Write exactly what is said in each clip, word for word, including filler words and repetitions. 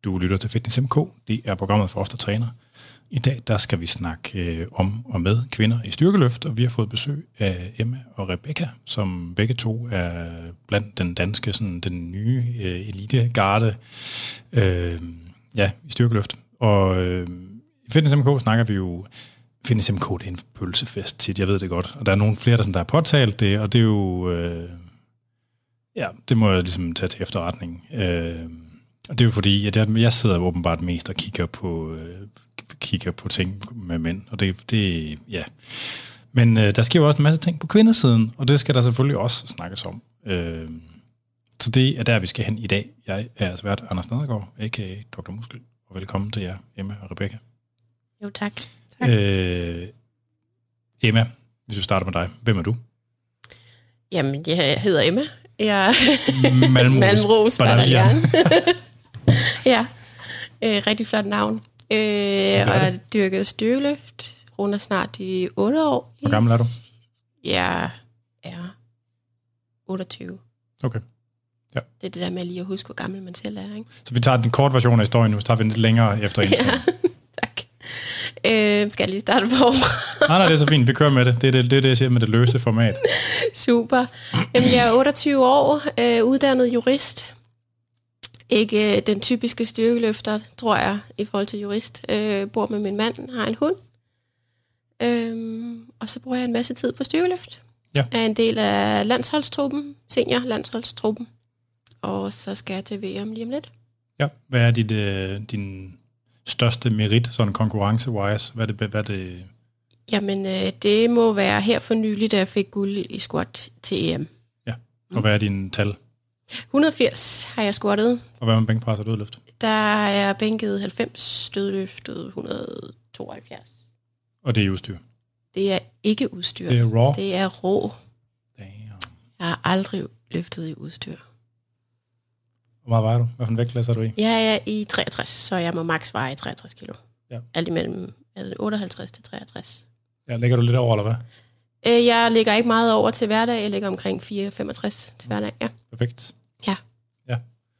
Du lytter til Fitness M K. Det er programmet for os, der træner. I dag der skal vi snakke øh, om og med kvinder i styrkeløft, og vi har fået besøg af Emma og Rebecca, som begge to er blandt den danske, sådan, den nye øh, elitegarde øh, ja, i styrkeløft. Og øh, i Fitness M K snakker vi jo, Fitness M K det er en pølsefest tit, jeg ved det godt. Og der er nogle flere, der, sådan, der har påtalt det, og det er jo, øh, ja, det må jeg ligesom tage til efterretning. Øh, og det er jo fordi, at jeg, jeg sidder åbenbart mest og kigger på, øh, kigger på ting med mænd, og det, det ja. Men øh, der sker jo også en masse ting på kvindesiden, og det skal der selvfølgelig også snakkes om. Øh, så det er der, vi skal hen i dag. Jeg er altså vært Anders Nedergaard, a k a. doktor Muskel, og velkommen til jer, Emma og Rebecca. Jo, tak. tak. Øh, Emma, hvis vi starter med dig, hvem er du? Jamen, jeg hedder Emma. Jeg er Malmros, Malmros Bataljon. Ja, øh, rigtig flot navn. Øh, og jeg dyrker styrkeløft, runder snart i otte år. Hvor gammel er du? Jeg er otteogtyve. Okay. Ja. Det er det der med lige at huske, hvor gammel man selv er, ikke? Så vi tager den korte version af historien nu, så tager vi den lidt længere efter introen. Ja, tak. Øh, skal jeg lige starte på? nej, nej, det er så fint. Vi kører med det. Det er det, det, er det jeg siger med det løse format. Super. Jamen, jeg er otteogtyve år, øh, uddannet jurist. Ikke øh, den typiske styrkeløfter, tror jeg, i forhold til jurist. Øh, bor med min mand, har en hund. Øh, og så bruger jeg en masse tid på styrkeløft. Ja. Jeg er en del af landsholdstruppen, senior landsholdstruppen. Og så skal jeg til V M lige om lidt. Ja. Hvad er dit, øh, din største merit, sådan konkurrence-wise? Hvad er det? Hvad er det? Jamen, øh, det må være her for nylig, da jeg fik guld i squat til E M. Ja, og hvad er din tal? et hundrede og firs har jeg squattet. Og hvad med bænkpres og dødløft? Der er jeg bænket halvfems, dødløftet et hundrede og tooghalvfjerds. Og det er udstyr? Det er ikke udstyr. Det er raw? Det er rå. Damn. Jeg har aldrig løftet i udstyr. Hvor meget vejer du? Hvad for en vægtklasse er du i? Jeg er i treogtres, så jeg må maks veje treogtres kilo. Ja. Alt imellem otteoghalvtreds til treogtres. Ja, ligger du lidt over, eller hvad? Jeg ligger ikke meget over til hverdag. Jeg ligger omkring fire komma femogtres til hverdag, ja. Perfekt. Ja. Ja.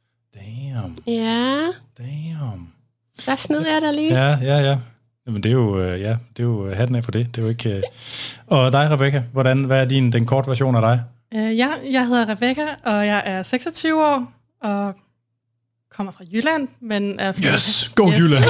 Damn. Ja. Damn. Der sned jeg der lige. Ja, ja, ja. Jamen det er jo, ja, det er jo hatten af for det. Det er jo ikke... Og dig, Rebecca, hvordan, hvad er din, den korte version af dig? Uh, ja, jeg hedder Rebecca, og jeg er seksogtyve år, og kommer fra Jylland, men er flyttet... Yes, go yes. Jylland!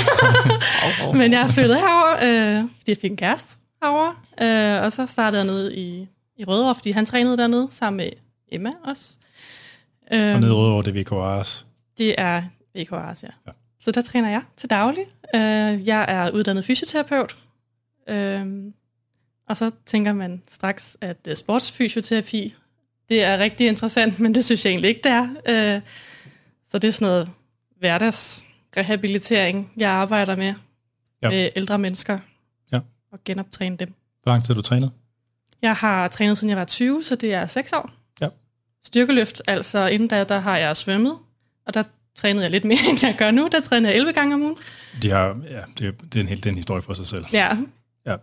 Men jeg er flyttet herover, øh, fordi jeg fik en kæreste herovre, øh, og så startede jeg nede i, i Rødovre, fordi han trænede dernede, sammen med Emma også. Øh, og nede i Rødovre, det er V K Ars? Det er V K Ars, ja. ja. Så der træner jeg til daglig. Øh, jeg er uddannet fysioterapeut, øh, og så tænker man straks, at uh, sportsfysioterapi, det er rigtig interessant, men det synes jeg egentlig ikke, det er. Øh, så det er sådan noget hverdagsrehabilitering, jeg arbejder med, ja. med ældre mennesker, ja. og genoptræne dem. Hvor lang tid har du trænet? Jeg har trænet, siden jeg var tyve, så det er seks år. Ja. Styrkeløft, altså inden da, der har jeg svømmet, og der trænede jeg lidt mere, end jeg gør nu. Der træner jeg elleve gange om ugen. De har, ja, det er, det er en helt den historie for sig selv. Ja. ja.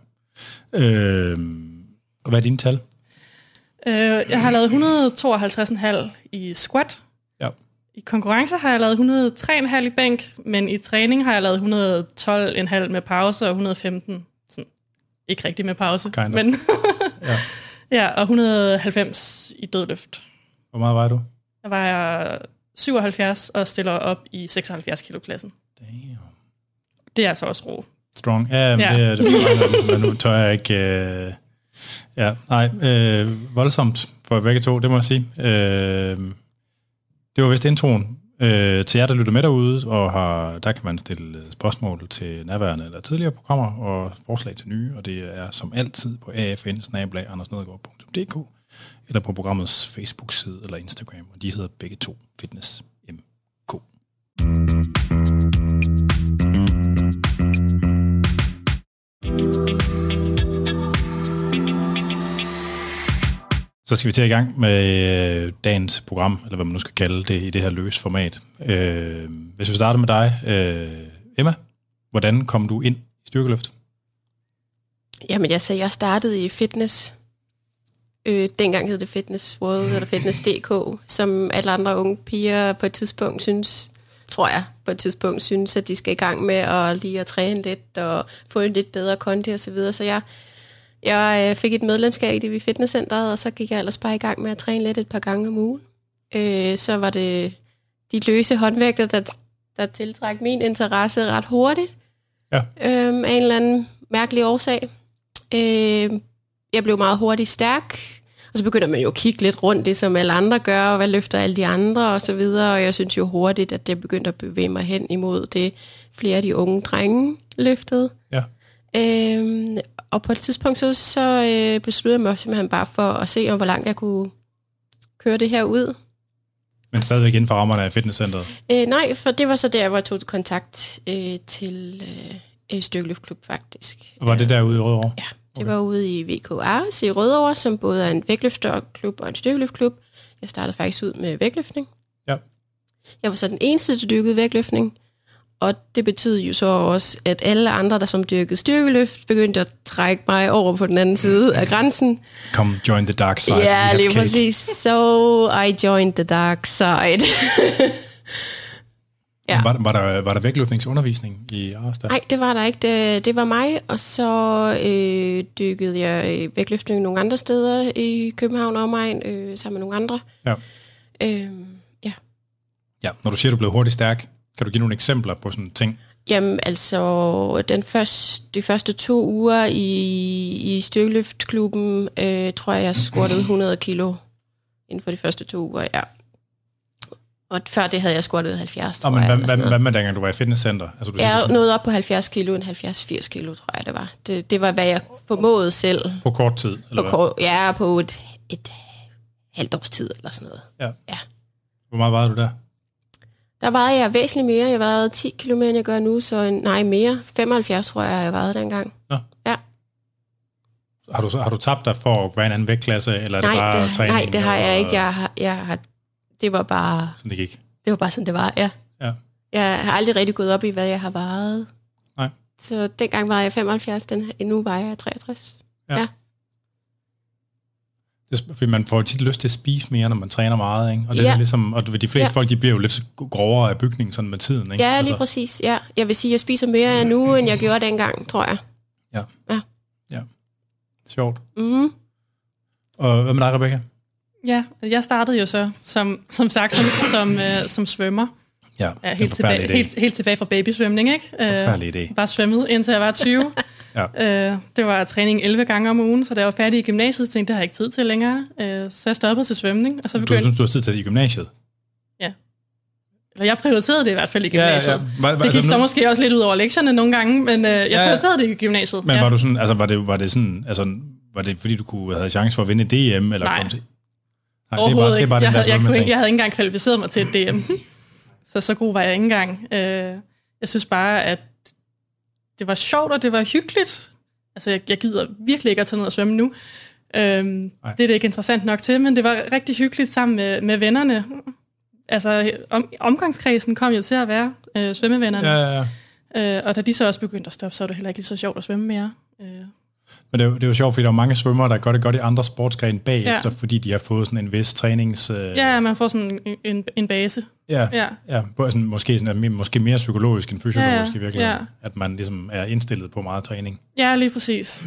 Øh, og hvad er dine tal? Øh, jeg har lavet et hundrede og tooghalvtreds komma fem i squat. Ja. I konkurrencer har jeg lavet et hundrede og tre komma fem i bænk, men i træning har jeg lavet et hundrede og tolv komma fem med pause og et hundrede og femten. Sådan, ikke rigtig med pause. Kind of. Men ja. ja, og et hundrede og halvfems i dødløft. Hvor meget vejer du? Jeg vejer syvoghalvfjerds og stiller op i seksoghalvfjerds kilo klassen. Damn. Det er altså også rå. Strong. Ja, men ja. det er det. Men nu tør jeg ikke... Øh, ja, nej. Øh, voldsomt for begge to, det må jeg sige. Øh, det var vist introen. Øh, til jer, der lytter med derude, og har, der kan man stille spørgsmål til nærværende eller tidligere programmer, og forslag til nye, og det er som altid på a f n bindestreg anders nedergaard punktum d k eller på programmets Facebook-side eller Instagram, og de hedder begge to Fitness M K. Så skal vi til i gang med dagens program, eller hvad man nu skal kalde det, i det her løs format. Øh, hvis vi starter med dig, øh, Emma, hvordan kom du ind i styrkeløft? Jamen, jeg sagde, jeg startede i fitness. Øh, dengang hed det Fitness World, eller Fitness punktum d k, som alle andre unge piger på et tidspunkt synes, tror jeg, på et tidspunkt synes, at de skal i gang med at lige at træne lidt og få en lidt bedre kondi og så videre. Så jeg, jeg fik et medlemskab i det ved fitnesscenteret, og så gik jeg ellers bare i gang med at træne lidt et par gange om ugen. Øh, så var det de løse håndvægter, der, der tiltræk min interesse ret hurtigt. Ja. Øh, af en eller anden mærkelig årsag. Øh, jeg blev meget hurtigt stærk. Og så begynder man jo at kigge lidt rundt, det som alle andre gør, og hvad løfter alle de andre, og så videre. Og jeg synes jo hurtigt, at det begyndte at bevæge mig hen imod det, flere af de unge drenge løftede. Ja. Øhm, og på et tidspunkt, så, så øh, besluttede jeg mig simpelthen bare for at se, om hvor langt jeg kunne køre det her ud. Men stadigvæk inden for rammerne af fitnesscenteret? Øh, nej, for det var så der, hvor jeg tog kontakt øh, til øh, styrkeløftklub, faktisk. Og var det derude i Rødovre? Ja. Det var ude i V K R i Rødovre, som både er en vægtløfterklub og en styrkeløftklub. Jeg startede faktisk ud med vægtløftning. Ja. Jeg var så den eneste, der dyrkede vægtløftning. Og det betød jo så også, at alle andre, der som dyrkede styrkeløft, begyndte at trække mig over på den anden side af grænsen. Come join the dark side. Ja, lige præcis. So I joined the dark side. Ja. Var, var, der, var der vægtløftningsundervisning i Aarhus? Nej, det var der ikke. Det, det var mig, og så øh, dykkede jeg vægtløftning nogle andre steder i København og omegn, øh, sammen med nogle andre. Ja. Øh, ja. Ja, når du siger, du blev hurtigt stærk, kan du give nogle eksempler på sådan ting? Jamen, altså, den første, de første to uger i, i styrkeløftklubben, øh, tror jeg, jeg squattede hundrede kilo inden for de første to uger, ja. Og før det havde jeg squattet halvfjerds, tror Nå, men jeg. Hvad, hvad, hvad med dengang, du var i fitnesscenter? Altså, du jeg nåede op på halvfjerds kilo, en halvfjerds firs kilo, tror jeg, det var. Det, det var, hvad jeg formåede selv. På kort tid? Eller på kort, ja, på et, et halvt års tid, eller sådan noget. Ja. Ja. Hvor meget vejede du der? Der vejede jeg væsentligt mere. Jeg vejede ti kilo mere, end jeg gør nu, så nej, mere. femoghalvfjerds, tror jeg, jeg vejede dengang. Ja. Ja. Har du, har du tabt dig for at være en anden vægtklasse, eller er nej, det bare det, træning? Nej, det har jeg og, ikke. Jeg har, jeg har, det var bare... Sådan det gik? Det var bare sådan, det var, ja. Ja. Jeg har aldrig rigtig gået op i, hvad jeg har vejet. Nej. Så dengang var jeg femoghalvfjerds, den, nu vejer jeg treogtres. Ja. ja. Det, fordi man får tit lyst til at spise mere, når man træner meget, ikke? Og det ja. er ligesom, og de fleste ja. folk, de bliver jo lidt grovere af bygningen sådan med tiden, ikke? Ja, lige altså. præcis. Ja. Jeg vil sige, at jeg spiser mere nu, end jeg gjorde dengang, tror jeg. Ja. Ja. Ja. Sjovt. Mhm. Og hvad med dig, Rebecca? Ja, jeg startede jo så, som, som sagt, som, som, øh, som svømmer. Ja, ja helt, tilbage, helt, helt tilbage fra babysvømning, ikke? Forfærdelig idé. Bare svømmet, indtil jeg var tyve. ja. øh, det var træning elleve gange om ugen, så da jeg var færdig i gymnasiet, tænkte jeg, det har jeg ikke tid til længere. Øh, så jeg stoppede til svømning. Og så begyndte... Du synes, du har tid til det i gymnasiet? Ja. Eller jeg prioriterede det i hvert fald i gymnasiet. Ja, ja. Var, var, det gik altså, så nu... måske også lidt ud over lektierne nogle gange, men øh, jeg ja, prioriterede det i gymnasiet. Men ja. var du sådan, altså var det, var det sådan, altså var det fordi du kunne have chance for at vinde D M eller Nej. komme til? Nej, overhovedet det er bare, det er bare jeg, den, jeg, jeg, kunne ikke, jeg havde ikke engang kvalificeret mig til et D M. så så god var jeg ikke engang. Øh, jeg synes bare, at det var sjovt, og det var hyggeligt. Altså, jeg, jeg gider virkelig ikke at tage ned og svømme nu. Øhm, det er det ikke interessant nok til, men det var rigtig hyggeligt sammen med, med vennerne. Altså, om, omgangskredsen kom jo til at være øh, svømmevennerne. Ja, ja, ja. Øh, og da de så også begyndte at stoppe, så var det heller ikke lige så sjovt at svømme mere. Øh. Men det er, jo, det er jo sjovt, fordi der er mange svømmere, der gør det godt i andre sportsgrene bagefter, Ja. fordi de har fået sådan en vis trænings... Øh... Ja, man får sådan en, en, en base. Ja, ja. ja sådan, måske, sådan, måske mere psykologisk end fysiologisk Ja, i virkeligheden. ja. At man ligesom er indstillet på meget træning. Ja, lige præcis.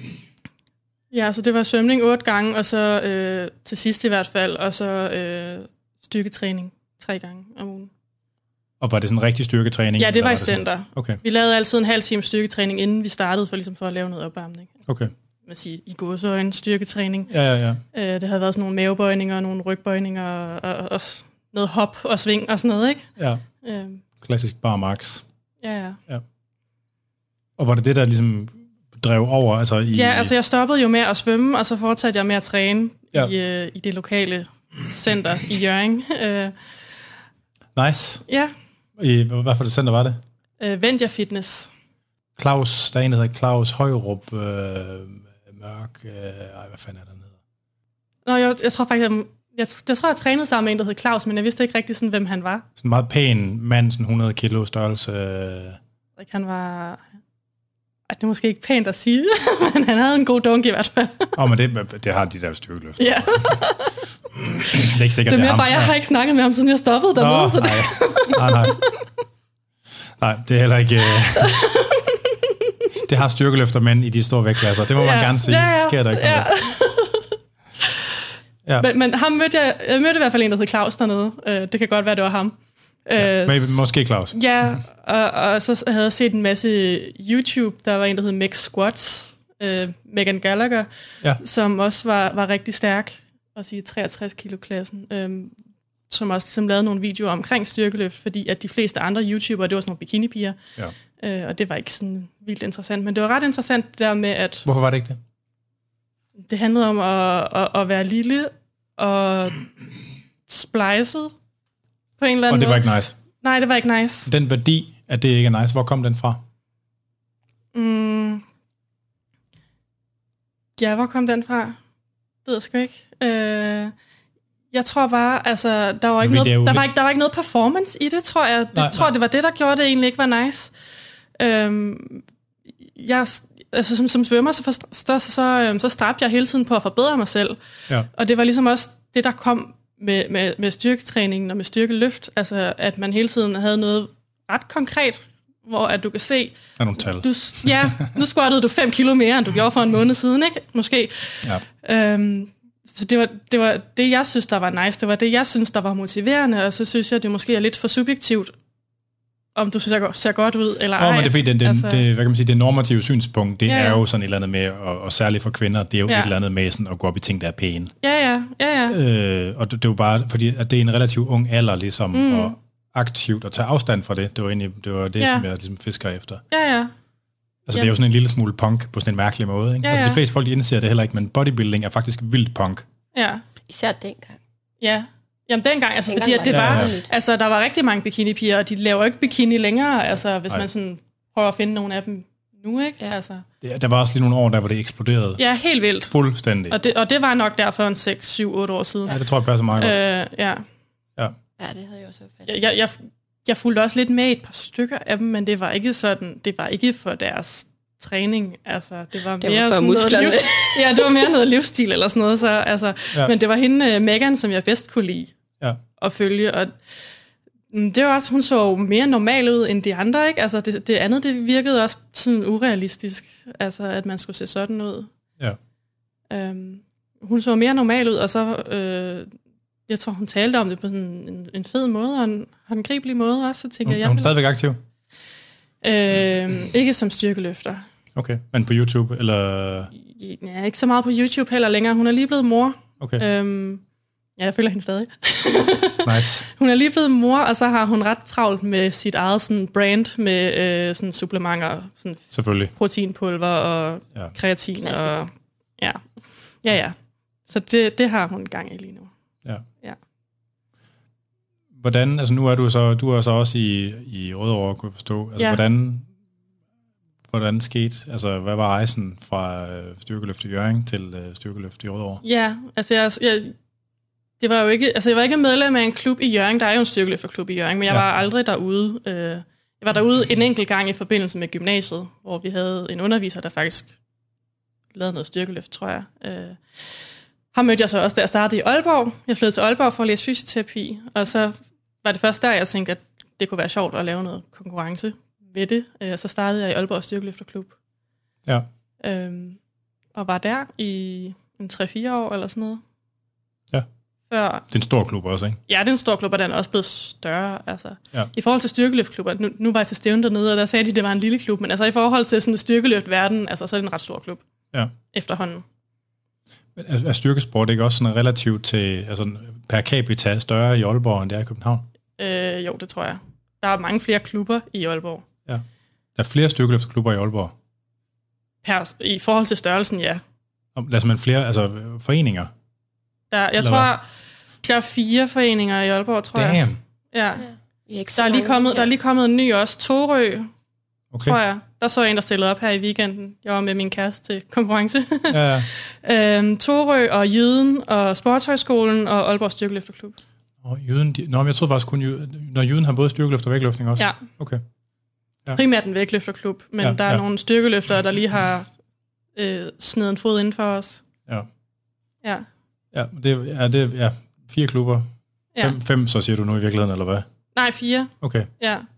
Ja, så det var svømning otte gange, og så øh, til sidst i hvert fald, og så øh, styrketræning tre gange om ugen. Og var det sådan en rigtig styrketræning? Ja, det var var i center. Okay. Vi lavede altid en halv time styrketræning, inden vi startede, for, ligesom for at lave noget opvarmning. Okay. Man siger, i gåseøjne styrketræning. Ja, ja, ja. Øh, det havde været sådan nogle mavebøjninger, nogle rygbøjninger, og, og, og noget hop og sving og sådan noget, ikke? Ja. Øh, Klassisk bar max. ja, ja. Ja. Og var det det, der ligesom drev over? Altså i... Ja, altså jeg stoppede jo med at svømme, og så fortsatte jeg med at træne ja. i, øh, i det lokale center i Hjørring. Øh, nice. ja. I, hvad for det center var det? Øh, Vendia Fitness. Claus, der er en, der hedder Claus Højrup øh, Mørk. Øh, ej, hvad fanden er der nede? Nå, jeg, jeg tror faktisk, jeg, jeg, jeg tror, jeg trænede sammen med en, der hed Claus, men jeg vidste ikke rigtig, sådan, hvem han var. Sådan en meget pæn mand, sådan hundrede kilo størrelse. Øh. Han var... Ej, det er måske ikke pænt at sige, men han havde en god dunk i hvert fald. Åh, oh, men det, det har de der styrkeløfter. Ja. Det er ikke sikkert, det er mere det er bare, jeg har ikke snakket med ham, siden jeg stoppede dernede. Nå, så nej. nej, nej. Nej, det er heller ikke... Uh... det har styrkeløfter mænd i de store vægtklasser. Det må ja. man gerne sige. Ja, ja. Det sker der ikke. Ja. ja. Men, men ham mødte jeg... Jeg mødte i hvert fald en, der hed Claus dernede. Uh, det kan godt være, det var ham. Ja, uh, måske Claus. Ja, og, og så havde jeg set en masse YouTube. Der var en, der hed Mix Squats. Uh, Megan Gallagher. Ja. Som også var, var rigtig stærk. Også i treogtres kilo klassen. Um, som også som lavede nogle videoer omkring styrkeløft, fordi at de fleste andre YouTubere, det var sådan nogle bikinipiger, ja. øh, og det var ikke sådan vildt interessant, men det var ret interessant det der med, at... Hvorfor var det ikke det? Det handlede om at, at, at være lille og splicet på en eller anden måde. Og det var ikke nice? Nej, det var ikke nice. Den værdi, at det ikke er nice, hvor kom den fra? Mm. Ja, hvor kom den fra? Det ved jeg sgu ikke. Øh... Jeg tror bare, altså, der var ikke noget, der var ikke, der var ikke noget performance i det, tror jeg. Det nej, tror, nej. det var det, der gjorde det egentlig ikke var nice. Øhm, jeg, altså, som, som svømmer, så, så, så, så, så stræbte jeg hele tiden på at forbedre mig selv. Ja. Og det var ligesom også det, der kom med, med, med styrketræningen og med styrkeløft. Altså, at man hele tiden havde noget ret konkret, hvor at du kan se... Der er nogle tal. Du, ja, nu squattede du fem kilo mere, end du gjorde for en måned siden, ikke? Måske. Ja. Øhm, Så det var, det var det, jeg synes, der var nice. Det var det, jeg synes, der var motiverende. Og så synes jeg, det måske er lidt for subjektivt, om du ser, ser godt ud eller ej. Nå, men det er fordi, det, det, altså, det, hvad kan man sige, det normative synspunkt, det ja, ja. er jo sådan et eller andet med, og, og særligt for kvinder, det er jo ja. et eller andet med sådan at gå op i ting, der er pæne. Ja, ja. ja, ja. Øh, og det, det var bare, fordi at det er en relativt ung alder, ligesom, mm. og aktivt at tage afstand fra det. Det var egentlig det, var det ja. som jeg ligesom fisker efter. Ja, ja. Altså, det er jo sådan en lille smule punk på sådan en mærkelig måde, ikke? Ja, ja. Altså, de fleste folk, de indser det heller ikke, men bodybuilding er faktisk vildt punk. Ja. Især dengang. Ja. Jamen, dengang, altså, dengang fordi at det var, ja, ja. altså, der var rigtig mange bikinipiger, og de laver ikke bikini længere, altså, hvis Ej. man sådan prøver at finde nogle af dem nu, ikke? Ja. Altså. Det, der var også lige nogle år, der hvor det eksploderede. Ja, helt vildt. Fuldstændig. Og det, og det var nok der for en seks, syv, otte år siden. Ja, det tror jeg passer meget godt. Øh, ja. Ja. Ja, det havde jeg også opfattet. Jeg, jeg, jeg, jeg fulgte også lidt med et par stykker af dem, men det var ikke sådan, det var ikke for deres træning, altså det var det mere var sådan noget livs, ja, det var mere noget livsstil eller sådan noget, så altså, ja. men det var hende Megan, som jeg bedst kunne lide ja. at følge, og det var også, hun så mere normal ud end de andre, ikke? Altså det, det andet, det virkede også sådan urealistisk, altså at man skulle se sådan ud. Ja. Øhm, hun så mere normal ud, og så øh, jeg tror, hun talte om det på sådan en, en fed måde, og en håndgribelig måde også, så tænker hun, jeg... Er hun stadigvæk aktiv? Øh, ikke som styrkeløfter. Okay, men på YouTube, eller? Ja, ikke så meget på YouTube heller længere. Hun er lige blevet mor. Okay. Øhm, ja, jeg følger hende stadig. Nice. Hun er lige blevet mor, og så har hun ret travlt med sit eget sådan, brand med øh, sådan, supplementer. Sådan Selvfølgelig. Proteinpulver og ja. kreatin. Klasse. Og, ja. ja, ja. Så det, det har hun gang i lige nu. Ja. ja. Hvordan, altså nu er du så, du er så også i, i Rødovre, kunne jeg forstå. Altså, ja. hvordan, hvordan skete, altså hvad var rejsen fra styrkeløft i Hjørring til uh, styrkeløft i Rødovre? Ja, altså jeg, jeg, det var jo ikke, altså jeg var ikke medlem af en klub i Hjørring, der er jo en styrkeløfterklub i Hjørring, men jeg ja. var aldrig derude. Øh, jeg var derude en enkelt gang i forbindelse med gymnasiet, hvor vi havde en underviser, der faktisk lavede noget styrkeløft, tror jeg. Øh, ham mødte jeg så også, da jeg startede i Aalborg. Jeg flyttede til Aalborg for at læse fysioterapi, og så var det først der, jeg tænkte, at det kunne være sjovt at lave noget konkurrence ved det. Så startede jeg i Aalborg Styrkeløfterklub. Ja. Øhm, og var der i en tre fire år eller sådan noget. Ja. Før, det er en stor klub også, ikke? Ja, det er en stor klub, og den er også blevet større. Altså. Ja. I forhold til styrkeløftklubber, nu, nu var jeg til stævne dernede, og der sagde de, at det var en lille klub, men altså i forhold til sådan en styrkeløftverden, altså, så er det en ret stor klub. Ja. Efterhånden. Men er, er styrkesport ikke også sådan relativt til, altså per capita større i Aalborg, end det er i København? Øh, jo, det tror jeg. Der er mange flere klubber i Aalborg. Ja. Der er flere styrkeløfterklubber i Aalborg? Per, I forhold til størrelsen, ja. Altså man flere, altså foreninger? Der, jeg Eller tror, hvad? der er fire foreninger i Aalborg, tror Damn. jeg. Ja. ja. Der, er lige kommet, ja. der er lige kommet en ny også, Torø, okay. tror jeg. Der så jeg en, der stillede op her i weekenden. Jeg var med min kæreste til konkurrence. Ja, ja. øhm, Torø og Jyden og Sportshøjskolen og Aalborg Styrkeløfterklub. Og Jyden, de, nå, men jeg troede faktisk kun, Jyden, når Jyden har både styrkeløft og vægtløftning også? Ja. Okay. Ja. Primært en vægtløfterklub, men ja, der er ja. nogle styrkeløftere, der lige har øh, snedet en fod inden for os. Ja. Ja. Ja, det er det, ja, fire klubber. Ja. Fem, fem, så siger du nu i virkeligheden, eller hvad? Nej, fire. Okay. Ja.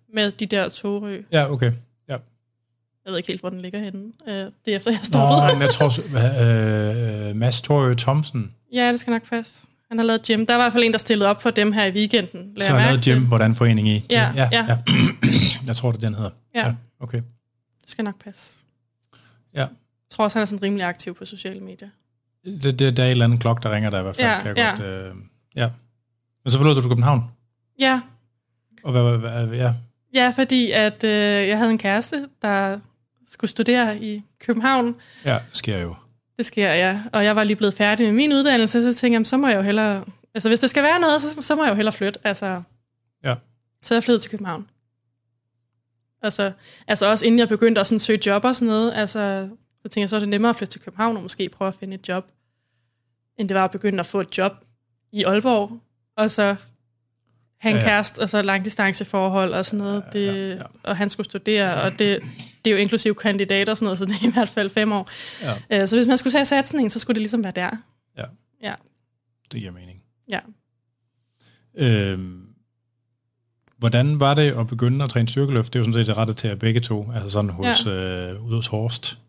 med de der Torø. Ja, okay. Ja. Jeg ved ikke helt, hvor den ligger henne. Øh, det er efter, jeg stoppede. Nå, jeg tror, øh, Mads Torø Thomsen. Ja, det skal nok passe. Han har lavet gym. Der var i hvert fald en, der stillede op for dem her i weekenden. Så har lavet gym, hvordan forening i? Ja, ja. ja. ja. Jeg tror, det den hedder. Ja. ja. Okay. Det skal nok passe. Ja. Jeg tror også, han er sådan rimelig aktiv på sociale medier. Det, det, der er et eller andet klok, der ringer der i hvert fald. Ja, kan jeg ja. Godt, øh, ja. Men så forlod du til København? Ja. Og hvad, hvad, ja. Ja, fordi at øh, jeg havde en kæreste, der skulle studere i København. Ja, det sker jo. Det sker, ja. Og jeg var lige blevet færdig med min uddannelse, så tænkte jeg, så må jeg jo hellere... Altså, hvis det skal være noget, så, så må jeg jo hellere flytte. Altså, ja. Så jeg flyttede til København. Altså, altså også inden jeg begyndte at sådan søge job og sådan noget, altså, så tænkte jeg, så er det nemmere at flytte til København og måske prøve at finde et job, end det var at begynde at få et job i Aalborg, og så have en ja, ja. kæreste, og så langdistanceforhold og sådan noget, det, ja, ja, ja. Og han skulle studere, og det, det er jo inklusiv kandidat og sådan noget, så det er i hvert fald fem år. Ja. Så hvis man skulle tage satsningen, så skulle det ligesom være der. Ja, ja. Det giver mening. Ja. Øhm, hvordan var det at begynde at træne styrkeløft? Det er jo sådan set rettet til at begge to, altså sådan hos, ja. øh, ude hos Horst.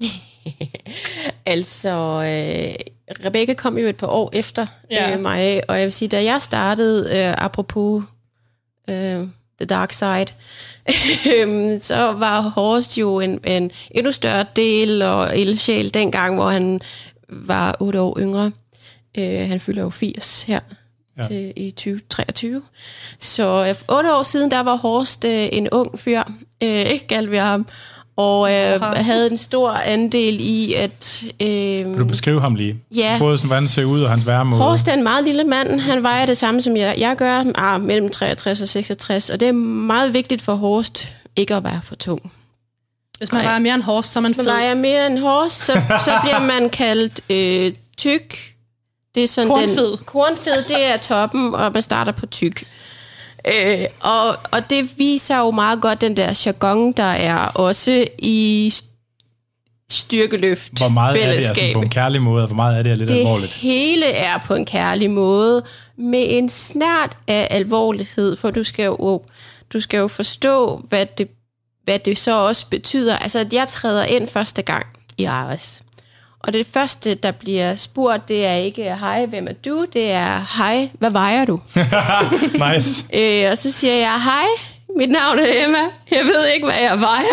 altså, øh, Rebecca kom jo et par år efter ja. øh, mig, og jeg vil sige, da jeg startede, øh, apropos øh, The Dark Side, så var Horst jo en, en endnu større del og ildsjæl dengang, hvor han var otte år yngre. Øh, han fylder jo firs her ja. til, i tyve treogtyve. Så øh, otte år siden, der var Horst øh, en ung fyr, øh, ikke kaldte vi ham, og øh, havde en stor andel i at... Øh, kan du beskrive ham lige? Ja. Både sådan, hvordan han ser ud og hans væremåde. Horst er en meget lille mand. Han vejer det samme, som jeg, jeg gør, ah, mellem treogtres og seksogtres, og det er meget vigtigt for Horst ikke at være for tung. Hvis man vejer mere end Horst, så er man fed. Hvis man vejer mere end Horst, så, så bliver man kaldt øh, tyk. Det er sådan kornfed. Den, kornfed, det er toppen, og man starter på tyk. Øh, og, og det viser jo meget godt den der jargon, der er også i styrkeløft. Hvor meget er det altså på en kærlig måde, og hvor meget er det lidt det alvorligt? Det hele er på en kærlig måde, med en snert af alvorlighed, for du skal jo, du skal jo forstå, hvad det, hvad det så også betyder. Altså, at jeg træder ind første gang i Ares. Og det første, der bliver spurgt, det er ikke, hej, hvem er du? Det er, hej, hvad vejer du? Nice. øh, og så siger jeg, hej, mit navn er Emma. Jeg ved ikke, hvad jeg vejer.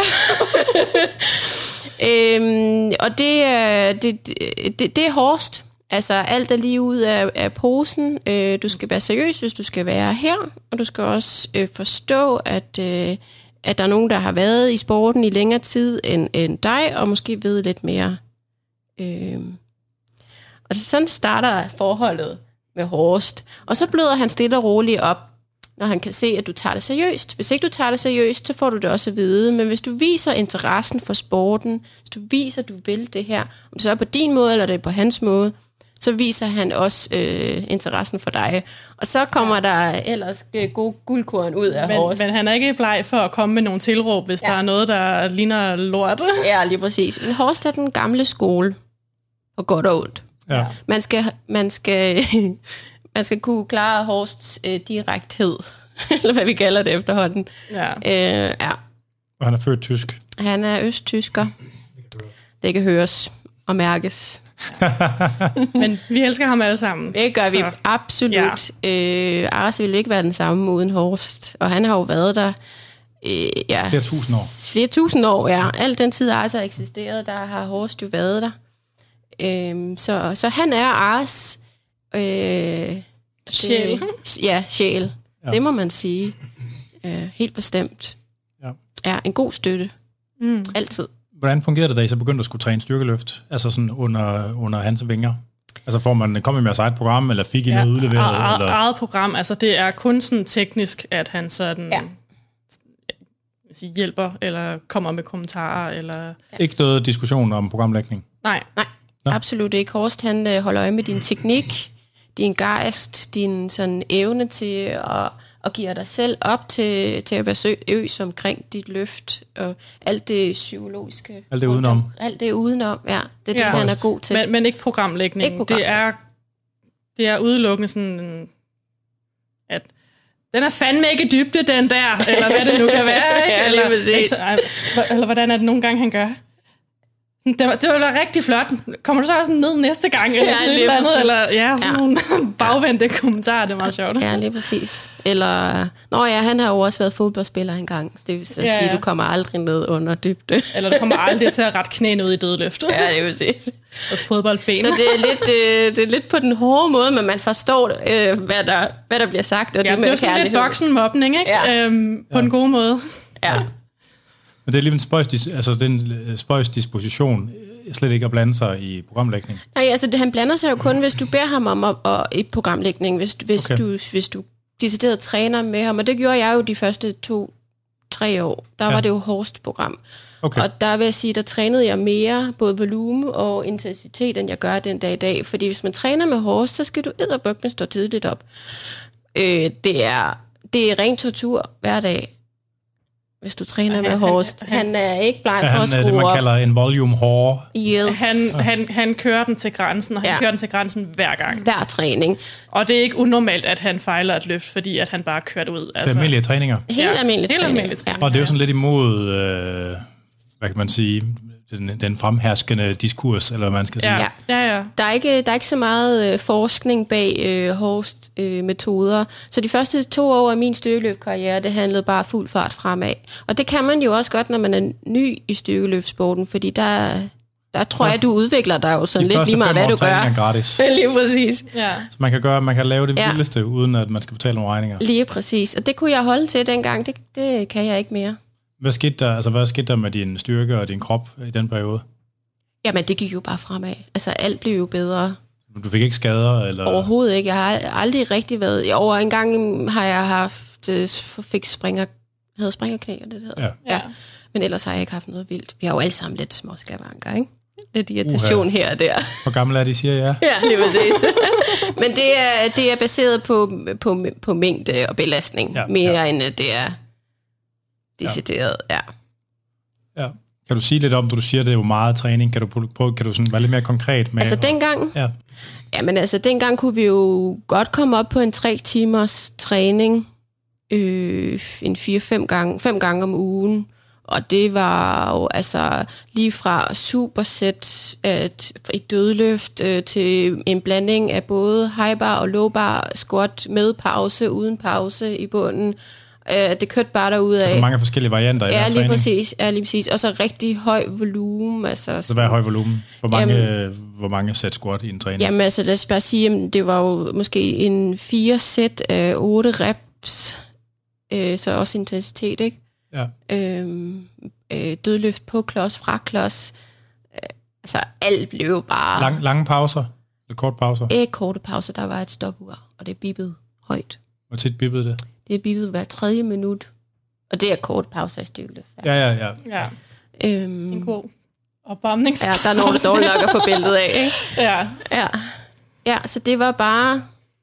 øhm, og det, det, det, det er Horst. Altså, alt er lige ud af, af posen. Øh, du skal være seriøs, hvis du skal være her. Og du skal også øh, forstå, at... Øh, at der er nogen, der har været i sporten i længere tid end, end dig, og måske ved lidt mere. Øhm. Og sådan starter forholdet med Horst. Og så bløder han stille og roligt op, når han kan se, at du tager det seriøst. Hvis ikke du tager det seriøst, så får du det også at vide. Men hvis du viser interessen for sporten, hvis du viser, at du vil det her, om så er på din måde, eller det er på hans måde, så viser han også øh, interessen for dig. Og så kommer der ellers god guldkorn ud af men, Horst. Men han er ikke bleg for at komme med nogle tilråb, hvis ja. der er noget, der ligner lort. Ja, lige præcis. Men Horst er den gamle skole, på godt og ondt. Ja. Man skal, man skal, man skal kunne klare Horsts øh, direkthed, eller hvad vi kalder det efterhånden. Ja. Øh, ja. Og han er født tysk. Han er østtysker. Det kan høres og mærkes. Men vi elsker ham alle sammen. Det gør så. Vi absolut. Ja. Øh, Ars ville ikke være den samme uden Horst. Og han har jo været der øh, ja, flere tusind år. Flere tusind år, ja. Al den tid Ars har eksisteret, der har Horst jo været der. Øh, så, så han er Ars øh, sjæl. Det, ja, sjæl. Ja. Det må man sige. Øh, helt bestemt. Ja. Ja, en god støtte. Mm. Altid. Hvordan fungerede det, da I så begyndte at skulle træne styrkeløft? Altså sådan under, under hans vinger? Altså får man, kommer med eget program, eller fik I ja, noget udleveret? Eget, eller? eget program, altså det er kun sådan teknisk, at han sådan ja. sige, hjælper, eller kommer med kommentarer, eller... Ikke noget diskussion om programlægning? Nej. Nej, Nå. Absolut ikke. Horst, han øh, holder øje med din teknik, din gejst, din sådan evne til at... og giver dig selv op til, til at være seriøs omkring dit løft, og alt det psykologiske. Alt det udenom. Alt det udenom, ja. Det er ja. det, han er god til. Men, men ikke programlægning. Ikke program. Det er, det er udelukkende sådan, at den er fandme ikke i dybde, den der, eller hvad det nu kan være, ikke? Ja, lige præcis. Eller, eller hvordan er det nogle gange, han gør? Det var, det var da rigtig flot. Kommer du så også ned næste gang? Eller Ja, sådan et lige eller andet? præcis. Eller ja, sådan Ja. nogle bagvendte kommentarer, det er meget sjovt. Ja, lige præcis. Eller, nå ja, han har jo også været fodboldspiller engang. Så det vil så Ja, sige, ja. du kommer aldrig ned under dybde. Eller du kommer aldrig til at rette knæene ud i dødløft. Ja, det er præcis. Og fodboldben. Så det er, lidt, øh, det er lidt på den hårde måde, men man forstår, øh, hvad, der, hvad der bliver sagt. Og ja, det, det med er jo sådan lidt kærlighed. voksenmobning, ikke? Ja. Øhm, på Ja. en god måde. Ja. Men det er lige en spøjs, dis- altså den øh, spøjs disposition øh, slet ikke at blande sig i programlægning. Nej, altså det, han blander sig jo kun, hvis du beder ham om at, at, et programlægning, hvis, hvis, Okay. du, hvis du decideret træner med ham. Og det gjorde jeg jo de første to, tre år. Der Ja. var det jo Horst-program. Okay. Og der vil jeg sige, der trænede jeg mere, både volumen og intensitet, end jeg gør den dag i dag. Fordi hvis man træner med Horst, så skal du edderbøbben stå tidligt op. Øh, det, er, det er ren tortur hver dag, hvis du træner Han- med han- Horst. han- Han er ikke bleg Er for at han øh, det, skrue man op. kalder en volume whore? Yes. Han, han, han kører den til grænsen, og han Ja. ja. kører den til grænsen hver gang. Hver træning. Og det er ikke unormalt, at han fejler et løft, fordi at han bare kører det ud. Til almindelige træninger. Helt Ja, almindelig helt træning. almindelig træning. Og det er jo sådan lidt imod, øh, hvad kan man sige, den, den fremherskende diskurs, eller hvad man skal sige. Ja, Ja. ja, ja. Der er ikke, der er ikke så meget øh, forskning bag øh, Horst-metoder. Øh, metoder. så de første to år af min styrkeløbkarriere, det handlede bare fuld fart fremad. Og det kan man jo også godt, når man er ny i styrkeløbsporten, fordi der, der tror jeg, du udvikler dig jo sådan De lidt første lige meget, fem hvad du års træning gør. er gratis. Lige præcis. ja. Så man kan, gøre, man kan lave det Ja. vildeste, uden at man skal betale nogle regninger. Lige præcis. Og det kunne jeg holde til dengang. Det, det kan jeg ikke mere. Hvad skete der, altså, hvad skete der med din styrke og din krop i den periode? Jamen, det gik jo bare fremad. Altså, alt blev jo bedre. Du fik ikke skader? Eller? Overhovedet ikke. Jeg har aldrig rigtig været... Over en gang har jeg haft... øh, Fik springer... Hedder springerknæ, det hedder. Ja. Ja. Men ellers har jeg ikke haft noget vildt. Vi har jo alle sammen lidt små skavanker, ikke? Lidt irritation her og der. Hvor gammel er de, siger jeg? Ja, lige præcis. Men det er, det er baseret på, på, på mængde og belastning. Ja, Mere ja. end at det er decideret, ja. Ja. Kan du sige lidt om, du siger, det er jo meget træning. Kan du prøve, kan du sådan være lidt mere konkret med? Altså dengang... Ja. Jamen altså, dengang kunne vi jo godt komme op på en tre timers træning, øh, en fire-fem gange, fem gange om ugen. Og det var jo altså lige fra supersæt at, i dødløft øh, til en blanding af både high bar og low bar squat med pause, uden pause i bunden. Øh, det kørte bare derudad. Altså mange forskellige varianter i Ja, hver lige træning. præcis. Ja, lige præcis. Og så rigtig høj volumen. Altså, Så hvad er høj volumen? Hvor mange, Jamen- hvor mange sæt squat i en træning? Jamen altså, lad os bare sige, at det var jo måske en fire sæt af otte reps, øh, så også intensitet, ikke? Ja. Øhm, øh, dødløft på klods, fra klods. Øh, altså, alt blev jo bare... Lang, lange pauser? Eller kort pauser? Ikke korte pauser, der var et stopur, og det er bippet højt. Hvor tit bippede det? Det er bippet hver tredje minut, og det er korte pauser i styrkeløft. Ja, ja, ja. ja. Øhm, En god opvarmnings. ja, der er nogen, der dårligt nok at få billedet af, ikke? Ja. Ja. Ja, så det var bare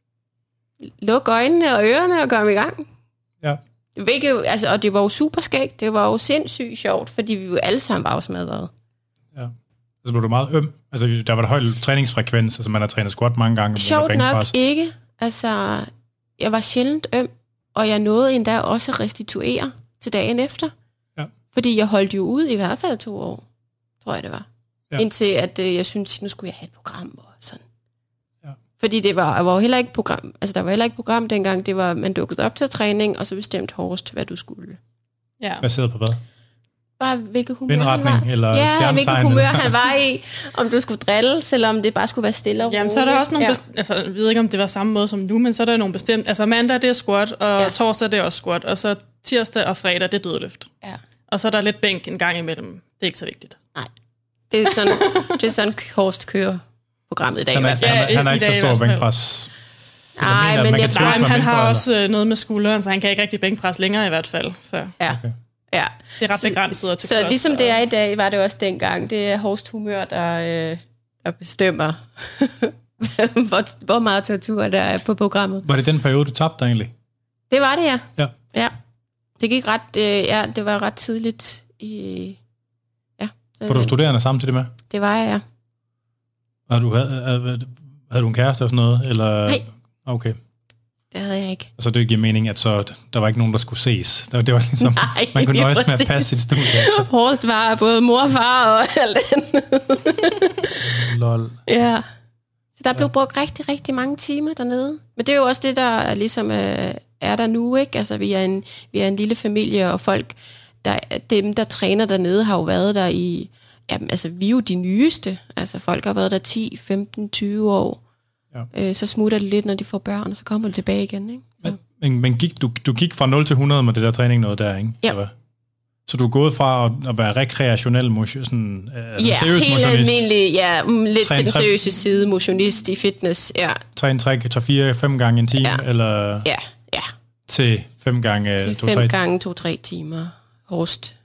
luk øjnene og ørerne og komme i gang. Ja. Hvilket, altså, og det var jo super skægt. Det var jo sindssygt sjovt, fordi vi jo alle sammen var afsmadrede. Ja. Altså blev du meget øm? Altså der var der høj træningsfrekvens, altså man har trænet squat mange gange. Sjovt under nok bænkpres. ikke. Altså, jeg var sjældent øm, og jeg nåede endda også at restituere til dagen efter. Ja. Fordi jeg holdt jo ud i hvert fald to år, tror jeg det var. Ja. Ja. Indtil at øh, jeg syntes, nu skulle jeg have et program og sådan. Ja. Fordi det var, jeg var jo heller ikke program, altså der var heller ikke program dengang, det var, man dukkede op til træning, og så bestemte Horst, hvad du skulle. ja. Baseret på hvad? Bare hvilket humør Vindretning han var. eller Ja, stjernetegn, hvilket eller- humør han var i. Om du skulle drilles, eller om det bare skulle være stille og roligt. Jamen, så er der også nogle... Ja. Best- altså, jeg ved ikke, om det var samme måde som nu, men så er der nogle bestemt... Altså, mandag, det er squat, og Ja. ja. torsdag, det er også squat, og så tirsdag og fredag, det er dødløft. Ja. Og så er der lidt bænk en gang imellem. Det er ikke så vigtigt. Nej, det er sådan, det er sådan Horst kører programmet i dag. Han i er, hvert fald. han er, Ja, han er i ikke så dag i stor hvert fald. bænkpres. Eller Nej, mener, at men man jeg- kan Nej, trives men med han har mindre, også øh, noget med skulderen, så han kan ikke rigtig bænkpres længere i hvert fald. Så Ja, Okay. ja. det er ret begrænset at til Så klods, ligesom og- det er i dag, var det også dengang. Det er Horst humør, der, øh, der bestemmer, hvor, hvor meget tortur der er på programmet. Var det den periode, du tabte dig egentlig? Det var det, ja. Ja. Ja. Det gik ret, øh, ja, det var ret tidligt i, ja. Var du studerende samtidig med? Det var jeg, ja. Havde du, havde, havde, havde du en kæreste og sådan noget? Eller? Nej. Okay. det havde jeg ikke. Altså det giver mening, at så, der var ikke nogen, der skulle ses. Det var, det var ligesom, Nej, man kunne nøjes præcis. med at passe sit studie. Hårdest var både mor og far og alt andet. Lol. Ja. Så der blev brugt rigtig, rigtig mange timer dernede. Men det er jo også det, der ligesom er, er der nu, ikke? Altså vi er, en, vi er en lille familie, og folk, der, dem der træner dernede, har jo været der i, jamen, altså vi er jo de nyeste. Altså folk har været der ti, femten, tyve år. Ja. Øh, så smutter de lidt, når de får børn, og så kommer de tilbage igen, ikke? Så. Men, men gik, du, du gik fra nul til hundrede med det der træning noget der, ikke? Ja. Så, så du er gået fra at, at være rekreationel motion, sådan, uh, ja, seriøs helt motionist. almindelig, ja, lidt Træn, til den træ- seriøse side, motionist i fitness, ja. Træn, træk, tre, fire, fem gange en time, Ja. eller Ja, ja. til fem gange Til to, fem tre. gange to-tre timer. Horst,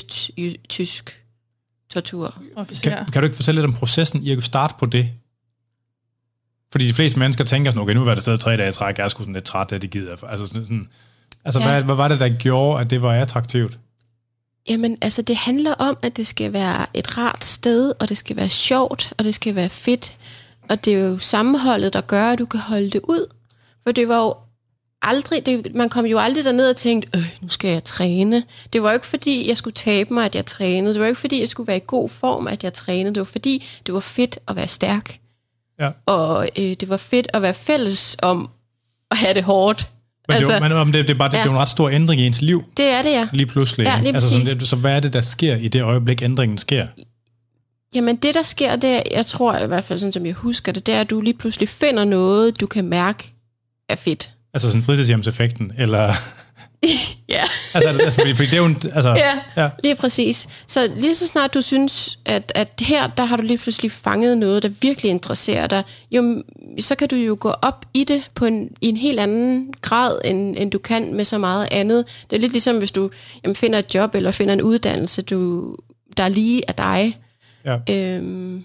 øst-tysk tortur. Officer. Kan, kan du ikke fortælle lidt om processen i at starte på det? Fordi de fleste mennesker tænker sådan, okay, nu var det stadig tre dage i træk, jeg er sgu sådan lidt træt af, de gider. Altså, sådan, altså Ja. hvad, hvad var det, der gjorde, at det var attraktivt? Jamen, altså det handler om, at det skal være et rart sted, og det skal være sjovt, og det skal være fedt. Og det er jo sammenholdet, der gør, at du kan holde det ud. For det var jo aldrig, det, man kom jo aldrig derned og tænkte, øh, nu skal jeg træne. Det var jo ikke fordi, jeg skulle tabe mig, at jeg trænede. Det var jo ikke fordi, jeg skulle være i god form, at jeg trænede. Det var fordi, det var fedt at være stærk. Ja. Og øh, det var fedt at være fælles om at have det hårdt. Men, altså, det, er jo, men det, det er bare det, ja. det er en ret stor ændring i ens liv, det er det, ja. lige pludselig. Ja, lige altså, sådan, præcis. det, så hvad er det, der sker i det øjeblik, ændringen sker? Jamen det, der sker, det er, jeg tror i hvert fald, sådan som jeg husker det, det er, at du lige pludselig finder noget, du kan mærke er fedt. Altså sådan fritidshjemseffekten, eller... Ja. altså, altså, fordi, fordi det er jo en, altså, Ja, ja. lige præcis. Så lige så snart du synes, at, at her, der har du lige pludselig fanget noget, der virkelig interesserer dig, jo, så kan du jo gå op i det på en, i en helt anden grad, end, end du kan med så meget andet. Det er lidt ligesom, hvis du jamen, finder et job, eller finder en uddannelse, du, der er lige af dig. Ja. Øhm,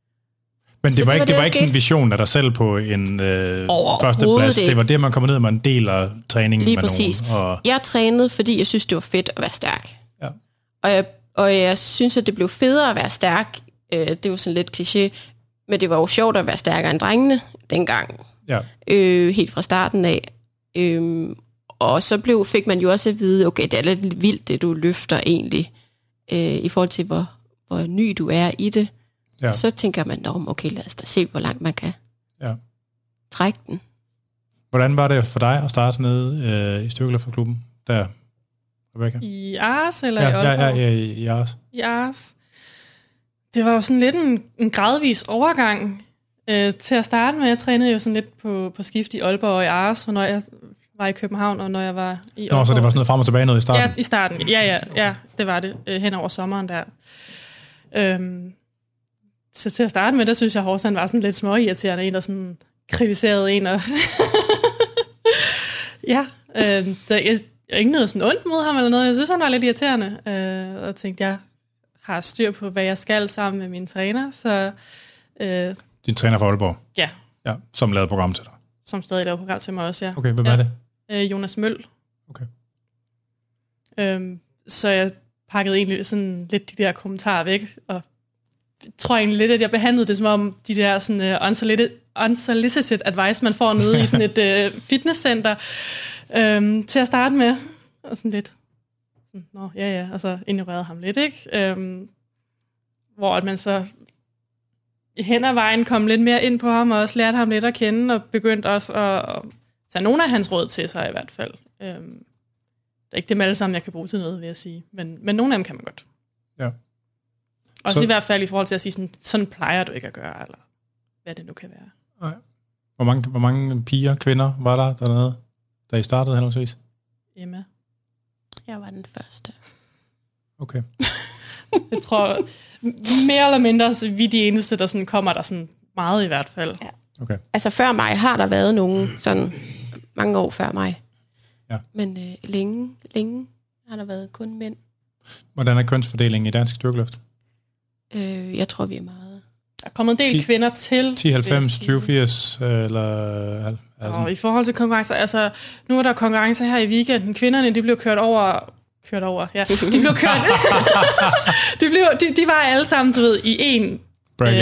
Men det Så var, det ikke, var det det, var der ikke sådan en skete. vision af dig selv på en øh, førsteplads. ikke. Det var det, man kommer ned, og man deler træningen Lige med præcis. nogen. Og, Jeg trænede, fordi jeg synes, det var fedt at være stærk. ja. Og jeg, og jeg synes, at det blev federe at være stærk. Øh, det var sådan lidt kliché. Men det var jo sjovt at være stærkere end drengene dengang. Ja. Øh, helt fra starten af. Øh, og så blev, fik man jo også at vide, okay, det er lidt vildt, det du løfter egentlig. Øh, I forhold til, hvor, hvor ny du er i det. Ja. Så tænker man, okay, lad os da se, hvor langt man kan Ja. trække den. Hvordan var det for dig at starte nede øh, i Styrkeløfterklubben, der, Rebecca? I Ars eller Ja, i ja, Aalborg? ja, ja, i Ars. I Ars. Det var jo sådan lidt en, en gradvis overgang øh, til at starte med. Jeg trænede jo sådan lidt på, på skift i Aalborg og i Ars, for når jeg var i København, og når jeg var i Aalborg. Nå, så det var sådan noget frem og tilbage noget i starten? Ja, i starten. Ja, ja, ja, det var det. Øh, hen over sommeren der. Øhm, så til at starte med, der synes jeg, at Horsan var sådan lidt småirriterende. En, der sådan kritiserede en. Og ja, øh, der, jeg, jeg ikke noget sådan ondt mod ham eller noget. Jeg synes, han var lidt irriterende. Øh, og tænkte, jeg har styr på, hvad jeg skal sammen med min træner. Så øh, Din træner fra Aalborg? ja, Ja, som lavede program til dig? som stadig laver program til mig også, ja. Okay, hvem ja. er det? Øh, Jonas Møll. Okay. Øhm, så jeg pakkede egentlig sådan lidt de der kommentarer væk, og tror egentlig lidt, at jeg behandlede det som om de der sådan uh, unsolicited, unsolicited advice, man får nede i sådan et uh, fitnesscenter, øhm, til at starte med. Og sådan lidt, nå, ja, ja, og så ignorerede ham lidt, ikke? Øhm, hvor at man så hen ad vejen kom lidt mere ind på ham, og også lærte ham lidt at kende, og begyndte også at, at tage nogle af hans råd til sig i hvert fald. Øhm, det er ikke dem alle sammen, jeg kan bruge til noget, vil jeg sige. Men, men nogle af dem kan man godt. Ja. Også Så, i hvert fald i forhold til at sige, sådan, sådan plejer du ikke at gøre, eller hvad det nu kan være. nej. Hvor mange, hvor mange piger, kvinder var der dernede, da I startede henholdsvis? Emma. Jeg var den første. Okay. Jeg tror, mere eller mindre, så vi er de eneste, der sådan kommer der sådan meget i hvert fald. Ja. Okay. Altså før mig har der været nogen, sådan mange år før mig. Ja. Men øh, længe, længe har der været kun mænd. Hvordan er kønsfordelingen i dansk styrkeløft? Øh, jeg tror, vi er meget. Der er kommet en del ti, kvinder til. ti halvfems, tyve firs, eller... Altså. Og i forhold til konkurrencer, altså nu er der konkurrencer her i weekenden. Kvinderne, de blev kørt over... Kørt over, ja. De blev kørt... de, blev, de, de var alle sammen, du ved, i en... Bracket. Øh,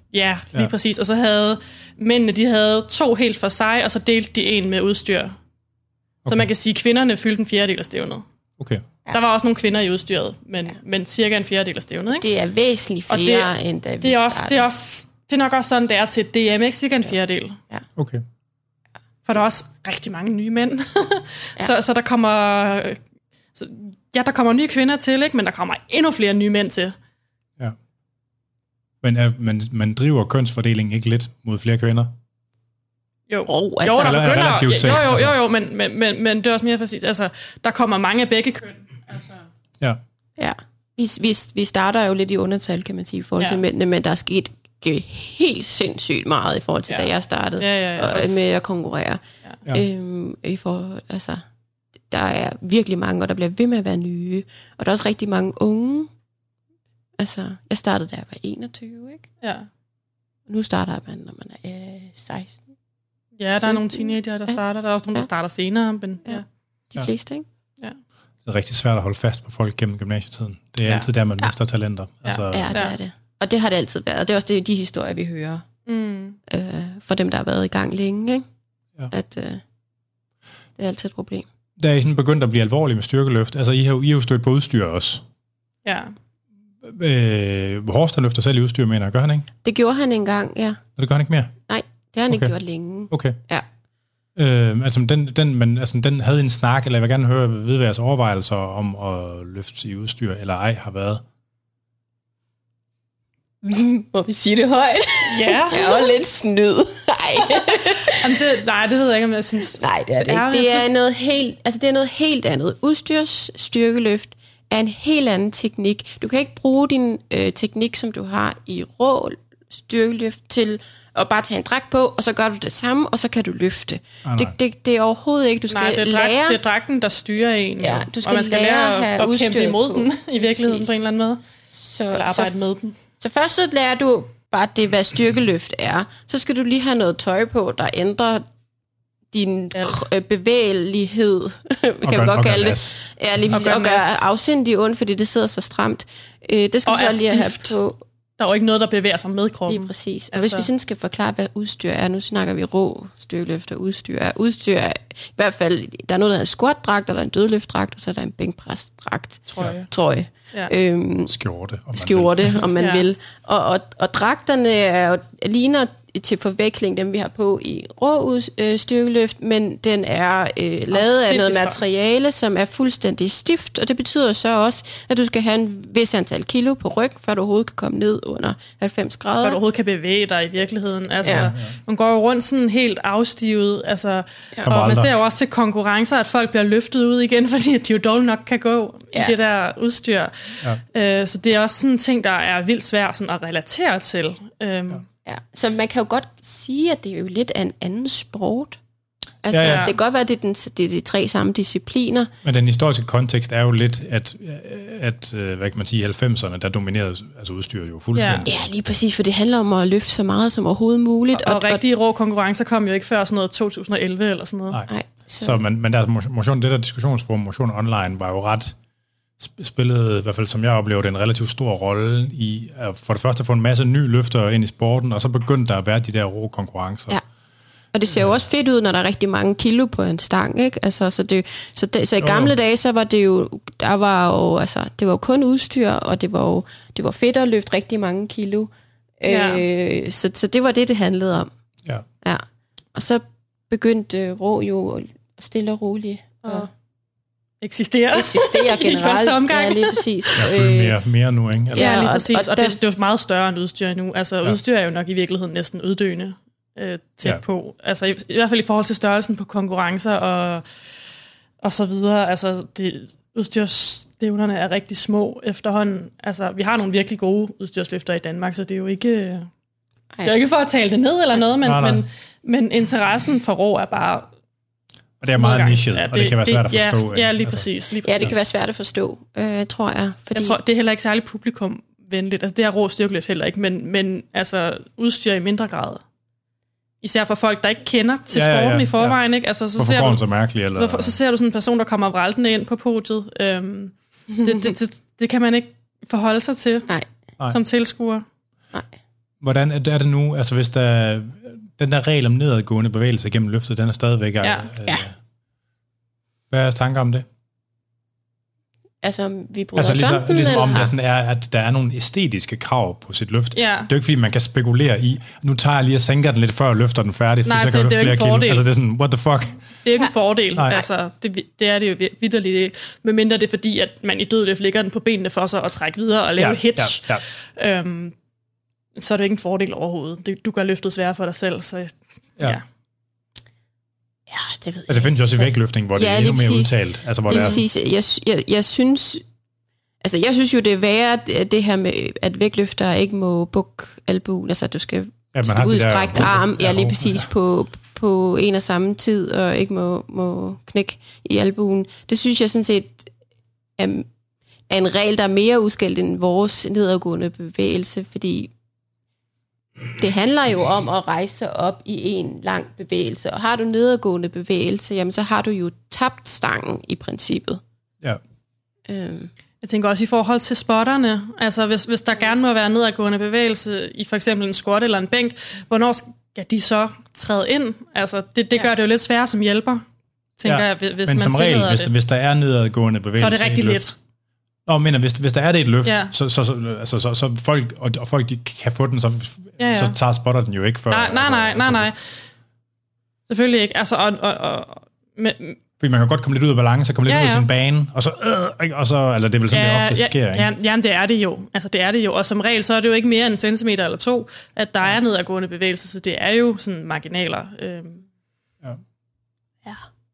Ja, lige Ja. præcis. Og så havde mændene, de havde to helt for sig, og så delte de en med udstyr. Okay. Så man kan sige, at kvinderne fyldte en fjerdedel af stævnet. Okay. Ja. Der var også nogle kvinder i udstyret, men, ja. men cirka en fjerdedel af stævnet, ikke? Det er væsentligt flere, det, end da vi det er, også, startede. det, er også, det er nok også sådan, det er til D M X, cirka en fjerdedel. Ja. Okay. For der er også rigtig mange nye mænd. ja. så, så der kommer... Så, ja, der kommer nye kvinder til, ikke? Men der kommer endnu flere nye mænd til. Ja. Men er, man, man driver kønsfordelingen ikke lidt mod flere kvinder? Jo, oh, altså, jo, der eller begynder, relativt set, jo, jo, altså. jo, jo, men, men, men, men det er også mere præcis. Altså, der kommer mange af begge køn. Altså. Ja. Ja, vi, vi, vi starter jo lidt i undertal, kan man sige, i forhold Ja. til mændene, men der er sket helt sindssygt meget i forhold til, Ja. da jeg startede Ja, ja, ja, og, også. med at konkurrere. Ja. Øhm, i for, altså, der er virkelig mange, og der bliver ved med at være nye. Og der er også rigtig mange unge. Altså, jeg startede, da jeg var enogtyve, ikke? Ja. Og nu starter man, når man er øh, seksten. Ja, der er nogle teenager, der starter. Der er også nogle, der Ja. starter senere. Men, ja. Ja. De Ja. fleste, ikke? Ja. Det er rigtig svært at holde fast på folk gennem gymnasietiden. Det er Ja. altid der, man Ja. mister talenter. Altså, Ja, det Ja. er det. Og det har det altid været. Og det er også det, de historier, vi hører Mm. øh, for dem, der har været i gang længe, ikke? Ja. At øh, det er altid et problem. Da I sådan begyndt at blive alvorlige med styrkeløft, altså I har jo, I har jo stødt på udstyr også. Ja. Øh, Horst løfter selv i udstyr, mener jeg. Gør han ikke? Det gjorde han engang, ja. Og det gør han ikke mere? Nej, det har han Okay. ikke gjort længe. Okay. Ja. Øh, altså, den, den, men, altså, den havde en snak, eller jeg vil gerne høre, ved hvad jeres overvejelser om at løfte i udstyr, eller ej, har været. Må vi sige det højt? Ja. Jeg er jo lidt snyd. Nej. Jamen, det, nej, det ved jeg ikke, om jeg synes. Nej, det er det Ja, ikke. jeg Det er, synes- noget helt, altså det er noget helt andet. Udstyrs styrkeløft er en helt anden teknik. Du kan ikke bruge din øh, teknik, som du har i rå styrkeløft, til at bare tage en dragt på, og så gør du det samme, og så kan du løfte. Nej, Det, nej. det, det er overhovedet ikke. Du skal Nej, det er, dragt, lære... det er dragten, der styrer en. Ja, jo. du skal og man skal lære lære at at, have at kæmpe udstyr imod på. den, i virkeligheden Præcis. på en eller anden måde. Så, Eller arbejde så, med den. så først så lærer du bare det, hvad styrkeløft er. Så skal du lige have noget tøj på, der ændrer din Alt. kr- øh, bevægelighed, kan Og vi gør- godt og gør kalde det. mas. Ja, lige præcis, Og og gør gøre mas. afsindig ondt, fordi det sidder så stramt. Øh, det skal Og du er så lige have stift. på. Der er jo ikke noget, der bevæger sig med kroppen. Lige præcis. Og Altså- hvis vi sådan skal forklare, hvad udstyr er, nu snakker vi rå styrkeløft og udstyr er. Udstyr er i hvert fald, der er noget, der er en squat-dragt, eller en dødløftdragt, og så er der en bænkpres-dragt, Tror jeg. trøje. Ja. Øhm, Skjorte. Om man skjorte, om man Ja. vil. Og, og, og dragterne er jo, ligner til forveksling dem, vi har på i rå øh, styrkeløft, men den er øh, lavet af noget sindssygt materiale, som er fuldstændig stift, og det betyder så også, at du skal have en vis antal kilo på ryg, før du overhovedet kan komme ned under halvfems grader. Før du overhovedet kan bevæge dig i virkeligheden. Altså, Ja. ja. Man går jo rundt sådan helt afstivet. Altså, Kommer og man aldrig. ser jo også til konkurrencer, at folk bliver løftet ud igen, fordi at de jo dårligt nok kan gå Ja. i det der udstyr. Ja. Øh, så det er også sådan en ting, der er vildt svært sådan at relatere til. Øhm, Ja. Så man kan jo godt sige, at det er jo lidt af en anden sport. Altså, Ja, ja, ja. ja. det kan godt være, at det er, den, det er de tre samme discipliner. Men den historiske kontekst er jo lidt, at, at øh, hvad kan man sige, i halvfemserne, der dominerede altså udstyret jo fuldstændig. Ja, lige præcis, for det handler om at løfte så meget som overhovedet muligt. og, og rigtige rå konkurrencer kom jo ikke før sådan noget to tusind og elleve eller sådan noget. Nej. Nej, Så, så men, men der motion, det der diskussionsforum, Motion Online, var jo ret sp- spillede, i hvert fald som jeg oplever, en relativt stor rolle i at for det første at få en masse nye løfter ind i sporten, og så begyndte der at være de der rå konkurrencer. Ja. Og det ser jo også fedt ud, når der er rigtig mange kilo på en stang, ikke? Altså, så, det, så, det, så i gamle dage, så var det jo, der var jo, altså, det var jo kun udstyr, og det var jo, det var fedt at løfte rigtig mange kilo. Ja. Øh, så, så det var det, det handlede om. Ja. Ja. Og så begyndte rå jo stille og roligt at Og eksisterer. eksistere I generelt. første omgang. Ja, lige præcis. Jeg føler mere, mere nu, ikke? Eller? Ja, Ja, lige og- præcis. Og, og og der- det, det er jo meget større end udstyr nu. Altså, Ja. udstyr er jo nok i virkeligheden næsten uddøende øh, tæt Ja. på. Altså, i, i hvert fald i forhold til størrelsen på konkurrencer og, og så videre. Altså, det, udstyrsstævnerne er rigtig små efterhånden. Altså, vi har nogle virkelig gode udstyrsløfter i Danmark, så det er jo ikke, det er jo ikke for at tale det ned eller noget, men, Nej, nej. men, men interessen for rå er bare... Og det er meget modgang. nichet, Ja, og det kan være svært at forstå. Ja, ikke? ja lige, Altså, præcis, lige præcis. Ja, det kan være svært at forstå, øh, tror jeg. Fordi, Jeg tror, det er heller ikke særlig publikumvenligt. Altså, det er rå styrkeløft heller ikke, men, men altså, udstyr i mindre grad. Især for folk, der ikke kender til Ja, ja, sporten ja, i forvejen. ja. Ikke? Altså, så, Hvorfor ser går du, den så mærkelig? Eller? så, så ser du sådan en person, der kommer vraltende ind på podiet. Øhm, det, det, det, det kan man ikke forholde sig til Nej. Nej. som tilskuer. Nej. hvordan er det, er det nu, altså hvis der, den der regel om nedadgående bevægelse gennem løftet, den er stadigvæk... Ja. Øh, Ja. Hvad er jeres tanker om det? Altså, om vi bryder Altså os ligesom, om den, ligesom om eller? der sådan er, at der er nogle æstetiske krav på sit løft. Ja. Det er jo ikke, fordi man kan spekulere i, nu tager jeg lige og sænker den lidt, før jeg løfter den færdig, for Nej, så altså, kan du det er løfte jo flere ikke en kilo. fordel. Altså det er sådan, what the fuck? Det er jo ikke en fordel, Nej. altså det, det er det jo vitterligt ikke. Medmindre det er fordi, at man i dødløft lægger den på benene for sig og trækker videre og laver Ja, et hitch. ja, ja. Øhm, så er det ikke en fordel overhovedet. Det, du gør løftet sværere for dig selv, så ja. Ja. ja. Ja, det ved Altså det findes jo også i vægtløftning, hvor det Ja, er endnu lige mere præcis. udtalt. Altså hvor Lige det er, præcis. Jeg, jeg, jeg synes... Altså, jeg synes jo, det er værre, at det her med, at vægtløftere ikke må bukke albuen, altså at du skal, man skal har de der- udstrække arm, ja, lige ja, præcis på, på en og samme tid, og ikke må, må knække i albuen. Det synes jeg sådan set er, er en regel, der er mere udskældt end vores nedadgående bevægelse, fordi det handler jo om at rejse sig op i en lang bevægelse, og har du nedadgående bevægelse, jamen så har du jo tabt stangen i princippet. ja. Øhm. Jeg tænker også i forhold til spotterne, altså hvis, hvis der gerne må være nedadgående bevægelse i for eksempel en squat eller en bænk, hvornår skal de så træde ind? Altså det, det gør det jo lidt sværere som hjælper, tænker Ja, jeg, hvis Men man som regel, tillader hvis, det. hvis der er nedadgående bevægelse Så er det rigtig i et let. løft. Nå, men hvis, hvis der er det et løft, Ja. så, så, så, altså, så, så folk, og, og folk de kan få den, så, Ja, ja. så tager spotter den jo ikke før. Nej, nej, nej, altså, nej, nej. Selvfølgelig ikke. Altså, og, og, og, men, Fordi man kan godt komme lidt ud af balance, komme lidt Ja, ud af ja. sin bane, og så, øh, ikke? og så, eller det er vel sådan, det oftest ja, sker, ikke? ja, jamen, det er det jo. Altså, det er det jo. Og som regel, så er det jo ikke mere end en centimeter eller to, at der er nedadgående bevægelse, så det er jo sådan marginaler. Øhm. Ja. Ja.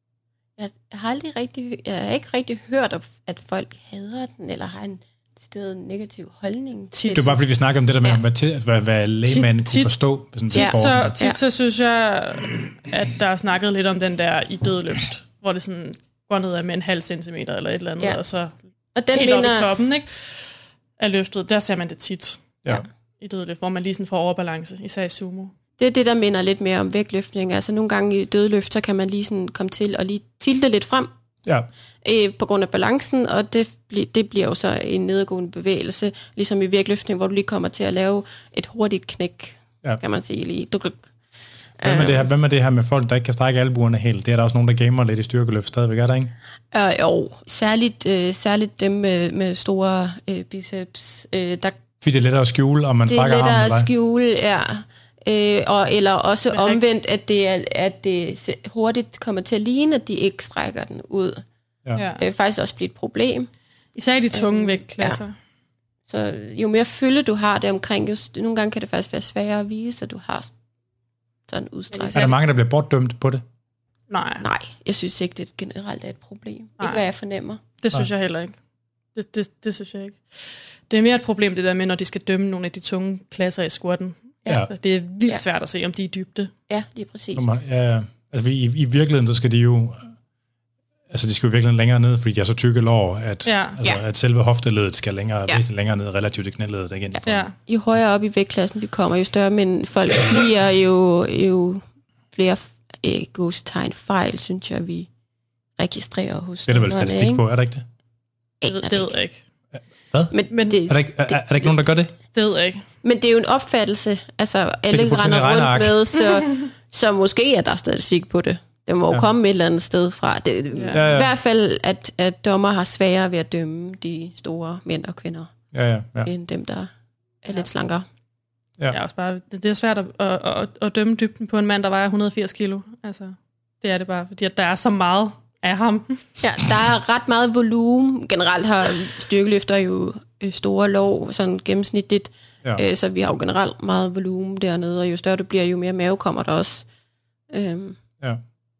Jeg har aldrig rigtig, jeg har ikke rigtig hørt, at folk hader den, eller har en sted negativ holdning til Det er bare fordi, vi snakker om det der med, Ja. hvad, til, hvad, hvad lægemanden Tit- kunne forstå. Sådan Ja, ja, sport, Så at- tit Ja. så synes jeg, at der er snakket lidt om den der i dødløft, hvor det sådan går ned med en halv centimeter eller et eller andet, Ja. og så Og den helt oppe minder, i toppen, ikke? Af løftet, der ser man det tit ja. i dødløft, hvor man lige sådan får overbalance, især i sumo. det er det, der minder lidt mere om vægtløftning. Altså nogle gange i dødløft, så kan man lige sådan komme til og lige tilte lidt frem ja. øh, på grund af balancen, og det, bli, det bliver jo så en nedadgående bevægelse, ligesom i vægtløftning, hvor du lige kommer til at lave et hurtigt knæk, Ja. kan man sige lige. Du, Hvad med, det her, hvad med det her med folk, der ikke kan strække albuerne helt? Det er der også nogen, der gamer lidt i styrkeløft stadigvæk, er der ikke? Øh, jo, særligt, øh, særligt dem med, med store øh, biceps. Øh, der, Fordi det er lettere at skjule, om man det er strækker armen lettere eller at ej. skjule, ja. Øh, og, eller også Men rig- omvendt, at det, er, at det se- hurtigt kommer til at ligne, at de ikke strækker den ud. Ja. Ja. Øh, faktisk også blive et problem. Især i de tunge Øhm, vægtklasser. Så jo mere fylde du har det omkring, just, nogle gange kan det faktisk være sværere at vise, at du har sådan en udstrækning. Er der mange, der bliver bortdømt på det? Nej, Nej, jeg synes ikke, det generelt er et problem. Nej. Ikke hvad jeg fornemmer. det synes jeg heller ikke. Det, det, det synes jeg ikke. Det er mere et problem, det der med, når de skal dømme nogle af de tunge klasser i squatten. Ja. Det er vildt Ja. svært at se, om de er i dybde. Ja, lige præcis. Ja, altså i, i virkeligheden, så skal de jo... Altså, de skal jo virkelig længere ned, fordi de er så tykke lår, at, Ja. altså, Ja. at selve hofteledet skal længere, Ja. væsentligt længere ned, relativt til knæledet igen. Ja. Jo højere op i vægtklassen vi kommer, jo større, men folk bliver jo, jo flere øh, gåsetegn fejl, synes jeg, vi registrerer hos Det er der vel dommerne, statistik ikke? på, er der ikke det? Det, ved- Aner det ved jeg ikke. Hvad? Men, Men- det, Er der ikke, er, er der ikke nogen, der gør det? Det ved jeg ikke. men det er jo en opfattelse, altså alle kan putte sådan render et regneark. rundt med, så, så måske er der statistik på det. Det må jo Ja. ja. komme et eller andet sted fra. Det, Ja. ja. Ja, ja. I hvert fald, at, at dommer har sværere ved at dømme de store mænd og kvinder, Ja, ja, ja. ja. end dem, der er lidt slankere. Ja. Det er også bare, det, det er svært at, at, at, at dømme dybden på en mand, der vejer et hundrede og firs kilo. Altså, det er det bare, fordi at der er så meget af ham. Ja, der er ret meget volumen. Generelt har styrkeløfter jo øh, store lov, sådan gennemsnitligt, Ja. øh, så vi har jo generelt meget volumen dernede, og jo større du bliver, jo mere mave kommer der også. Øhm, Ja.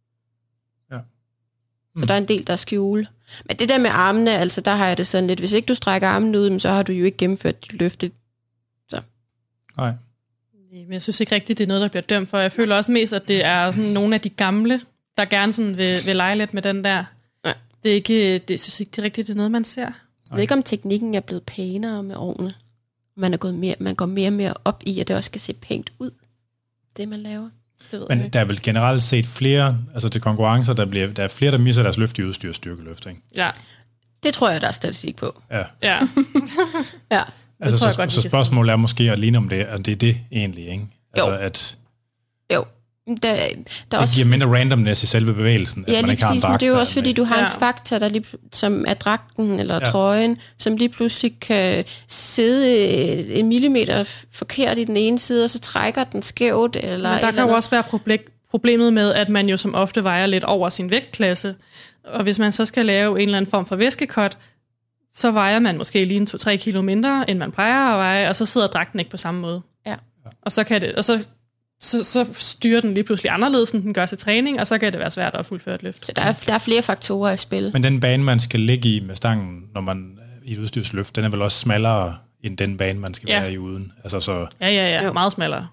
Så Mm. der er en del, der er skjule. Men det der med armene, altså der har jeg det sådan lidt, hvis ikke du strækker armene ud, så har du jo ikke gennemført dit løfte. Nej. Men jeg synes ikke rigtigt, det er noget, der bliver dømt for. Jeg føler også mest, at det er sådan nogle af de gamle, der gerne sådan vil, vil lege lidt med den der. Nej. Det er ikke, det jeg synes ikke, det er rigtigt, det er noget, man ser. Jeg ved ikke, om teknikken er blevet pænere med årene. Man, er gået mere, man går mere og mere op i, at det også skal se pænt ud, det man laver. Det ved jeg Men ikke. der er vel generelt set flere, altså til konkurrencer, der, bliver, der er flere, der misser deres løft i udstyr og styrkeløft, ikke? Ja, Det tror jeg, der er statistik på. Ja. ja. Ja. Altså, tror jeg så, godt, så vi kan spørgsmålet er måske at ligne om det, at det er det egentlig, ikke? Altså, Jo. at Jo. Der, der er det også giver mindre randomness i selve bevægelsen, ja, at man lige ikke har en præcis, men dragt. det er jo der også fordi, med- du har Ja. en faktor, der lige, som er dragten eller Ja. trøjen, som lige pludselig kan sidde en millimeter forkert i den ene side, og så trækker den skævt. Eller Men der et kan eller jo andet. også være proble- problemet med, at man jo som ofte vejer lidt over sin vægtklasse. Og hvis man så skal lave en eller anden form for væskekot, så vejer man måske lige en to til tre kilo mindre, end man plejer at veje, og så sidder dragten ikke på samme måde. Ja. Og så kan det, og så, så, så styrer den lige pludselig anderledes, end den gør til træning, og så kan det være svært at fuldføre et løft. Så der er, der er flere faktorer i spil. Men den bane, man skal ligge i med stangen, når man i et udstyrsløft, den er vel også smallere end den bane, man skal Ja. være i uden. Altså så... Ja, ja, ja. Jo. Meget smallere.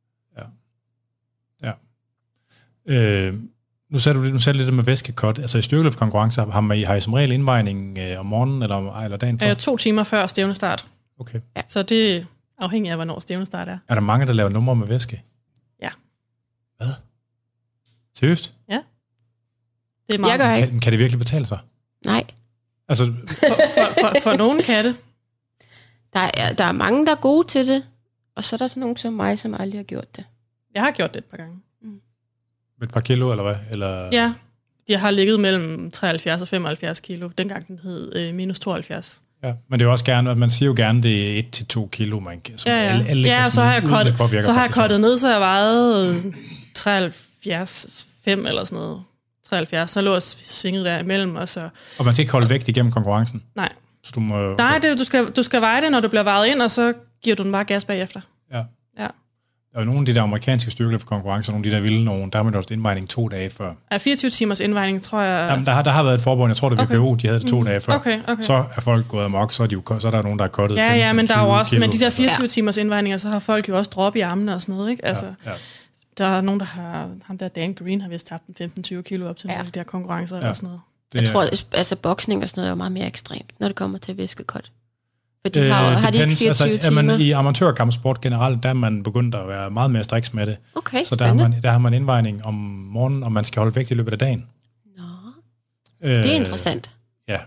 Øh, nu sagde du nu sagde du lidt med væskekot. Altså i styrkeløftkonkurrencer har, man, har I som regel indvejning øh, om morgenen eller, om, eller dagen før? Øh, to timer før stævnestart. Okay. Så det er afhængigt af, hvornår stævnestart er. Er der mange, der laver numre med væske? Ja. Hvad? Seriøst? Det er meget. Jeg gør ikke. Kan, kan det virkelig betale sig? Nej. Altså, For, for, for, for nogen kan det. Der er, der er mange, der er gode til det, og så er der sådan nogen som mig, som aldrig har gjort det. Jeg har gjort det et par gange. et par kilo, eller hvad? Eller... Ja, jeg har ligget mellem treoghalvfjerds og femoghalvfjerds kilo. Dengang den hed øh, minus tooghalvfjerds. Ja, men det er jo også gerne, at man siger jo gerne, det er et til to kilo, man kan. Som Ja, ja. alle, alle ja kan og så har jeg smide, uden det kottet, påvirker så har jeg præstationen. kottet ned, så jeg vejede treoghalvfjerds fem eller sådan noget. treoghalvfjerds, så lå jeg svinget der imellem, og så... Og man skal ikke holde vægt igennem konkurrencen. Nej, Så du må... Nej det, du, skal, du skal veje det, når du bliver vejet ind, og så giver du den bare gas bagefter. Ja. Ja. Og nogle af de der amerikanske styrkeløftkonkurrencer, nogle af de der vilde nogen, der har man også indvejning to dage før. Ja, fireogtyve timers indvejning, tror jeg... Jamen, der, har, der har været et forbund, jeg tror det er V P O, Okay. de havde det to dage før. Okay, okay. Så er folk gået amok, så er, de jo, så er der nogen, der har kottet Ja, ja, men der er jo også, kilo, men de der altså. fireogtyve timers indvejninger, så har folk jo også drop i armene og sådan noget, ikke? Altså, Ja, ja. der er nogen, der har, ham der Dan Green har vist tabt femten til tyve kilo op til Ja. nogle af de der konkurrencer Ja. og sådan noget. Det Jeg er- tror, altså boksning og sådan noget er jo meget mere ekstremt, når det kommer til væskekot. For de Øh, har, har de ikke depends. fireogtyve altså, er timer? man i amatørkampsport generelt, der er man begyndt at være meget mere striks med det. Okay, Så der har, spændende. man, der har man indvejning om morgenen, og man skal holde vægt i løbet af dagen. Nå, Øh, det er interessant. Ja.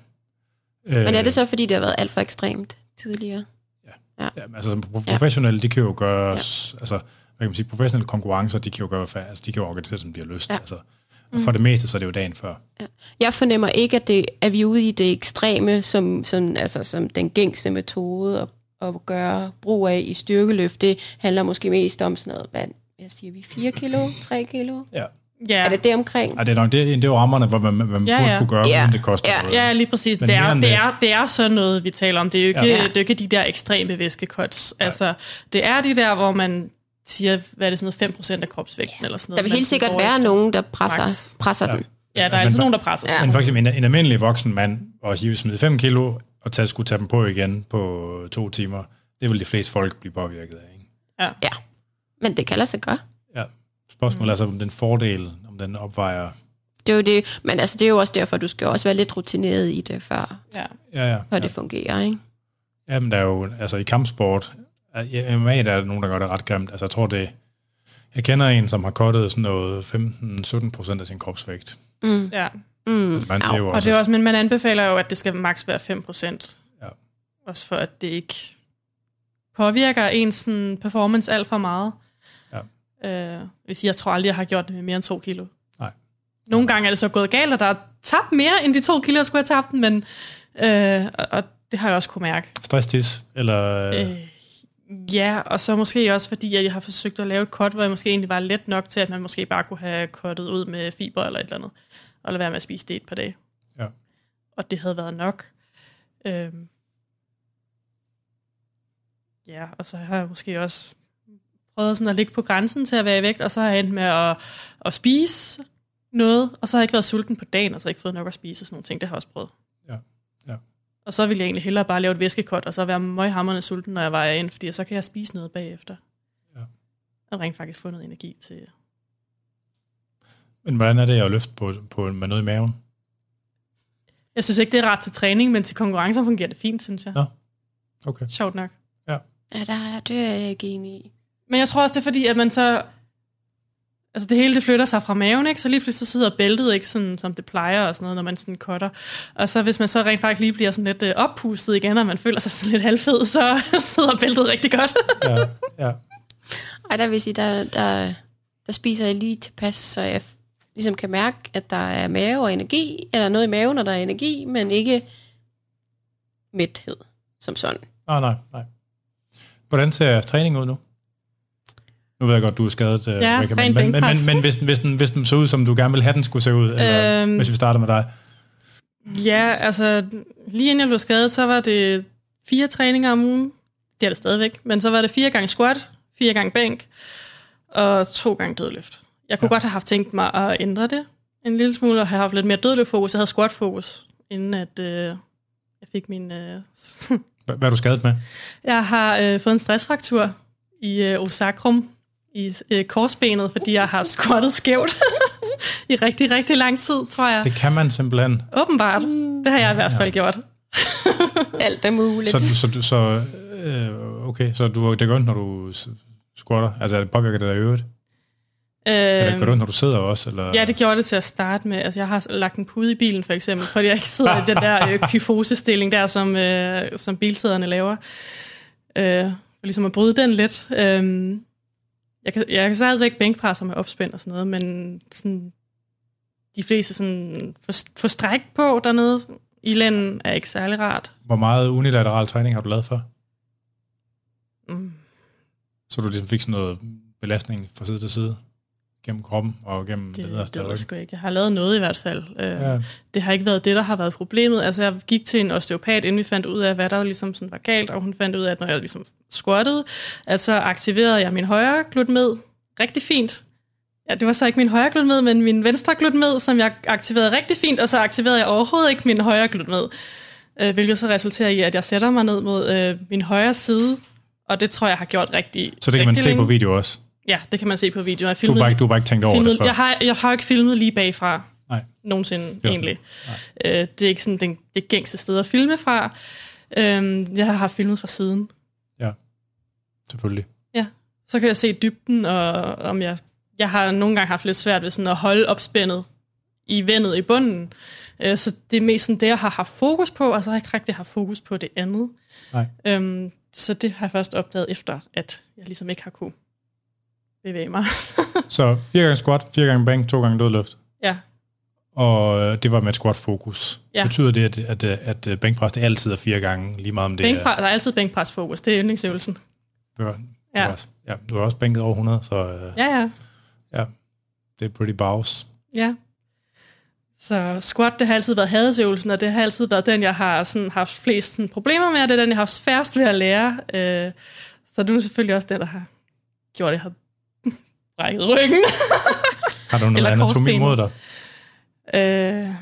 Øh, Men er det så, fordi det har været alt for ekstremt tidligere? Ja, altså som pro- professionelle, de kan jo gøre, ja. altså, hvad kan man sige, professionelle konkurrencer, de kan jo gøre, altså, de kan jo organisere, som de har lyst. Ja. Altså, og for det meste, så er det jo dagen før. Ja. Jeg fornemmer ikke, at, det, at vi er ude i det ekstreme, som, som, altså, som den gængse metode at, at gøre brug af i styrkeløft. Det handler måske mest om sådan noget, hvad, hvad siger vi, fire kilo, tre kilo? Ja. Ja, Er det det omkring? Ej, det er nok, det, det er jo rammerne, hvor man, man Ja, burde ja. kunne gøre, Ja. uden det koster Ja. noget. ja lige præcis. Men Det mere er, end det, det. er, det er sådan noget, vi taler om. Det er jo ikke, Ja. ja. det er jo ikke de der ekstreme væskecuts. Altså, det er de der, hvor man siger, hvad er det, sådan noget fem procent af kropsvægten ja. eller sådan noget. Der vil man helt sådan sikkert går være efter. nogen, der presser, Max. presser Ja. den. Ja, der er Men altid for- nogen, der presser sig. Ja. Men for eksempel en, en almindelig voksen mand, og hive smide fem kilo, og tage, skulle tage dem på igen på to timer, det vil de fleste folk blive påvirket af. Ikke? Ja. Ja, men det kan lade sig gøre. Ja. Spørgsmålet er altså, om den fordel, om den opvejer... Det er jo det, men altså, det er jo også derfor, du skal også være lidt rutineret i det, før, Ja. Ja, ja. før ja. det fungerer, ikke? Jamen, der er jo, altså i kampsport, i M M A, der er nogen, der gør det ret grimt. Altså, jeg tror det, jeg kender en, som har kottet sådan noget femten til sytten procent af sin kropsvægt. Mm. ja. Mm. Altså, man siger jo Og også, det er også, men man anbefaler jo, at det skal maks være fem procent. Ja. Også for, at det ikke påvirker ens sådan, performance alt for meget. Ja. Øh, hvis jeg tror aldrig, jeg har gjort det med mere end to kilo. Nej. Nogle gange er det så gået galt, og der er tabt mere end de to kilo, jeg skulle have tabt, men øh, og, og det har jeg også kunne mærke. stress-tis, eller... Øh, ja, og så måske også fordi, at jeg har forsøgt at lave et cut, hvor jeg måske egentlig var let nok til, at man måske bare kunne have cuttet ud med fiber eller et eller andet, og lade være med at spise det et par dage. Ja. Og det havde været nok. Øhm. Ja, og så har jeg måske også prøvet sådan at ligge på grænsen til at være i vægt, og så har jeg endt med at, at spise noget, og så har jeg ikke været sulten på dagen, og så har jeg ikke fået nok at spise og sådan nogle ting. Det har jeg også prøvet. Ja, ja. Og så ville jeg egentlig hellere bare lave et væskekot, og så være møghamrende sulten, når jeg vejer ind, fordi så kan jeg spise noget bagefter. Ja. Og rent faktisk få noget energi til. Men hvordan er det at løfte på, på, med noget i maven? Jeg synes ikke, det er ret til træning, men til konkurrencer fungerer det fint, synes jeg. Nå. Okay. Sjovt nok. Ja, der er, det er jeg ikke enig i. Men jeg tror også, det er fordi, at man så... altså det hele det flytter sig fra maven, ikke? Så lige pludselig sidder bæltet ikke sådan, som det plejer og sådan noget, når man sådan cutter. Og så hvis man så rent faktisk lige bliver sådan lidt øh, oppustet igen, og man føler sig sådan lidt halvfed, så sidder bæltet rigtig godt. ja, ja. Ej, der vil sige, der, der, der spiser jeg lige tilpas, så jeg ligesom kan mærke, at der er mave og energi, eller noget i maven, og der er energi, men ikke mæthed som sådan. Ah, nej, nej. Hvordan ser træning ud nu? Nu ved jeg godt, du er skadet, ja, Rikke, men, men, men, men, men hvis, den, hvis, den, hvis den så ud, som du gerne ville have, den skulle se ud, eller øhm, hvis vi starter med dig? Ja, altså lige inden jeg blev skadet, så var det fire træninger om ugen. Det er det stadigvæk. Men så var det fire gange squat, fire gange bænk og to gange dødløft. Jeg kunne ja. godt have haft tænkt mig at ændre det en lille smule, og have haft lidt mere dødløftfokus. Jeg havde squat-fokus, inden at øh, jeg fik min... Øh... Hvad er du skadet med? Jeg har øh, fået en stressfraktur i øh, osakrum, i øh, korsbenet, fordi jeg har squattet skævt i rigtig, rigtig lang tid, tror jeg. Det kan man simpelthen. Åbenbart. Det har jeg i hvert fald ja. gjort. Alt er muligt. Så, så, så, øh, okay, så du, det gør ondt, når du squatter? Altså, påvirker det dig i øvrigt? Øhm, eller gør det ondt, når du sidder også? Eller? Ja, det gjorde det til at starte med. Altså, jeg har lagt en pude i bilen, for eksempel, fordi jeg ikke sidder i den der øh, kyfosestilling der, som, øh, som bilsæderne laver. Øh, for ligesom at bryde den lidt. Øh, Jeg kan, jeg kan stadigvæk bænkpresse med opspænd og sådan noget, men sådan, de fleste sådan for, for stræk på dernede i lænden er ikke særlig rart. Hvor meget unilateral træning har du lavet for? Mm. Så du ligesom fik sådan noget belastning fra side til side? Gennem kroppen og gennem det, det nederste det ved ryg? jeg sgu ikke. Jeg har lavet noget i hvert fald. Ja. Det har ikke været det, der har været problemet. Altså, jeg gik til en osteopat, inden vi fandt ud af, hvad der ligesom sådan var galt, og hun fandt ud af, at når jeg ligesom squattede, at så aktiverede jeg min højre glutmed rigtig fint. Ja, det var så ikke min højre glutmed, men min venstre glutmed, som jeg aktiverede rigtig fint, og så aktiverede jeg overhovedet ikke min højre glutmed. Øh, hvilket så resulterer i, at jeg sætter mig ned mod øh, min højre side, og det tror jeg har gjort rigtig Så det kan man se længe. På video også? Ja, det kan man se på video. Jeg filmet, du, har bare ikke, du har bare ikke tænkt over filmet, det før? Jeg har, jeg har ikke filmet lige bagfra. Nej. Nogensinde, egentlig. Øh, det er ikke sådan den, det gængse sted at filme fra. Øh, jeg har filmet fra siden. Ja, selvfølgelig. Ja, så kan jeg se dybden, og om jeg... Jeg har nogle gange haft lidt svært ved sådan at holde opspændet i vændet i bunden. Øh, så det er mest sådan det, jeg har haft fokus på, og så har jeg ikke rigtig haft fokus på det andet. Nej. Øh, så det har jeg først opdaget efter, at jeg ligesom ikke har kunne bevæge mig. Så fire gange squat, fire gange bænk, to gange dødløft. Ja. Og det var med et squat-fokus. Ja. Betyder det, at, at, at bænkpres det altid er fire gange, lige meget om det Bænkpres, er... der er altid bænkpres-fokus, det er yndlingsøvelsen. Ja. Ja. Også, ja. Du har også bænket over hundrede, så... Uh, ja, ja. Ja, det er pretty bows. Ja. Så squat, det har altid været hadesøvelsen, og det har altid været den, jeg har sådan haft flest sådan problemer med, og det er den, jeg har haft sværest ved at lære. Uh, så du er selvfølgelig også den, der har gjort, at jeg har brækket ryggen. Har du noget anatomi mod dig? Øh,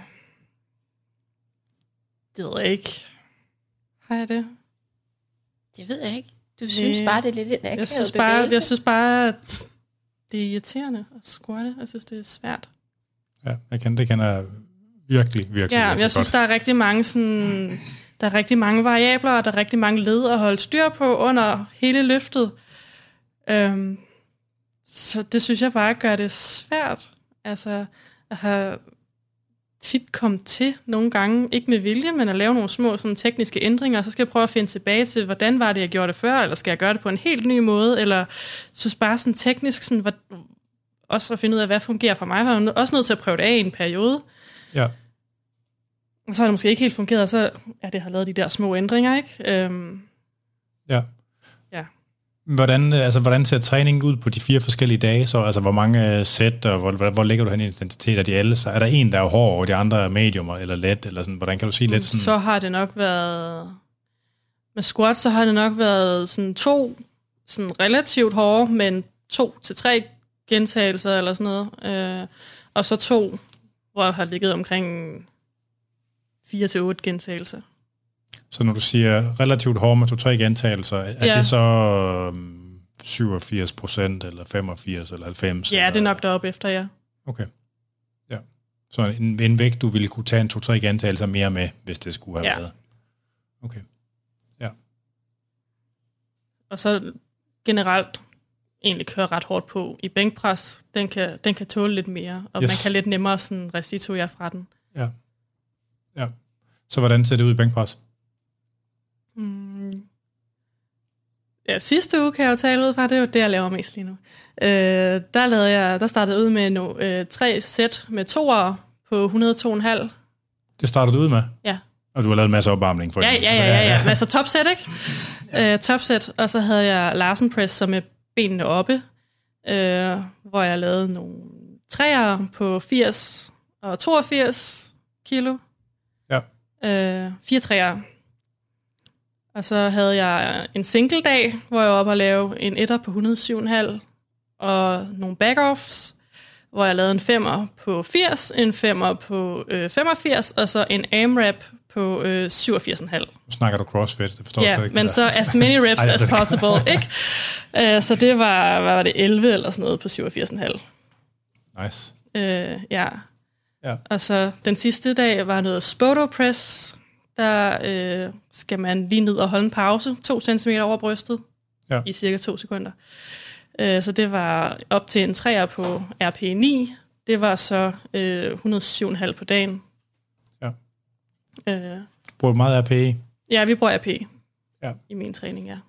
det ved jeg ikke. Har jeg det? Det ved jeg ikke. Du synes det, bare, det er lidt en akavet jeg synes bare, Jeg synes bare, at det er irriterende at squatte. Jeg synes, det er svært. Ja, jeg kender, det kender jeg virkelig, virkelig, ja, virkelig jeg synes, godt. der er rigtig mange sådan, der er rigtig mange variabler, og der er rigtig mange led at holde styr på under hele løftet. Øhm, så det synes jeg bare gør det svært. Altså, jeg har tit kommet til nogle gange, ikke med vilje, men at lave nogle små sådan, tekniske ændringer, og så skal jeg prøve at finde tilbage til, hvordan var det, jeg gjorde det før, eller skal jeg gøre det på en helt ny måde, eller synes bare sådan teknisk, sådan, hvad, også at finde ud af, hvad fungerer for mig, var jeg også nødt til at prøve det af i en periode. Ja. Og så har det måske ikke helt fungeret, og så er ja, det, har lavet de der små ændringer, ikke? Øhm, ja. Ja. Hvordan, altså, hvordan ser træningen ud på de fire forskellige dage? Så, altså, hvor mange sæt, og hvor, hvor ligger du hen i intensitet? Er de alle? Så er der en, der er hård, og de andre er medium eller let? Eller sådan, hvordan kan du sige lidt sådan? Så har det nok været... Med squat, så har det nok været sådan to sådan relativt hårde, men to til tre gentagelser eller sådan noget. Øh, og så to, hvor jeg har ligget omkring fire til otte gentagelser. Så når du siger relativt hård med to-tre gentagelser, er ja. det så um, syvogfirs procent, eller femogfirs, eller halvfems? Ja, eller? det er nok deroppe efter, ja. Okay. Ja. Så en, en vægt, du ville kunne tage en to-tre gentagelser mere med, hvis det skulle have ja. været? Okay. Ja. Og så generelt egentlig kører ret hårdt på i bænkpres, den kan, den kan tåle lidt mere, og Yes. man kan lidt nemmere sådan restituere fra den. Ja. Ja. Så hvordan ser det ud i bænkpres? Mm. Ja, sidste uge kan jeg jo tale ud fra, det er jo det, jeg laver mest lige nu. Øh, der, lavede jeg, der startede jeg ud med no, øh, tre sæt med toer på hundrede og to komma fem. Det startede du ud med? Ja. Og du har lavet en masse opvarmning for Ja, det. ja, ja, ja, ja. Altså topsæt, ikke? ja. øh, topsæt, og så havde jeg Larsen press, som med benene oppe, øh, hvor jeg lavede nogle træer på firs og toogfirs kilo. Ja. Øh, fire træer. Og så havde jeg en single dag, hvor jeg var oppe og lave en etter på hundrede og syv komma fem, og nogle backoffs, hvor jeg lavede en femmer på firs, en femmer på øh, femogfirs, og så en AMRAP på øh, syvogfirs komma fem. Nu snakker du CrossFit, det forstår ja, jeg ikke. men så as many reps Ej, as possible, ikke? Uh, så det var, hvad var det, elleve eller sådan noget på syvogfirs komma fem. Nice. Uh, ja. Ja. Og så den sidste dag var noget Spoto press. Der uh, skal man lige ned og holde en pause, to centimeter over brystet, ja. i cirka to sekunder. Uh, så det var op til en træer på R P ni. Det var så uh, hundrede og syv komma fem på dagen. Ja. Uh, Bruger du meget R P E? Ja, vi bruger R P ja. i min træning, ja.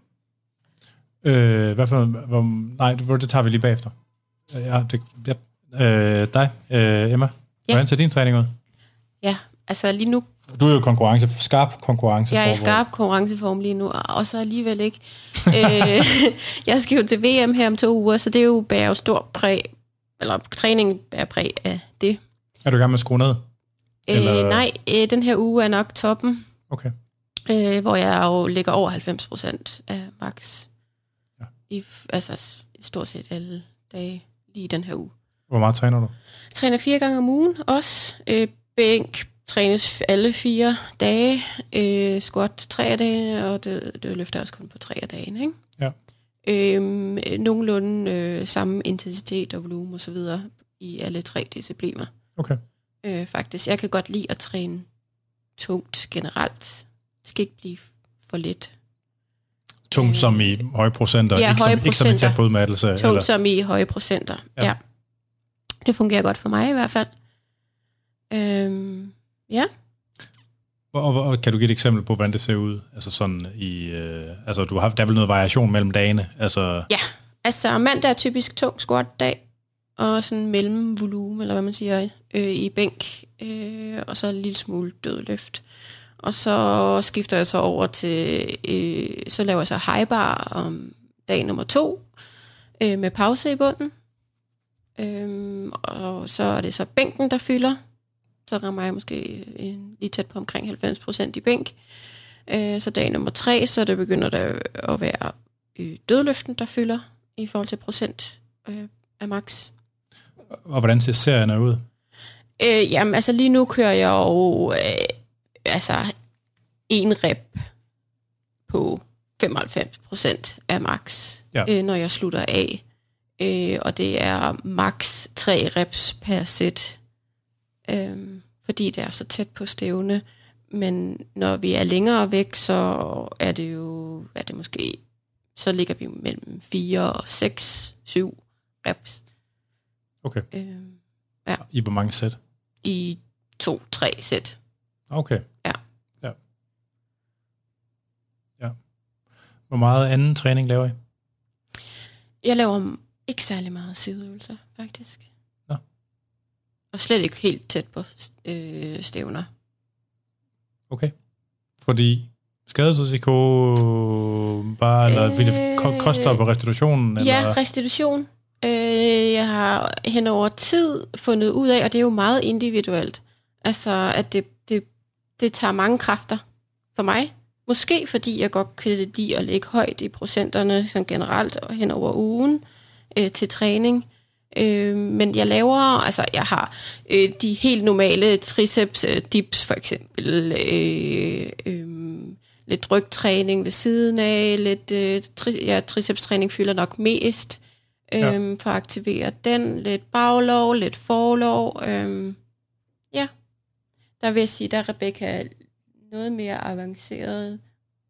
Øh, hvad for, hvor, nej, det tager vi lige bagefter. Ja, det, ja. Øh, dig, øh, Emma, ja. Hvordan ser din træning ud? Ja, altså lige nu... Du er jo konkurrence, skarp konkurrence. Jeg er i skarp konkurrenceform lige nu, og så alligevel ikke. øh, jeg skal jo til V M her om to uger, så det er jo bærer stor præg, eller træningen bærer præg af det. Er du i gang med at skrue ned? Øh, nej, øh, den her uge er nok toppen. Okay. Øh, hvor jeg jo ligger over halvfems procent af max. Ja. I, altså stort set alle dage lige den her uge. Hvor meget træner du? Jeg træner fire gange om ugen også. Øh, bænk trænes alle fire dage. Øh, squat tre af dagene, og det, det løfter også kun på tre af dagene. Ikke? Ja. Øh, nogenlunde øh, samme intensitet og volumen og så videre i alle tre discipliner. Okay. Øh, faktisk. Jeg kan godt lide at træne tungt generelt. Det skal ikke blive for let. Tungt øh, som i høje procenter, ja, ikke, høje som, procenter. ikke som en tæt på udmattelse? Tungt eller? som i høje procenter, ja. ja. Det fungerer godt for mig i hvert fald. Øhm, ja. Og, og, og kan du give et eksempel på, hvordan det ser ud? Altså sådan i, øh, altså du har haft, der er vel noget variation mellem dagene? Altså... Ja, altså mandag er typisk tung squat-dag, og sådan mellem volumen, eller hvad man siger, øh, i bænk, øh, og så en lille smule dødløft. Og så skifter jeg så over til, øh, så laver jeg så high bar om dag nummer to, øh, med pause i bunden. Øh, og så er det så bænken, der fylder. Så rammer jeg måske en, lige tæt på omkring halvfems procent i bænk. Øh, så dag nummer tre, så det begynder der at være øh, dødløften, der fylder i forhold til procent øh, af max. Og hvordan ser serierne ud? Øh, jamen, altså lige nu kører jeg jo øh, altså en rep på femoghalvfems procent af max, ja. øh, når jeg slutter af. Øh, og det er max tre reps per sæt, øh, fordi det er så tæt på stævne. Men når vi er længere væk, så er det jo, er det måske, så ligger vi mellem fire og seks, syv reps. Okay. Øh, ja. I hvor mange sæt? I to, tre sæt. Okay. Ja. Ja. Ja. Hvor meget anden træning laver I? Jeg laver ikke særlig meget sideøvelser, faktisk. Nå. Og slet ikke helt tæt på øh, stævner. Okay. Fordi skadesrisiko bare, eller vil det koste op på restitutionen? Eller? Ja, restitution. Øh, jeg har hen over tid fundet ud af, og det er jo meget individuelt, altså at det, det, det tager mange kræfter for mig. Måske fordi jeg godt kan lide at lægge højt i procenterne sådan generelt og hen over ugen øh, til træning. Øh, men jeg laver, altså jeg har øh, de helt normale triceps øh, dips for eksempel, øh, øh, lidt rygtræning ved siden af, lidt øh, tri, ja, triceps-træning fylder nok mest, øh, ja. For at aktivere den, lidt baglov, lidt forlov, øh, ja, der vil jeg sige, der er Rebecca noget mere avanceret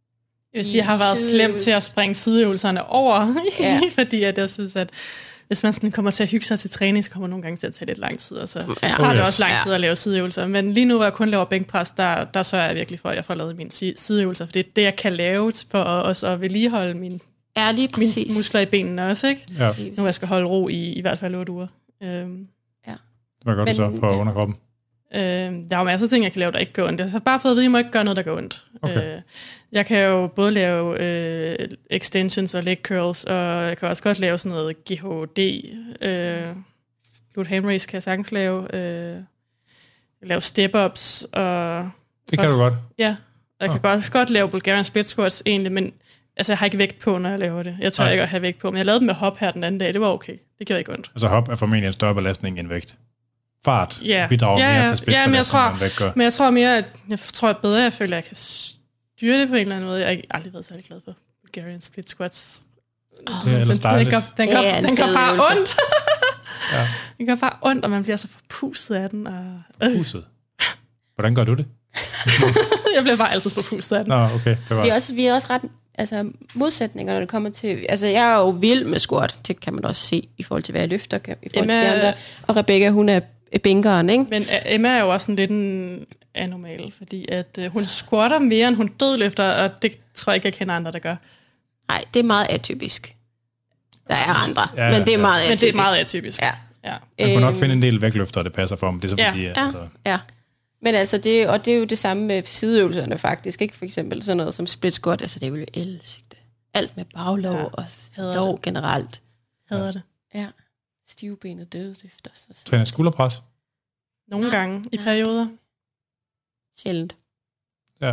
Jeg vil sige, jeg har været slem til at springe sideøvelserne over, ja. fordi at jeg synes, at hvis man sådan kommer til at hygge sig til træning, så kommer man nogle gange til at tage lidt lang tid, og så ja. tager oh, yes. det også lang tid at lave sideøvelser. Men lige nu, hvor jeg kun laver bænkpres, der, der sørger jeg virkelig for, at jeg får lavet mine sideøvelser, for det er det, jeg kan lave for også at vedligeholde mine, ja, lige mine muskler i benene også, ikke? Ja. Nu jeg skal holde ro i i hvert fald otte uger. Øhm. Ja. Hvad gør du så for ja. underkroppen? Øh, der er jo masser af ting, jeg kan lave, der ikke går ondt. Jeg har bare fået at vide, at jeg må ikke gøre noget, der går ondt. Okay. Øh, jeg kan jo både lave øh, extensions og leg curls, og jeg kan også godt lave sådan noget G H D. Øh, glute ham raise kan jeg sagtens lave. Øh, lave step-ups. Og det kan også, du godt? Ja, og jeg oh. kan også godt lave Bulgarian split squats egentlig, men altså, jeg har ikke vægt på, når jeg laver det. Jeg tror ikke at have vægt på, men jeg lavede dem med hop her den anden dag. Det var okay. Det gjorde ikke ondt. Altså hop er formentlig en større belastning end vægt. Fart yeah. bidrager ja, ja. mere til spidsbelastning, ja, men jeg tror, end vægt gør. Men jeg tror mere, at jeg tror bedre, jeg føler, at jeg kan styre det på en eller anden måde. Jeg har aldrig været særlig glad for Bulgarian split squats. Oh, det er ellers dejligt. Den, den, den, den, den gør bare ondt. ja. Den gør bare ondt, og man bliver så forpustet af den. Og, øh. Forpustet? Hvordan gør du det? Jeg bliver bare altid forpustet af den. Nå, okay. Det var vi, er også, vi er også ret altså, modsætninger, når det kommer til... Altså, jeg er jo vild med squat. Det kan man også se i forhold til, hvad jeg løfter. I forhold Emma, til de andre. Og Rebecca, hun er bænkeren, ikke? Men Emma er jo også en lidt en anormal, fordi at øh, hun squatter mere, end hun dødløfter, og det tror jeg ikke, jeg kender andre, der gør. Nej, det er meget atypisk. Der er andre, ja, ja, men det er meget ja. atypisk. Men det er meget atypisk. Ja. Ja. Man kunne nok finde en del vægtløfter, det passer for dem. Det er så ja. fordi, ja. altså... ja. Men altså, det, og det er jo det samme med sideøvelserne faktisk, ikke? For eksempel sådan noget som split squat, altså det vil jo elske det. Alt med baglov ja. og lov det. generelt. Hader ja. det. Ja. Stivbenet dødløfter. Så. Træner skulderpres? Nogle ja. gange i perioder. Sjældent. Ja.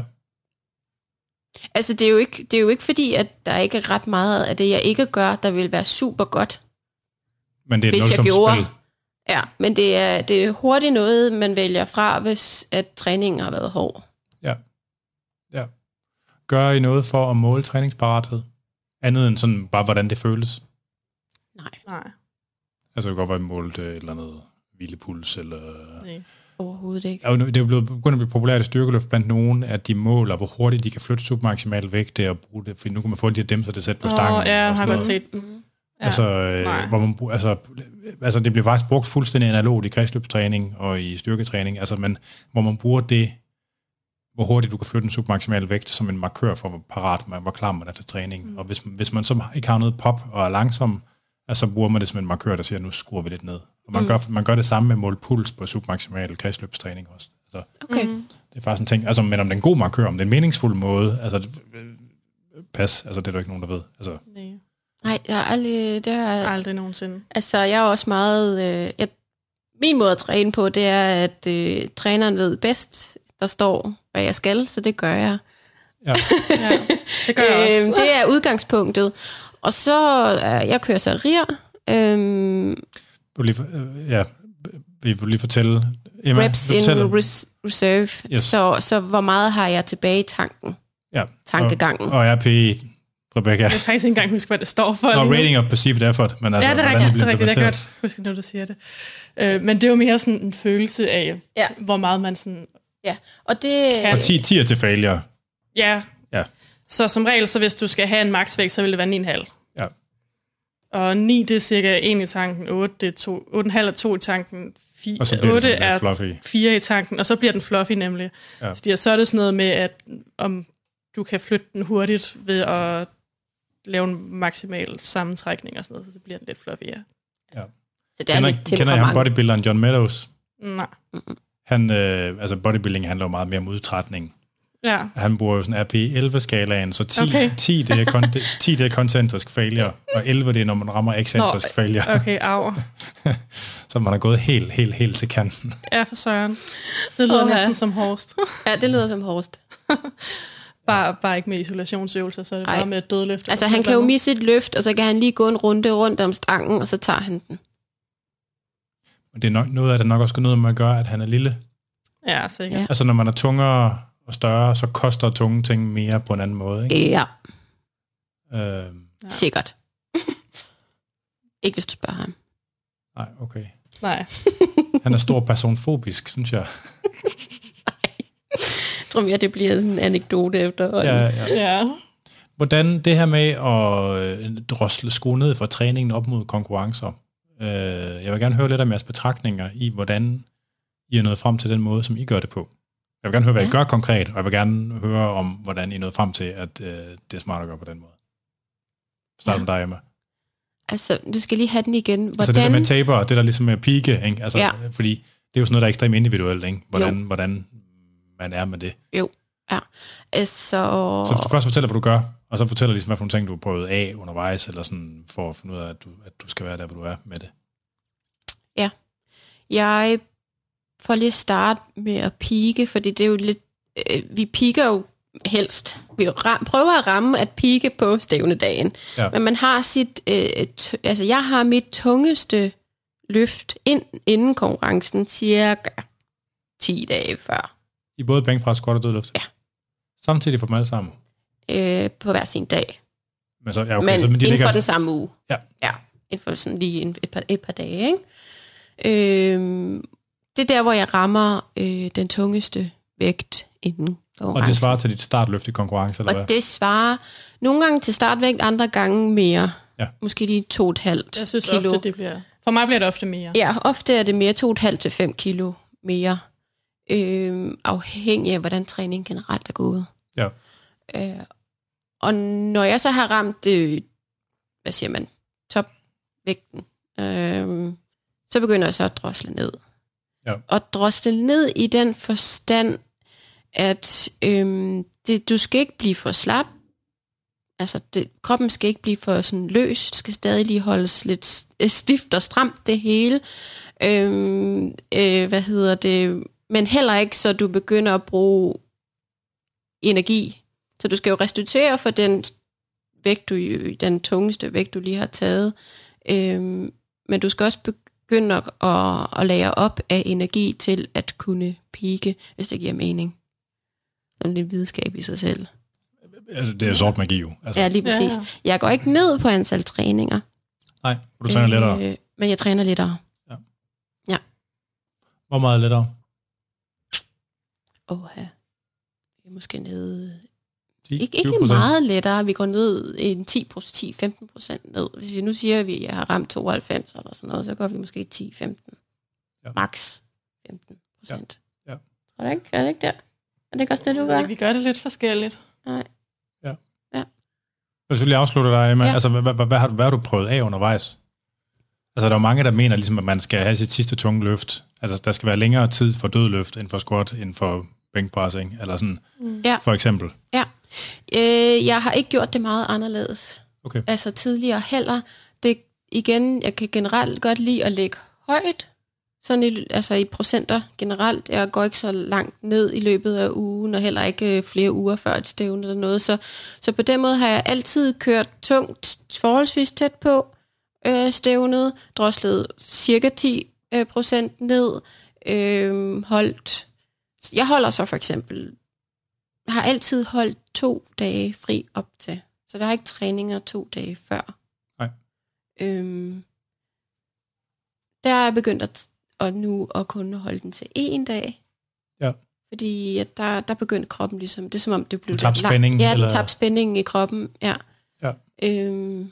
Altså, det er, jo ikke, det er jo ikke fordi, at der ikke er ret meget af det, jeg ikke gør, der vil være super godt, men det er hvis noget, jeg gjorde. Spil. Ja, men det er, det er hurtigt noget, man vælger fra, hvis at træningen har været hård. Ja. ja. Gør I noget for at måle træningsparathed? Andet end sådan bare, hvordan det føles? Nej. Nej. Altså, det kan godt være, at I målte et eller andet hvilepuls, eller... Nej. Overhovedet ikke. Ja, det er jo blevet begyndt at blive populært i styrkeløft blandt nogen, at de måler, hvor hurtigt de kan flytte submaximal vægt og bruge det, for nu kan man få de her dæmser til at sætte på stangen. Åh, oh, ja, jeg har godt set. Mm-hmm. Ja. Altså, øh, hvor man, altså, altså, det bliver faktisk brugt fuldstændig analogt i kredsløbstræning og i styrketræning, altså, men hvor man bruger det, hvor hurtigt du kan flytte en submaximal vægt som en markør for, hvor parat man, hvor klar man er til træning. Mm. Og hvis, hvis man så ikke har noget pop og er langsom, altså bruger man det som en markør, der siger, nu skruer vi lidt ned. Og man, mm. gør, man gør det samme med mål puls på submaximal kredsløbstræning også. Altså, okay. Mm. Det er faktisk en ting, altså, men om det er en god markør, om det er en meningsfuld måde, altså, pas, altså, det er der ikke nogen, der ved. Altså, Nej. Nej, jeg har aldrig... Det har, aldrig nogensinde. Altså, jeg er også meget... Øh, jeg, min måde at træne på, det er, at øh, træneren ved bedst, der står, hvad jeg skal, så det gør jeg. Ja, ja det gør jeg også. øhm, det er udgangspunktet. Og så... Øh, jeg kører så rier. Øhm, du lige, øh, ja, vi vil lige fortælle... Emma, reps in res- reserve. Yes. Så, så hvor meget har jeg tilbage i tanken? Ja. Tankegangen. Og, og R P I, Rebecca. Jeg kan faktisk ikke engang huske, hvad det står for. Og rating of perceived effort. Men altså, ja, det er rigtigt. Det, det er rigtigt. Jeg kan godt huske, når du siger det. Øh, men det er jo mere sådan en følelse af, ja. hvor meget man sådan... Ja, og det... Kan. Og ti, ti er til failure. Ja. ja. Så som regel, så hvis du skal have en maksvægt, så vil det være ni komma fem. Ja. Og ni, det er cirka en i tanken, otte, det er to, otte komma fem er to i tanken, fire, og så bliver otte det er fluffy. fire i tanken, og så bliver den fluffy nemlig. Ja. Så, så er det sådan noget med, at om du kan flytte den hurtigt ved at lave en maksimal sammentrækning og sådan noget, så bliver den lidt fluffy, ja. ja. Så det er kender, lidt kender I ham bodybuilderen John Meadows? Nej. Han, øh, altså bodybuilding handler jo meget mere om udtrætning. Ja. Han bruger jo sådan R P elleve-skalaen, så ti, okay. ti, det er kon- ti det er koncentrisk failure, og elleve det er, når man rammer excentrisk Nå, failure. Okay, au. Så man har gået helt, helt, helt til kanten. Ja, for søren. Det lyder oh, næsten ja. som Horst. Ja, det lyder som Horst. bare, bare ikke med isolationsøvelser, så er det Ej. bare med dødløft. Altså, han kan jo misse et løft, og så kan han lige gå en runde rundt om stangen, og så tager han den. Og det er nok, noget af det nok også noget med at gøre, at han er lille. Ja, sikkert. Ja. Altså, når man er tungere og større, så koster tunge ting mere på en anden måde, ikke? Ja. Øhm. Ja. Sikkert. Ikke hvis du spørger ham. Nej, okay. Nej. Han er stor personfobisk, synes jeg. Nej. Jeg tror mere, det bliver sådan en anekdote efter. Ja, ja. ja. Hvordan det her med at drosle skrue ned for træningen op mod konkurrencer, øh, jeg vil gerne høre lidt om jeres betragtninger i, hvordan I er nået frem til den måde, som I gør det på. Jeg vil gerne høre, hvad ja. I gør konkret, og jeg vil gerne høre om, hvordan I er nået frem til, at øh, det er smart at gøre på den måde. Start ja. med dig, Emma. Altså, du skal lige have den igen. Hvordan... Altså det der med taper, det der ligesom med pike, ikke? Altså, ja. Fordi det er jo sådan noget, der er ekstremt individuelt, ikke? Hvordan, hvordan man er med det. Jo, ja. Altså... Så hvis du først fortæller, hvad du gør, og så fortæller ligesom, hvad for nogle ting, du har prøvet af undervejs, eller sådan, for at finde ud af, at du, at du skal være der, hvor du er med det. Ja. Jeg får lige starte med at pike, fordi det er jo lidt... Øh, vi piker jo helst. Vi ram, prøver at ramme at pike på stævnedagen. Ja. Men man har sit... Øh, t- altså, jeg har mit tungeste løft ind, inden konkurrencen cirka ti dage før. I både bænkpres, squat og dødløft? Ja. Samtidig for dem alle sammen? Øh, på hver sin dag. Men, så, ja, okay, men så, men de inden ligger... for den samme uge. Ja. Ja, inden for sådan lige en, et, par, et par dage, ikke? Øh, det er der, hvor jeg rammer øh, den tungeste vægt inden konkurrencen. Og det svarer til dit startløft i konkurrence, eller og hvad? Og det svarer nogle gange til startvægt, andre gange mere. Ja. Måske lige to og et halvt Jeg synes kilo. ofte, det bliver... For mig bliver det ofte mere. Ja, ofte er det mere to og et halvt til fem kilo mere. Øh, afhængig af, hvordan træningen generelt er gået. Ja. Øh, og når jeg så har ramt, øh, hvad siger man, topvægten, øh, så begynder jeg så at drosle ned. Ja. Og drosle ned i den forstand, at øh, det, du skal ikke blive for slap. Altså, det, kroppen skal ikke blive for sådan løs. Det skal stadig lige holdes lidt stift og stramt, det hele. Øh, øh, hvad hedder det... Men heller ikke, så du begynder at bruge energi. Så du skal jo restituere for den vægt, du, den tungeste vægt, du lige har taget. Øhm, men du skal også begynde at, at, at lære op af energi til at kunne pike, hvis det giver mening. Det er lidt videnskab i sig selv. Det er sort magi jo. Altså. Ja, lige præcis. Ja. Jeg går ikke ned på antal træninger. Nej, du træner øh, lettere. Men jeg træner lettere. Ja. Ja. Hvor meget lettere? Åh, ja. Vi er måske nede... ti, ikke ikke meget lettere. Vi går ned en ti til femten procent ned. Hvis vi nu siger, at vi har ramt tooghalvfems eller sådan noget, så går vi måske ti til femten. Ja. Max femten procent. Ja. Ja. Tror du ikke? Er det ikke der? Er det ikke også det, du gør? Ja, vi gør det lidt forskelligt. Nej. Ja. Ja. Jeg vil lige afslutte dig, Emma. Ja. Altså, hvad, hvad, hvad, har du, hvad har du prøvet af undervejs? Altså, der er jo mange, der mener, ligesom, at man skal have sit sidste tunge løft. Altså, der skal være længere tid for dødløft, end for squat, end for bænkpres, ikke? Eller sådan, mm. for eksempel. Ja. Øh, jeg har ikke gjort det meget anderledes. Okay. Altså, tidligere heller. Det, igen, jeg kan generelt godt lide at lægge højt. Sådan i, altså i procenter generelt. Jeg går ikke så langt ned i løbet af ugen, og heller ikke flere uger før et stævne eller noget. Så, så på den måde har jeg altid kørt tungt, forholdsvis tæt på øh, stævnet, droslet cirka ti procent ned, øh, holdt. Jeg holder så for eksempel, har altid holdt to dage fri op til. Så der er ikke træninger to dage før. Nej. Øhm, der er jeg begyndt at, at nu at kunne holde den til en dag. Ja. Fordi at der, der begyndte kroppen ligesom, det er som om det blev tabte spænding? Ja, eller? tabte spændingen i kroppen, ja. Ja. Øhm,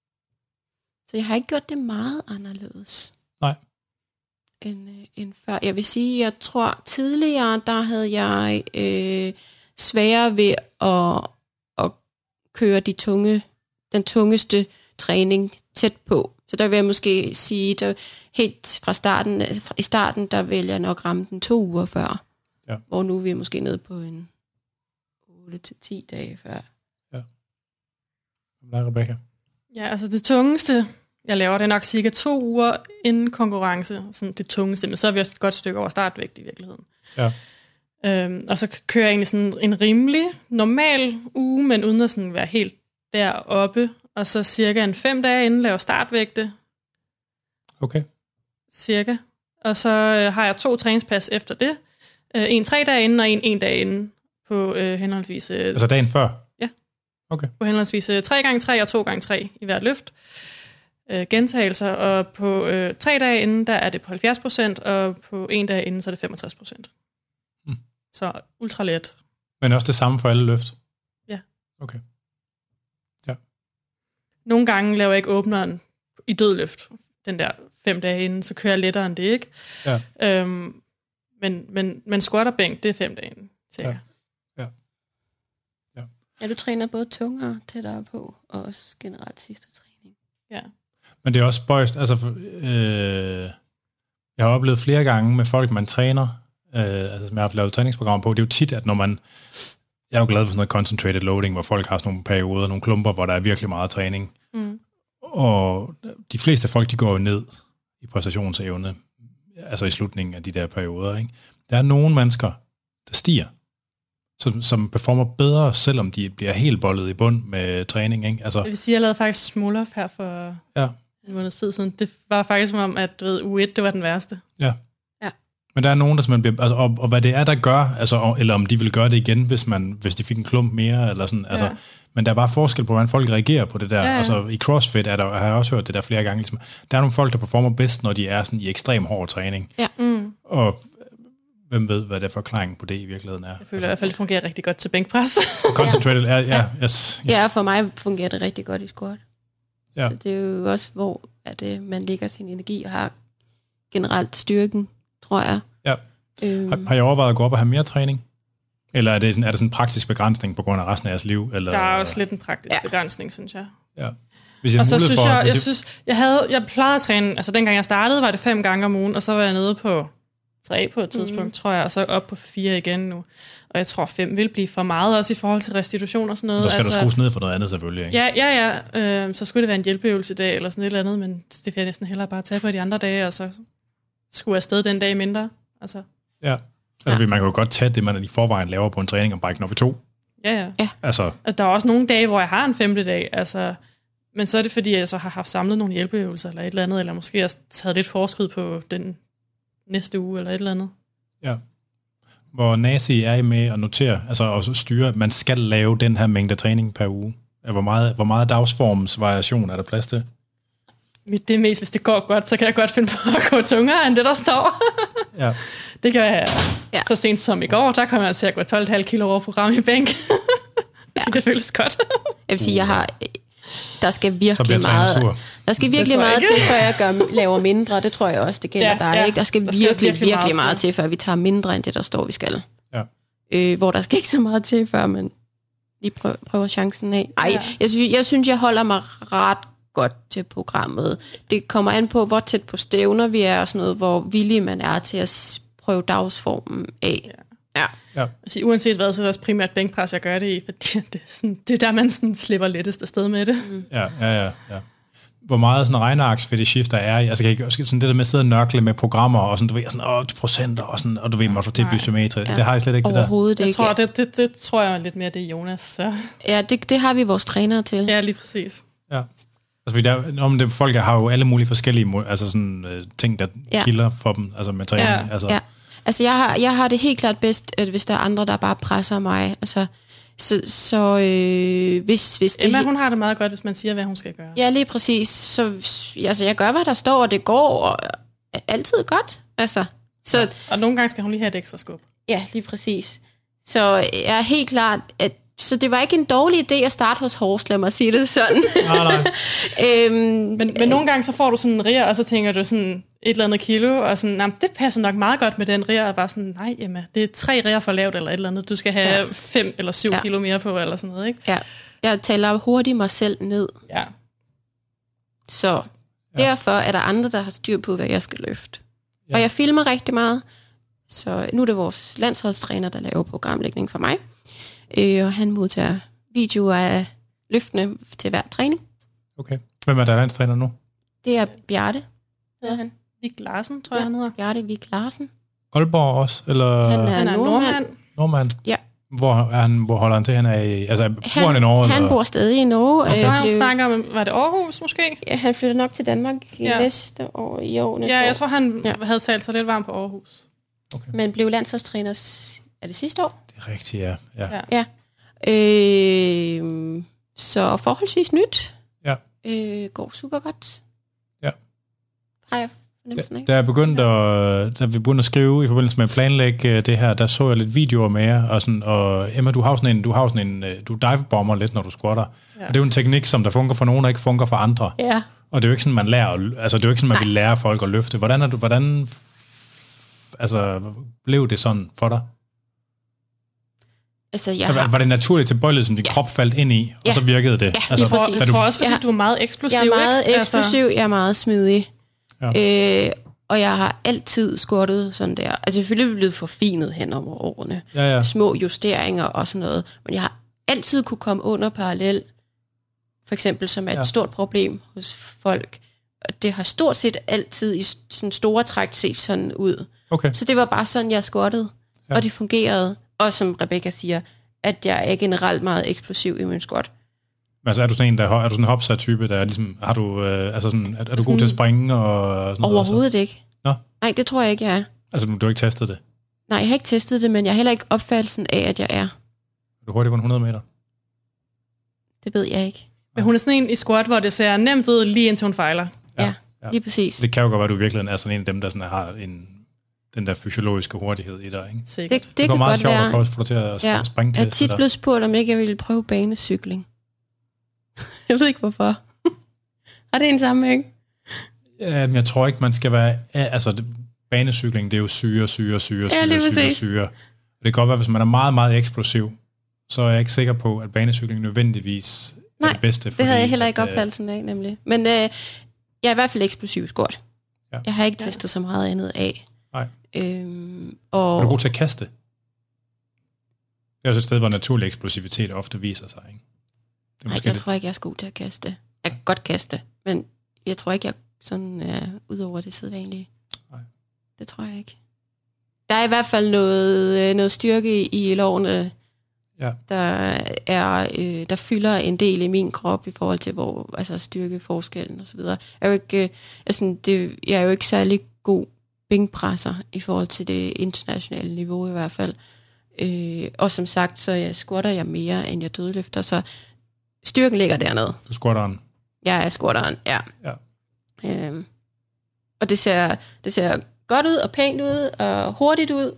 så jeg har ikke gjort det meget anderledes. Nej. End, øh, end før. Jeg vil sige, jeg tror tidligere, der havde jeg øh, sværere ved at, at køre de tunge, den tungeste træning tæt på. Så der vil jeg måske sige, der helt fra starten, i starten, der vil jeg nok ramme den to uger før. Ja. Hvor nu er vi måske nede på en otte til ti dage før. Ja. Hvad er Rebecca? Ja, altså det tungeste, jeg laver, det er nok cirka to uger inden konkurrence. Sådan det tungeste, men så er vi også et godt stykke over startvægt i virkeligheden. Ja. Øhm, og så kører jeg egentlig sådan en rimelig normal uge, men uden at sådan være helt deroppe. Og så cirka en fem dage inden laver startvægte. Okay. Cirka. Og så øh, har jeg to træningspas efter det. Øh, en tre dage inden, og en en dag inden på øh, henholdsvis... Øh, altså dagen før? Ja. Okay. På henholdsvis øh, tre gange tre og to gange tre i hvert løft. Øh, gentagelser, og på øh, tre dage inden, der er det på halvfjerds procent, og på en dag inden, så er det femogtres procent. Hmm. Så ultra let. Men også det samme for alle løft? Ja. Okay. Nogle gange laver jeg ikke åbneren i dødløft, den der fem dage inden, så kører jeg lettere end det, ikke? Ja. Øhm, men, men, men squat og bænk, det er fem dage inden, ja. Ja. Ja. Ja, du træner både tungere tættere på, og også generelt sidste træning. Ja. Men det er også spøjst, altså, øh, jeg har oplevet flere gange med folk, man træner, øh, altså som jeg har haft lavet træningsprogrammer på, det er jo tit, at når man, jeg er jo glad for sådan noget concentrated loading, hvor folk har sådan nogle perioder, nogle klumper, hvor der er virkelig meget træning. Mm. Og de fleste folk, de går jo ned i præstationsevne, altså i slutningen af de der perioder, ikke? Der er nogle mennesker, der stiger, som, som performer bedre, selvom de bliver helt bollet i bund med træning, ikke? Altså, jeg vil sige, jeg lavede faktisk small-off her for ja. en måned siden. Det var faktisk som om, at du ved, U et, det var den værste. Ja. ja. Men der er nogen, der simpelthen bliver... Altså, og, og hvad det er, der gør, altså, eller om de vil gøre det igen, hvis, man, hvis de fik en klump mere, eller sådan, altså... Ja. Men der er bare forskel på, hvordan folk reagerer på det der. Ja, ja. Altså, i CrossFit er der, har jeg også hørt det der flere gange. Ligesom, der er nogle folk, der performer bedst, når de er sådan i ekstrem hård træning. Ja. Mm. Og hvem ved, hvad det er forklaringen på det i virkeligheden er. Jeg føler altså, i hvert fald, det fungerer rigtig godt til bænkpres. Concentrated, ja, ja, yes, ja. Ja, for mig fungerer det rigtig godt i squat. Ja. Så det er jo også, hvor at, øh, man lægger sin energi og har generelt styrken, tror jeg. Ja. Øhm. Har, har jeg overvejet at gå op og have mere træning? Eller er det, sådan, er det sådan en praktisk begrænsning på grund af resten af jeres liv? Eller? Der er også lidt en praktisk ja. begrænsning, synes jeg. Ja. Hvis jeg og så synes for, jeg, jeg synes, jeg havde, jeg plejede at træne, altså dengang jeg startede, var det fem gange om ugen, og så var jeg nede på tre på et tidspunkt, mm. tror jeg, og så op på fire igen nu. Og jeg tror, fem vil blive for meget, også i forhold til restitution og sådan noget. Så skal altså, du skrues ned for noget andet selvfølgelig, ikke? Ja, ja, ja. Øh, så skulle det være en hjælpeøvelse i dag, eller sådan et eller andet, men det vil jeg næsten hellere bare tage på de andre dage, og så skulle jeg afsted den dag mindre. Altså. Ja. Altså, ja. Man kan jo godt tage det, man i forvejen laver på en træning, og brække den op i to. Ja, ja. ja. Altså. Der er også nogle dage, hvor jeg har en femte dag, altså, men så er det, fordi jeg så har haft samlet nogle hjælpeøvelser, eller et eller andet, eller måske har taget lidt forskud på den næste uge, eller et eller andet. Ja. Hvor nazi er I med at notere, altså at styre, at man skal lave den her mængde træning per uge? Hvor meget, hvor meget dagsformsvariation er der plads til? Det er mest, hvis det går godt, så kan jeg godt finde på at gå tungere end det, der står. Ja. Det gør jeg ja. så sent som i går. Der kommer jeg til at gå tolv komma fem kilo over program i bænk. ja. Det føles godt. Jeg vil sige, jeg har... Der skal virkelig meget... Der skal virkelig meget til, før jeg gør, laver mindre. Det tror jeg også, det gælder ja, dig. Ja. Ikke? Der skal, der skal virkelig, virkelig, virkelig meget, meget til, før vi tager mindre end det, der står, vi skal. Ja. Øh, hvor der skal ikke så meget til, før man lige prøver, prøver chancen af. Ej, ja. jeg, synes, jeg synes, jeg holder mig ret godt til programmet. Det kommer an på, hvor tæt på stævner vi er, og sådan noget, hvor villig man er til at prøve dagsformen af. Ja. Ja. Ja. Altså, uanset hvad, så er det også primært bænkpres, jeg gør det i, fordi det er, sådan, det er der, man sådan slipper lettest afsted med det. Mm. Ja, ja, ja, ja. Hvor meget sådan regnearksfetischist der er i, altså kan ikke også sådan det der med at sidde og nørkle med programmer, og sådan, du ved, sådan, åh, procenter, og sådan, og du ved, man får til at blive symmetrisk. Ja. Det har jeg slet ikke, det der. Overhovedet jeg ikke. Tror, det, det, det tror jeg lidt mere, det er Jonas. Så. Ja, det, det har vi vores trænere til. Ja, lige præcis. Ja. Altså, der, om det, folk har jo alle mulige forskellige altså sådan, øh, ting, der ja. kilder for dem, altså med træning. Ja. Altså. Ja. Altså, jeg har, jeg har det helt klart bedst, at hvis der er andre, der bare presser mig. Altså, så, så øh, hvis, hvis det... Emma, hun har det meget godt, hvis man siger, hvad hun skal gøre. Ja, lige præcis. Så altså, jeg gør, hvad der står, og det går og altid godt. Altså, så, ja. Og nogle gange skal hun lige have et ekstra skub. Ja, lige præcis. Så jeg er helt klart, at så det var ikke en dårlig idé at starte hos Horst, lad mig sige det sådan. Nej, nej. øhm, men, men nogle gange så får du sådan en rier, og så tænker du sådan et eller andet kilo, og sådan, det passer nok meget godt med den rier, og bare sådan, nej Emma, det er tre rier for lavt, eller et eller andet, du skal have ja. fem eller syv ja. kilo mere på, eller sådan noget, ikke? Ja, jeg taler hurtigt mig selv ned. Ja. Så ja. derfor er der andre, der har styr på, hvad jeg skal løfte. Ja. Og jeg filmer rigtig meget, så nu er det vores landsholdstræner, der laver programlægning for mig. Øh, og han modtager videoer af løftene til hver træning. Okay. Hvem er der landstræner nu? Det er Bjarte, hedder han. Vik Larsen, tror jeg, ja, han hedder. Bjarte Vik Larsen. Aalborg også? Eller? Han er, han er nordmand. Nordmand? Ja. Hvor, er han, hvor holder han til? Han er i, altså, bor han, han i Norge? Han eller? bor stadig i Norge. Og så har han blev... snakker om, var det Aarhus måske? Ja, han flytter nok til Danmark i ja. næste år, i år næste Ja, jeg år. tror, han ja. havde talt sig lidt varmt på Aarhus. Okay. Men blev landsholdstræner, er det sidste år? Det er rigtigt, ja. Ja. ja. ja. Øh, så forholdsvis nyt. Ja. Øh, går super godt. Ja. Har jeg fornemmelsen, ikke? Da jeg begyndte at, da vi begyndte at skrive i forbindelse med at planlægge det her, der så jeg lidt videoer med jer, og, sådan, og Emma, du har sådan en, du har sådan en, du divebomber lidt, når du squatter. Ja. Og det er jo en teknik, som der fungerer for nogen, og ikke fungerer for andre. Ja. Og det er jo ikke sådan, man lærer, altså det er jo ikke sådan, man Nej. vil lære folk at løfte. Hvordan er du, hvordan, altså, blev det sådan for dig? Altså, jeg har... Var det naturligt tilbøjeligt, som din ja. krop faldt ind i, og ja. så virkede det? Ja, altså, jeg, tror, jeg du... tror også, fordi jeg, du er meget eksplosiv. Jeg er meget ikke? eksplosiv, jeg er meget smidig. Ja. Øh, og jeg har altid squattet sådan der. Altså selvfølgelig er det blevet forfinet hen over årene. Ja, ja. Små justeringer og sådan noget. Men jeg har altid kunne komme under parallel. For eksempel, som er et ja. stort problem hos folk. Og det har stort set altid i sådan store træk set sådan ud. Okay. Så det var bare sådan, jeg squattede. Ja. Og det fungerede. Og som Rebecca siger, at jeg er generelt meget eksplosiv i min squat. Altså er du sådan en, der er du sådan en hopsat-type, der er ligesom, har du, øh, altså sådan, er, er du god til at springe og sådan Overhovedet noget? ikke. Nå? Nej, det tror jeg ikke, jeg er. Altså du har ikke testet det? Nej, jeg har ikke testet det, men jeg har heller ikke opfattelsen af, at jeg er. Er du hurtigt på en hundrede meter? Det ved jeg ikke. Men hun er sådan en i squat, hvor det ser nemt ud, lige indtil hun fejler. Ja, ja. lige præcis. Det kan jo godt være, at du virkelig er sådan en af dem, der sådan har en, den der fysiologiske hurtighed i dig, ikke? Sikkert. Det, det, det kan meget godt være. sjovt at få dig til at ja. springe til. Jeg er tit blevet spurgt, om ikke jeg ville prøve banecykling. Jeg ved ikke, hvorfor. Har det en sammenhæng? Ja, men jeg tror ikke, man skal være... Altså, det, banecykling, det er jo syre, syre, syre, syre, ja, syre, syre. Det kan godt være, hvis man er meget, meget eksplosiv, så er jeg ikke sikker på, at banecykling nødvendigvis Nej, er det bedste. Nej, det havde jeg heller ikke opfattelsen af, nemlig. Men øh, jeg er i hvert fald eksplosiv squat. Ja. Jeg har ikke testet ja. så meget andet af. Nej. Øhm, og... Er du god til at kaste? Det er også et sted, hvor naturlig eksplosivitet ofte viser sig, ikke? Det er Nej, jeg det. tror ikke, jeg er så god til at kaste. Jeg kan godt kaste, men jeg tror ikke, jeg sådan er uh, ud over det sædvanlige. Nej. Det tror jeg ikke. Der er i hvert fald noget, noget styrke i lårene, ja. der, er, øh, der fylder en del i min krop i forhold til hvor, altså styrkeforskellen og så videre. Jeg er jo ikke, øh, altså, det, jeg er jo ikke særlig god bænkpresser i forhold til det internationale niveau i hvert fald. Øh, og som sagt, så jeg squatter jeg mere, end jeg dødløfter, så styrken ligger dernede. Du squatteren? Jeg er squatteren, ja. ja. Øhm, og det ser, det ser godt ud, og pænt ud, og hurtigt ud,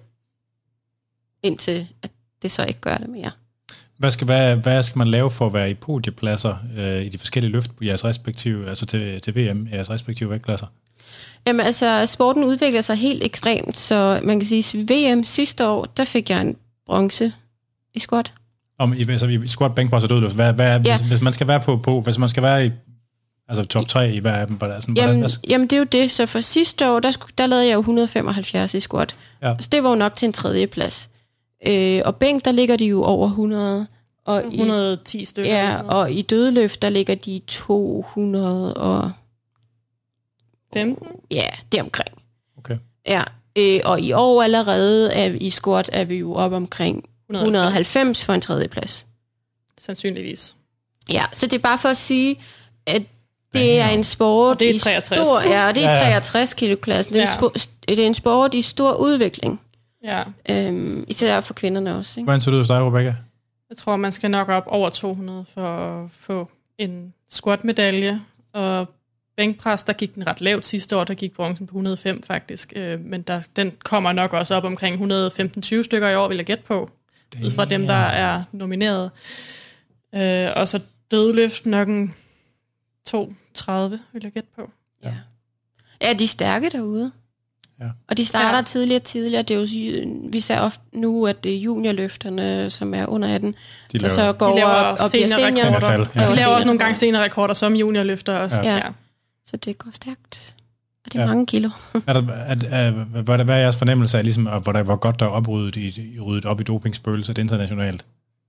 indtil at det så ikke gør det mere. Hvad skal, hvad, hvad skal man lave for at være i podiepladser øh, i de forskellige løft på jeres respektive, altså til, til V M, jeres respektive vægtklasser? Jamen altså, sporten udvikler sig helt ekstremt, så man kan sige, at V M sidste år, der fik jeg en bronze i squat. Om i, altså, i squat, bænkpres og dødløft, hvad, hvad, ja. hvis, hvis man skal være på, på, hvis man skal være i altså top tre i hver af dem, hvordan, sådan, jamen, hvordan, jamen det er jo det, så for sidste år, der, der lavede jeg jo et hundrede og femoghalvfjerds i squat. Ja. Så det var jo nok til en tredje plads. Øh, og bænk, der ligger de jo over hundrede. Og et hundrede og ti i, stykker. Ja, og i dødløft, der ligger de to hundrede og femten? Ja, det omkring. Okay. Ja, øh, og i år allerede er, i squat er vi jo op omkring et hundrede og halvfems for en tredje plads. Sandsynligvis. Ja, så det er bare for at sige, at det er en sport og det er treogtres. I stor, ja, og det er ja, ja. treogtres kiloklassen. Det er, ja. sp- det er en sport i stor udvikling. Ja. Øhm, især for kvinderne også. Ikke? Hvordan ser det ud hos dig, Rebecca? Jeg tror, man skal nok op over to hundrede for at få en squat-medalje. Og bænkpres, der gik den ret lavt sidste år. Der gik bronzen på et hundrede og fem faktisk. Øh, men der, den kommer nok også op omkring et hundrede og femten til tyve stykker i år, vil jeg gætte på. Ud fra dem, der er nomineret. Øh, og så dødløft nok en to tredive, vil jeg gætte på. Ja, ja, de er stærke derude. Ja. Og de starter ja. tidligere tidligere. Det er jo, vi ser ofte nu, at det er juniorløfterne, som er under atten, de der så går de op og bliver senior. Ja. De laver også nogle gange senere rekorder som juniorløfter også. Ja. Ja. Ja. Så det går stærkt. Og det er ja. mange kilo. er der, er, er, hvad er jeres fornemmelse af, ligesom, hvor, der, hvor godt der er opryddet i, ryddet op i dopingspøgelset internationalt?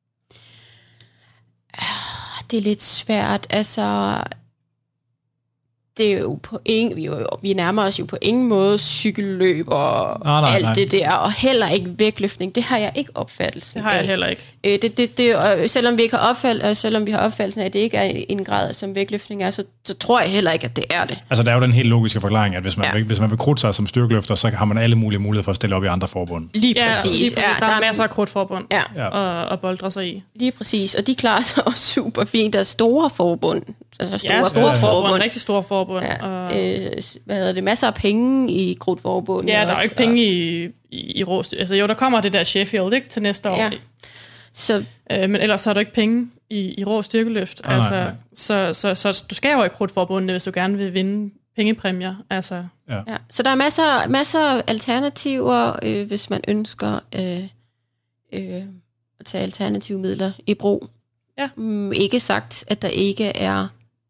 Det er lidt svært. Altså, det er jo på ingen, vi, jo, vi nærmer os jo på ingen måde cykelløb og nej, nej, alt nej. det der, og heller ikke vægtløftning. Det har jeg ikke opfattelsen af. Det har jeg af. heller ikke. Øh, det, det, det, og selvom vi ikke har opfald, selvom vi har opfattelsen af, at det ikke er en grad, som vægtløftning er, så, så tror jeg heller ikke, at det er det. Altså, der er jo den helt logiske forklaring, at hvis man, ja. hvis man vil krudte sig som styrkeløfter, så har man alle mulige muligheder for at stille op i andre forbund. Lige præcis. Ja, lige præcis. Ja, der, der er masser af krudtforbund ja. og, og boldre sig i. Lige præcis, og de klarer sig også super fint. Der er store forbund, altså store, ja, store store forbund. forbund. Rigtig store forbund. Ja. Og Øh, hvad hedder det? Masser af penge i Krudtforbundet. ja, der er jo også, ikke penge i, i, i råstyr. Altså jo, der kommer det der Sheffield, ikke, til næste år. Ja. Så, Øh, men ellers så er der ikke penge i, i rå styrkeløft. Nej, altså, nej, nej. Så, så, så, så du skal jo i Krudtforbundet, hvis du gerne vil vinde pengepræmier. Altså, Ja. ja. Så der er masser, masser af alternativer, øh, hvis man ønsker øh, øh, at tage alternative midler i brug. Ja. Mm, ikke sagt, at der ikke er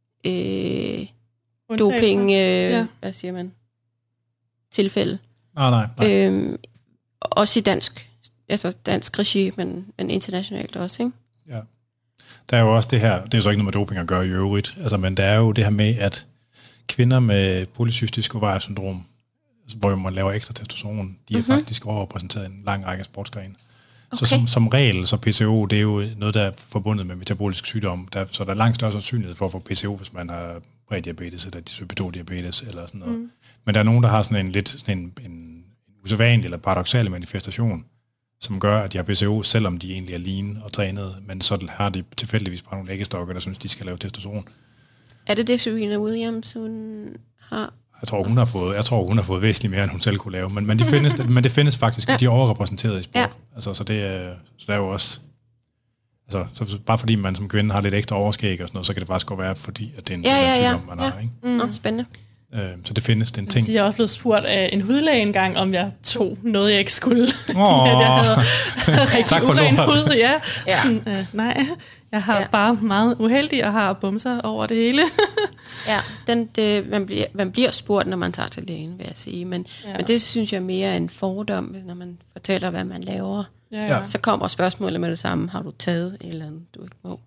øh, undtagelser. doping, øh, Ja. ja. hvad siger man, tilfælde. Nej, nej, nej. Øhm, også i dansk, altså dansk regi, men, men internationalt også, ikke? Ja. Der er jo også det her, det er så ikke noget med doping at gøre i øvrigt, altså, men der er jo det her med, at kvinder med polycystisk ovariesyndrom, hvor man laver ekstra testosteron, de er Mhm. faktisk overrepræsenteret i en lang række sportsgrene. Så Okay. som, som regel, så P C O, det er jo noget, der er forbundet med metabolisk sygdom, der, så der er langt større sandsynlighed for at få P C O, hvis man har prædiabetes eller type to diabetes eller sådan noget. Mm. Men der er nogen, der har sådan en lidt sådan en, en usædvanlig eller paradoksal manifestation, som gør, at de har P C O, selvom de egentlig er lean og trænet, men så har de tilfældigvis bare nogle æggestokke, der synes, de skal lave testosteron. Er det det, Serena Williams, hun har? Jeg tror, hun har fået, jeg tror, hun har fået væsentligt mere, end hun selv kunne lave. Men, men, det, findes, men det findes faktisk, ja. De er overrepræsenteret i sport. Ja. Altså, så, det er, så der er jo også... Altså, så bare fordi man som kvinde har lidt ekstra overskæg og sådan noget, så kan det faktisk godt være, fordi at det er en, Ja, ja, ja. sygdom, man Ja. har. Ikke? Mm. Nå, spændende. Øh, så det findes, det er en ting. Jeg er også blevet spurgt af en hudlæge engang, om jeg tog noget, jeg ikke skulle. Fordi Åh. at jeg havde rigtig Tak for uren lort. hud. Ja. Ja. Sådan, øh, nej, jeg har Ja. bare meget uheldig og har bumser over det hele. Ja, den, det, man, bliver, man bliver spurgt, når man tager til lægen, vil jeg sige. Men, Ja. ja. men det synes jeg mere er en fordom, når man fortæller, hvad man laver. Ja, Ja. Så kommer spørgsmålet med det samme. Har du taget et eller andet, du ikke må?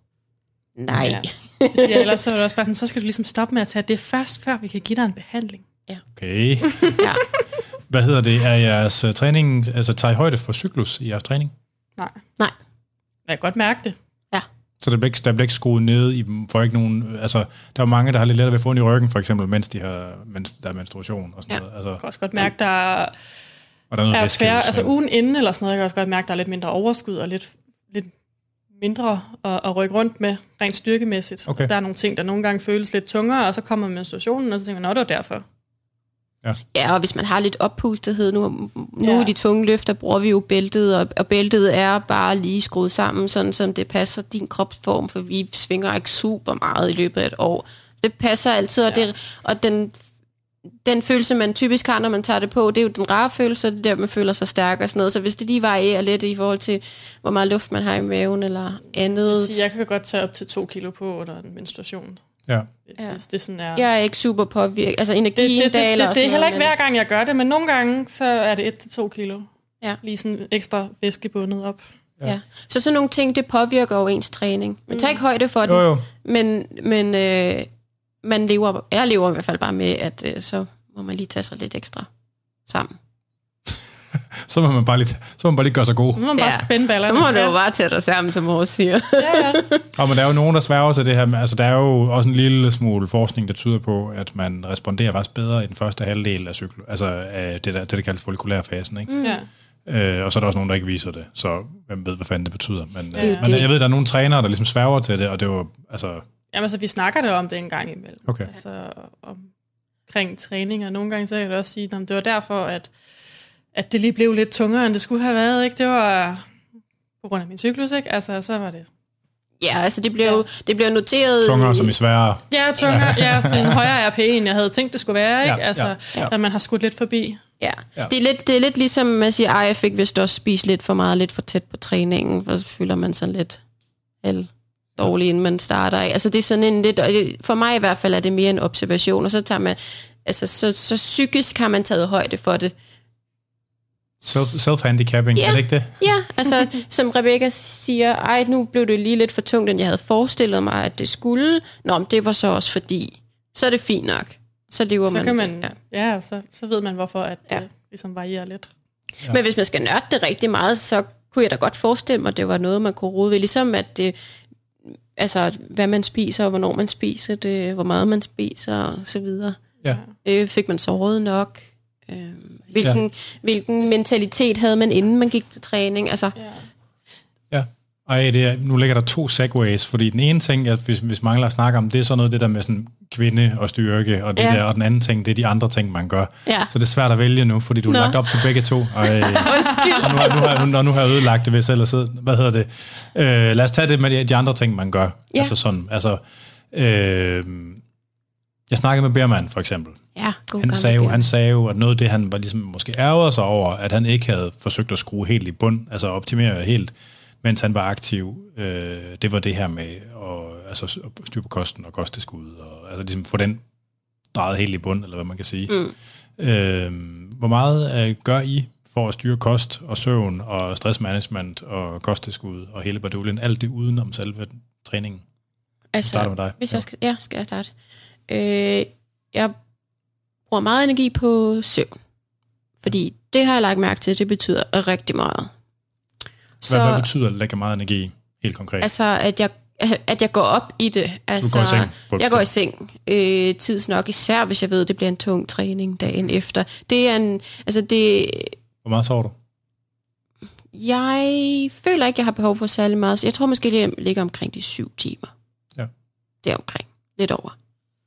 Nej. Ja. Ja, ellers så er det også bare sådan, så skal du ligesom stoppe med at tage det først, før vi kan give dig en behandling. Okay. Ja. Hvad hedder det? Er jeres uh, træning, altså tager I højde for cyklus i jeres træning? Nej. Nej. Jeg kan godt mærke det. Så der bliver ikke, der bliver ikke skruet ned i dem, for ikke nogen... Altså, der er mange, der har lidt lettere ved at få ondt i ryggen, for eksempel, mens, de har, mens der er menstruation og sådan Ja. noget. Altså, Jeg kan også godt mærke, der er, og der er noget er væske i færre, altså svinget. ugen inden eller sådan noget, jeg kan også godt mærke, der er lidt mindre overskud og lidt, lidt mindre at, at rykke rundt med, rent styrkemæssigt. Okay. Der er nogle ting, der nogle gange føles lidt tungere, og så kommer menstruationen, og så tænker man, nå, det var derfor. Ja, og hvis man har lidt oppustethed, nu, nu Ja. i de tunge løfter bruger vi jo bæltet, og, og bæltet er bare lige skruet sammen, sådan som det passer din kropsform, for vi svinger ikke super meget i løbet af et år. Det passer altid, og, Ja. det, og den, den følelse, man typisk har, når man tager det på, det er jo den rare følelse, det er der, man føler sig stærk og sådan noget. Så hvis det lige varierer lidt i forhold til, hvor meget luft man har i maven eller andet. Jeg kan godt tage op til to kilo på under en menstruation. Ja. Ja. Hvis det sådan er... Jeg er ikke super påvirket, altså Det, energien det, det, daler det, og det er sådan heller noget, ikke hver gang, jeg gør det, men nogle gange, så er det et til to kilo. Ja. Lige sådan ekstra væskebundet op. Ja. Ja. Så sådan nogle ting, det påvirker jo ens træning. Man tager ikke højde for det, Jo, jo. men, men øh, man lever, jeg lever i hvert fald bare med, at øh, så må man lige tage sig lidt ekstra sammen. Så må man bare lige, så må man bare lige gøre sig god. Så må man bare Ja. spænde Så ballerne. må du jo ja. bare tage dig sammen, som Aarhus siger. Ja, ja. Og men der er jo nogen, der sværger til det her. med- Altså, der er jo også en lille smule forskning, der tyder på, at man responderer faktisk bedre i den første halvdel af cyklen. Altså af det, der, det, der kaldes follikulærfasen, ikke? Mm. ja. Øh, og så er der også nogen, der ikke viser det. Så hvem ved, hvad fanden det betyder. Men, Det er øh, jo men det. jeg ved, der er nogle trænere, der ligesom sværger til det, og det var, altså... Jamen, altså, vi snakker det om det en gang imellem. Okay. Altså, omkring træning, og nogle gange så kan jeg også sige, at det var derfor, at, at det lige blev lidt tungere, end det skulle have været, ikke? Det var på grund af min cyklus, ikke? Altså, så var det... Ja, altså det bliver jo det bliver noteret... Tungere som i sværere. Ja, tungere, ja, sådan en højere R P, end jeg havde tænkt, det skulle være, ikke? Ja, Altså, ja, ja. at man har skudt lidt forbi. Ja. Ja. Ja. Det, er lidt, det er lidt ligesom, man siger, ej, jeg fik vist også spist lidt for meget, lidt for tæt på træningen, for så føler man sig lidt held dårlig, inden man starter. Ikke? Altså det er sådan en lidt, for mig i hvert fald er det mere en observation, og så tager man, altså så, så psykisk har man taget højde for det. Self- self-handicapping, Ja. er det ikke det? Ja, altså som Rebecca siger, ej, nu blev det lige lidt for tungt, end jeg havde forestillet mig, at det skulle. Nå, men det var så også fordi, så er det fint nok. Så lever Så man, kan man, det, ja. ja, så, så ved man, hvorfor at Ja. det ligesom varierer lidt. Ja. Men hvis man skal nørde det rigtig meget, så kunne jeg da godt forestille mig, at det var noget, man kunne rode ved. Ligesom at det, altså hvad man spiser, og hvornår man spiser det, hvor meget man spiser, og så videre. Ja. Øh, fik man sovet nok? Øh, hvilken, ja. hvilken mentalitet havde man, inden man gik til træning? Altså, Ja. Ja. Ej, det er, nu ligger der to segways, fordi den ene ting, at hvis, hvis mangler at snakke om, det er sådan noget det der med sådan kvinde og styrke, og det ja. der, og den anden ting, det er de andre ting, man gør. Ja. Så det er svært at vælge nu, fordi du har lagt op til begge to. Ej, og, nu, nu, har, nu, nu har jeg ødelagt det ved selv at sidde. Hvad hedder det? Øh, lad os tage det med de, de andre ting, man gør. Ja. Altså sådan, altså... Øh, jeg snakkede med Berman, for eksempel. Ja, god han, sagde jo, han sagde jo, at noget af det, han var ligesom måske ærgerede sig over, at han ikke havde forsøgt at skrue helt i bund, altså optimere helt, mens han var aktiv. Øh, det var det her med at altså, styre på kosten og kosttilskud, og altså ligesom få den drejet helt i bund, eller hvad man kan sige. Mm. Øh, hvor meget øh, gør I for at styre kost og søvn og stressmanagement og kosttilskud og hele baduljen, alt det udenom selve træningen? Altså, starter med dig. Hvis jeg skal, ja, skal jeg starte. Øh, jeg bruger meget energi på søvn, fordi det har jeg lagt mærke til, det betyder rigtig meget. Så, hvad, hvad betyder at lægge meget energi, helt konkret? Altså, at jeg, at jeg går op i det. Altså, du går i seng? På jeg går i seng øh, tids nok, især hvis jeg ved, det bliver en tung træning dagen efter. Det er en, altså det... Hvor meget sover du? Jeg føler ikke, jeg har behov for særlig meget. Jeg tror måske, det ligger omkring de syv timer. Ja. Det er omkring. Lidt over.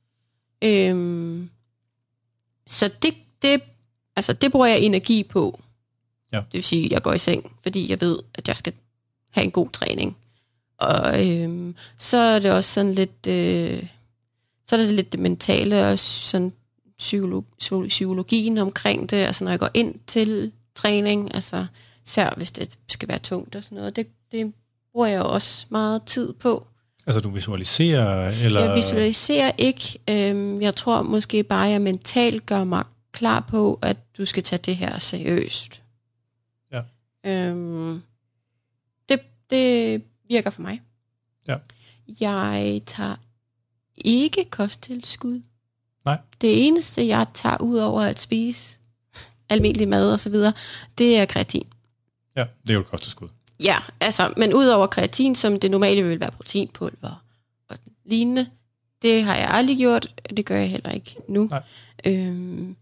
Øhm, så det, det, altså det bruger jeg energi på. Ja. Det vil sige, at jeg går i seng, fordi jeg ved, at jeg skal have en god træning. Og øhm, så er det også sådan lidt, øh, så er det lidt det mentale og sådan psykolog, psykologien omkring det. Altså når jeg går ind til træning, altså især hvis det skal være tungt og sådan noget, det, det bruger jeg også meget tid på. Altså du visualiserer? Eller? Jeg visualiserer ikke. Øhm, jeg tror måske bare, at jeg mentalt gør mig klar på, at du skal tage det her seriøst. Ja. Øhm, det, det virker for mig. Ja. Jeg tager ikke kosttilskud. Nej. Det eneste, jeg tager ud over at spise almindelig mad og så videre, det er kreatin. Ja, det er jo et kosttilskud. Ja, altså, men udover kreatin, som det normale vil være proteinpulver og lignende, det har jeg aldrig gjort, det gør jeg heller ikke nu. Øhm,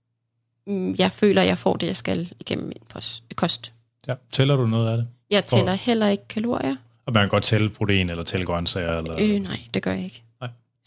jeg føler, at jeg får det, jeg skal igennem min post, kost. Ja, tæller du noget af det? Jeg tæller For... heller ikke kalorier. Og man kan godt tælle protein eller tælle grøntsager? Eller... Øh, nej, det gør jeg ikke. Nej.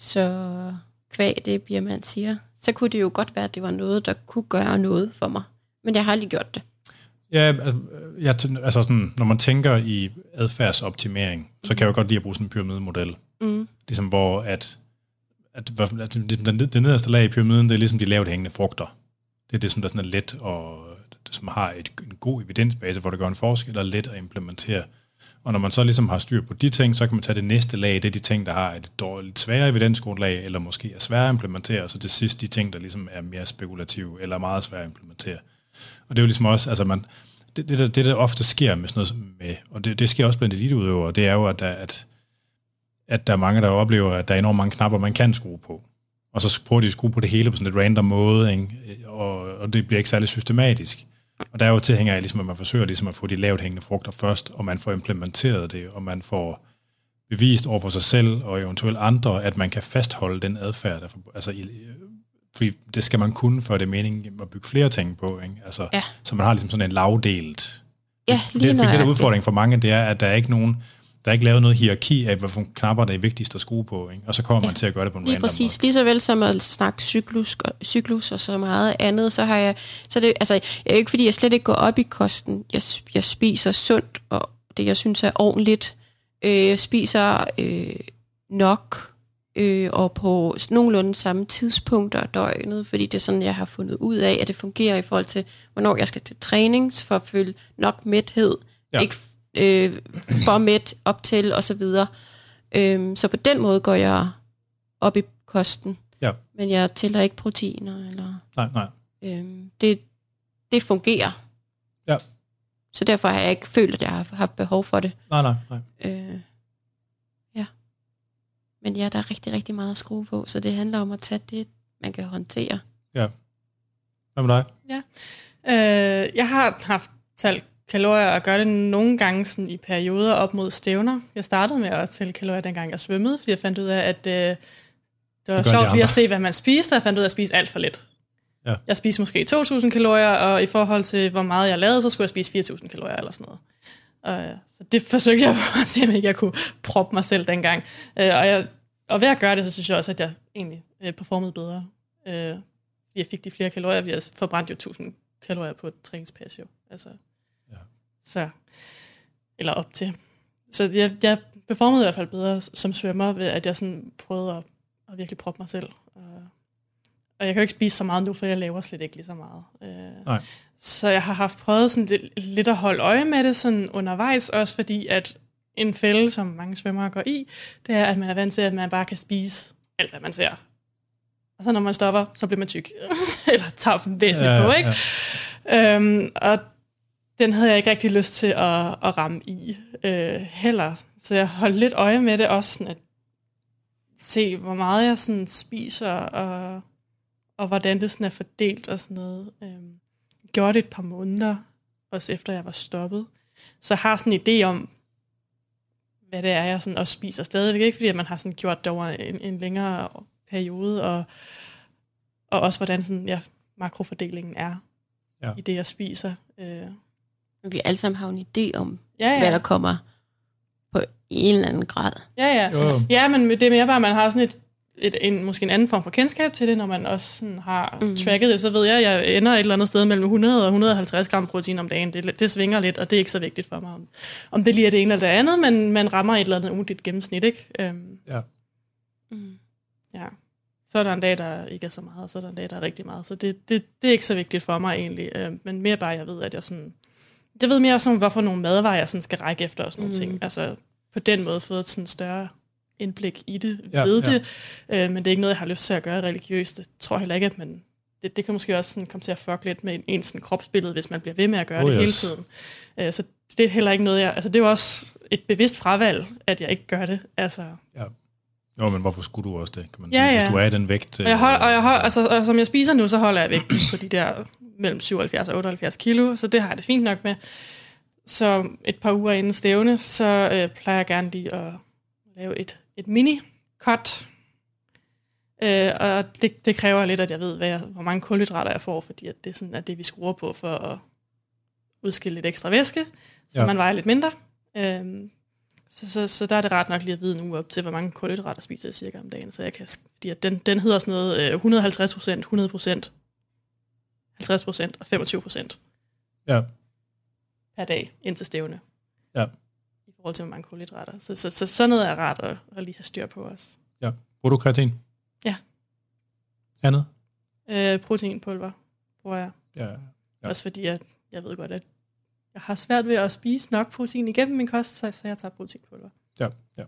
Så kvæg det, Birman siger, så kunne det jo godt være, at det var noget, der kunne gøre noget for mig. Men jeg har aldrig gjort det. Ja, altså, jeg, altså sådan, når man tænker i adfærdsoptimering, mm. så kan jeg jo godt lide at bruge sådan en pyramidemodel. Mm. Ligesom hvor at, at, at det, det nederste lag i pyramiden, det er ligesom de lavt hængende frugter. Det er det, som der sådan er let og det, som har et, en god evidensbase, hvor det gør en forskel, og let at implementere. Og når man så ligesom har styr på de ting, så kan man tage det næste lag, det er de ting, der har et dårligt sværere evidensgrundlag, eller måske er svære at implementere, og så til sidst de ting, der ligesom er mere spekulative, eller meget svære at implementere. Og det er jo ligesom også, altså man, det, det, der, det der ofte sker med sådan noget med, og det, det sker også blandt eliteudøvere, det er jo, at der, at, at der er mange, der oplever, at der er enormt mange knapper, man kan skrue på. Og så prøver de at skrue på det hele på sådan et random måde, ikke? Og, og det bliver ikke særlig systematisk. Og der er jo tilhænger af, ligesom, at man forsøger ligesom at få de lavt hængende frugter først, og man får implementeret det, og man får bevist over for sig selv, og eventuelt andre, at man kan fastholde den adfærd, der, altså i, fordi det skal man kunne, for det er meningen at bygge flere ting på, ikke? Altså, ja. Så man har ligesom sådan en lavdelt. Ja, lige det, det, det der udfordring for mange, det er, at der er ikke nogen, der er ikke lavet noget hierarki af, hvilke knapper, der er vigtigst at skrue på, ikke? Og så kommer ja. man til at gøre det på en lige random præcis. måde. Lige så vel som at snakke cyklus, cyklus og så meget andet, så har jeg, så det, altså, jeg er ikke fordi, jeg slet ikke går op i kosten. Jeg, jeg spiser sundt, og det, jeg synes er ordentligt. Øh, jeg spiser øh, nok, øh, og på nogenlunde samme tidspunkter af døgnet, fordi det er sådan, jeg har fundet ud af, at det fungerer i forhold til, hvornår jeg skal til træning, for at føle nok mæthed, ja. ikke øh, for mæt op til, og så videre. Øh, så på den måde går jeg op i kosten, ja. Men jeg tæller ikke proteiner, eller... Nej, nej. Øh, det, det fungerer. Ja. Så derfor har jeg ikke følt, at jeg har haft behov for det. Nej, nej, nej. Øh, ja. Men ja, der er rigtig, rigtig meget at skrue på, så det handler om at tage det, man kan håndtere. Ja. Hvad med dig? Ja. Øh, jeg har haft talt kalorier og gør det nogle gange sådan i perioder op mod stævner. Jeg startede med at tælle kalorier, dengang jeg svømmede, fordi jeg fandt ud af, at øh, det var det sjovt lige at se, hvad man spiste, og jeg fandt ud af at spise alt for lidt. Ja. Jeg spiste måske to tusind kalorier, og i forhold til, hvor meget jeg lavede, så skulle jeg spise fire tusind kalorier eller sådan noget. Og, så det forsøgte jeg på at se, om ikke jeg kunne proppe mig selv dengang. Øh, og, jeg, og ved at gøre det, så synes jeg også, at jeg egentlig øh, performede bedre. Øh, jeg fik de flere kalorier, vi har forbrændt jo tusind kalorier på et træningspas jo. Altså, ja. Så, eller op til. Så jeg, jeg performede i hvert fald bedre som svømmer, ved at jeg sådan prøvede at, at virkelig proppe mig selv. Og, og jeg kan jo ikke spise så meget nu, for jeg laver slet ikke lige så meget. Øh, Nej. Så jeg har haft prøvet sådan lidt, lidt at holde øje med det sådan undervejs, også fordi at en fælde, som mange svømmere går i, det er, at man er vant til, at man bare kan spise alt, hvad man ser. Og så når man stopper, så bliver man tyk. Eller tager væsentligt ja, på, ikke? Ja. Øhm, og den havde jeg ikke rigtig lyst til at, at ramme i øh, heller. Så jeg holdt lidt øje med det også, sådan at se, hvor meget jeg sådan spiser, og, og hvordan det sådan er fordelt og sådan noget. Øhm, gjorde det et par måneder, også efter jeg var stoppet. Så jeg har sådan en idé om, hvad det er, jeg sådan også spiser stadigvæk. Ikke fordi at man har sådan gjort det over en, en længere periode, og, og også hvordan sådan, ja, makrofordelingen er ja. I det, jeg spiser. Øh. Vi alle sammen har en idé om, ja, ja. hvad der kommer på en eller anden grad. Ja, ja. Jo. Ja, men det er mere bare, at man har sådan et, et, en, måske en anden form for kendskab til det, når man også sådan har mm. tracket det, så ved jeg, at jeg ender et eller andet sted mellem hundrede og et hundrede og halvtreds gram protein om dagen. Det, det svinger lidt, og det er ikke så vigtigt for mig, om, om det lige er det ene eller det andet, men man rammer et eller andet ugentligt gennemsnit, ikke? Øhm, ja. Mm. Ja. Så er der en dag, der ikke er så meget, og så er der en dag, der er rigtig meget. Så det, det, det er ikke så vigtigt for mig egentlig, øhm, men mere bare, jeg ved, at jeg sådan... Jeg ved mere sådan, hvorfor nogle madvarer jeg sådan skal række efter og sådan nogle mm. ting. Altså på den måde fået sådan større indblik i det, ja, ved ja. det, øh, men det er ikke noget, jeg har lyst til at gøre religiøst. Det tror jeg heller ikke, at man... Det, det kan måske også sådan komme til at fuck lidt med ens sådan kropsbillede, hvis man bliver ved med at gøre oh, det yes. hele tiden. Øh, så det er heller ikke noget, jeg... Altså det er jo også et bevidst fravalg, at jeg ikke gør det. Altså... Ja. Jo, men hvorfor skulle du også det, kan man ja, sige, ja. hvis du er i den vægt? Og, jeg hold, og, jeg hold, altså, og som jeg spiser nu, så holder jeg vægten på de der mellem syvoghalvfjerds og otteoghalvfjerds kilo, så det har jeg det fint nok med. Så et par uger inden stævne, så øh, plejer jeg gerne lige at lave et, et mini-cut. Øh, og det, det kræver lidt, at jeg ved, hvad jeg, hvor mange kulhydrater jeg får, fordi at det er sådan, at det vi skruer på for at udskille lidt ekstra væske, så ja. Man vejer lidt mindre. Øh, så, så, så der er det ret nok lige at vide en uge op til, hvor mange kulhydrater spiser jeg cirka om dagen. Så jeg kan, fordi at den, den hedder sådan noget øh, et hundrede og halvtreds procent, hundrede procent, halvtreds procent og femogtyve procent. Ja. Per dag indtil stævne. Ja. I forhold til, hvor mange kulhydrater. Så, så, så sådan noget er rart at, at lige have styr på os. Ja. Bruger du kreatin? Ja. Andet? Øh, proteinpulver bruger jeg. Ja. Ja. Også fordi, jeg, jeg ved godt, at jeg har svært ved at spise nok protein igennem min kost, så, så jeg tager proteinpulver. Ja, ja.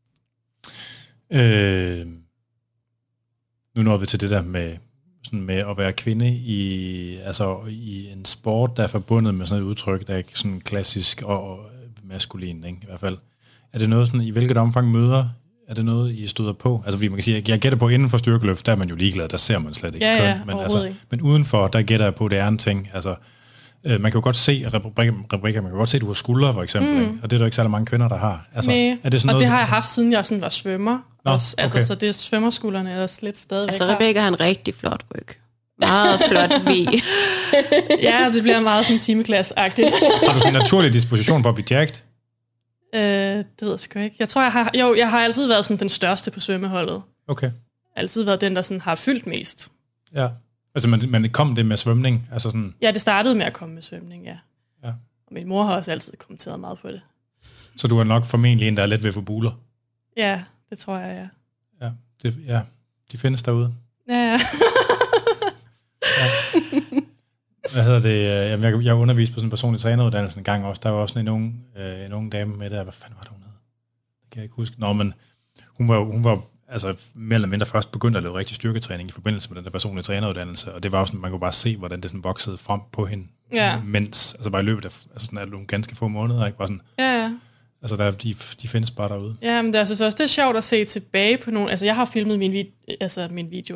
Øh, nu når vi til det der med, sådan med at være kvinde i, altså i en sport, der er forbundet med sådan et udtryk, der er ikke sådan klassisk og maskulin, ikke? I hvert fald. Er det noget sådan, i hvilket omfang møder, er det noget, I støder på? Altså fordi man kan sige, jeg gætter på inden for styrkeløft, der er man jo ligeglad, der ser man slet ikke ja, køn. Ja, men, altså, men udenfor, der gætter jeg på, det er en ting. Altså, øh, man kan jo godt se, Rebecca, Rebecca, man kan godt se, at du har skuldre, for eksempel, mm. ikke? Og det er der ikke særlig mange kvinder, der har. Altså, Nej, er det sådan og noget, det har jeg haft, siden jeg sådan var svømmer. Nå, også, okay. Altså, så det er svømmerskuldrene, jeg slet stadigvæk altså, Rebecca har en rigtig flot ryg. Meget flot V. Ja, det bliver meget sådan timeklasse-agtigt. Har du sådan en naturlig disposition for at blive jacked? Øh, det ved jeg sgu ikke. Jeg tror, jeg har, jo, jeg har altid været sådan den største på svømmeholdet. Okay. Altid været den, der sådan har fyldt mest. Ja. Altså, man, man kom det med svømning? Altså sådan... Ja, det startede med at komme med svømning, ja. Ja. Og min mor har også altid kommenteret meget på det. Så du er nok formentlig en, der er let ved for buler? Ja, det tror jeg, ja. Ja, det, ja. De findes derude. Ja, ja. Ja. Hvad hedder det? Jamen, jeg, jeg underviste på sådan en personlig træneruddannelse en gang også. Der var også en ung, øh, en ung dame med der. Hvad fanden var det, hun hed? Det kan jeg ikke huske. Nå, men hun var, hun var altså mere eller mindre først begyndt at lave rigtig styrketræning i forbindelse med den der personlige træneruddannelse, og det var også sådan, man kunne bare se, hvordan det sådan voksede frem på hende, ja. Mens, altså bare i løbet af altså sådan, nogle ganske få måneder, ikke? Bare sådan, ja, ja. Altså, der, de, de findes bare derude. Ja, men det er altså også det er sjovt at se tilbage på nogle... Altså, jeg har filmet mine, vid- altså, mine videoer,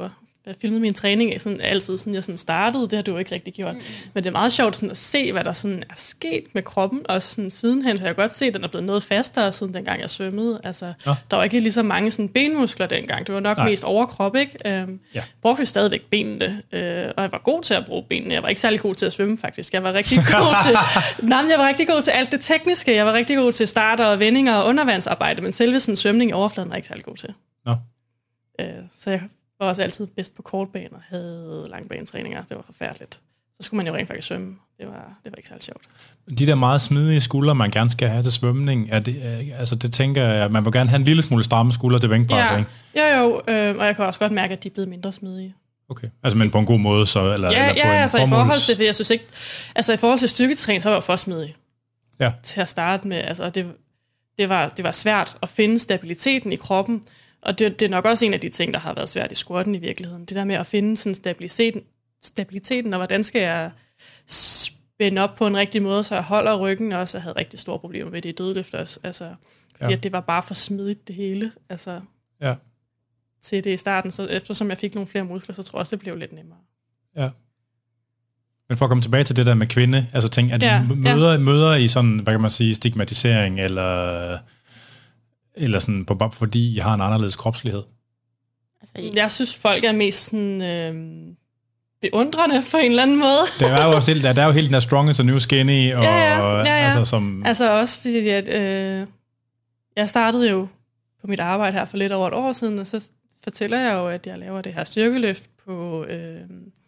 Jeg filmede min træning sådan, altid, sådan jeg sådan startede. Det har du ikke rigtig gjort. Mm. Men det er meget sjovt sådan, at se, hvad der sådan er sket med kroppen. Og sådan, sidenhen har jeg godt set, at den er blevet noget fastere, siden dengang jeg svømmede. Altså, ja. Der var ikke lige så mange sådan, benmuskler dengang. Det var nok Nej. mest overkrop, ikke? Øhm, ja. Brugte jo stadigvæk benene. Øh, og jeg var god til at bruge benene. Jeg var ikke særlig god til at svømme, faktisk. Jeg var rigtig god til... Nej, jeg var rigtig god til alt det tekniske. Jeg var rigtig god til starter og vendinger og undervandsarbejde. Men selve sådan, svømning i overfladen var jeg ikke særlig god til. Nå. Øh, så jeg var også altid bedst på kortbaner og havde langbanetræninger. Det var forfærdeligt. Så skulle man jo rent faktisk svømme. Det var, det var ikke særlig sjovt. De der meget smidige skuldre, man gerne skal have til svømning, er det, altså det tænker jeg, at man vil gerne have en lille smule stramme skuldre til bænkpres, ja. ikke? Jo, jo, øh, og jeg kan også godt mærke, at de er blevet mindre smidige. Okay, altså men på en god måde, så? Eller, ja, eller på ja, en altså formåls... i forhold til, jeg synes ikke, altså i forhold til styrketræning, så var jeg for smidig. Ja. Til at starte med, altså det, det, var, det var svært at finde stabiliteten i kroppen, og det, det er nok også en af de ting, der har været svært i squatten i virkeligheden. Det der med at finde sådan stabiliteten, stabiliteten og hvordan skal jeg spænde op på en rigtig måde, så jeg holder ryggen også. Jeg havde rigtig store problemer med det i dødløft også. Altså, fordi ja. det var bare for smidigt det hele. Altså, ja. Til det i starten. Så eftersom jeg fik nogle flere muskler, så tror jeg også, det blev lidt nemmere. Ja. Men for at komme tilbage til det der med kvinde, altså tænk, at ja, møder, ja. møder i sådan, hvad kan man sige, stigmatisering, eller, eller sådan, på, fordi I har en anderledes kropslighed? Altså, jeg synes, folk er mest sådan... Øh, beundrende på en eller anden måde. Det er jo også helt, der er jo helt den der strong is a new skinny, og, ja, ja, ja, ja. Altså, som... altså også fordi, at øh, jeg startede jo på mit arbejde her for lidt over et år siden, og så fortæller jeg jo, at jeg laver det her styrkeløft på, øh,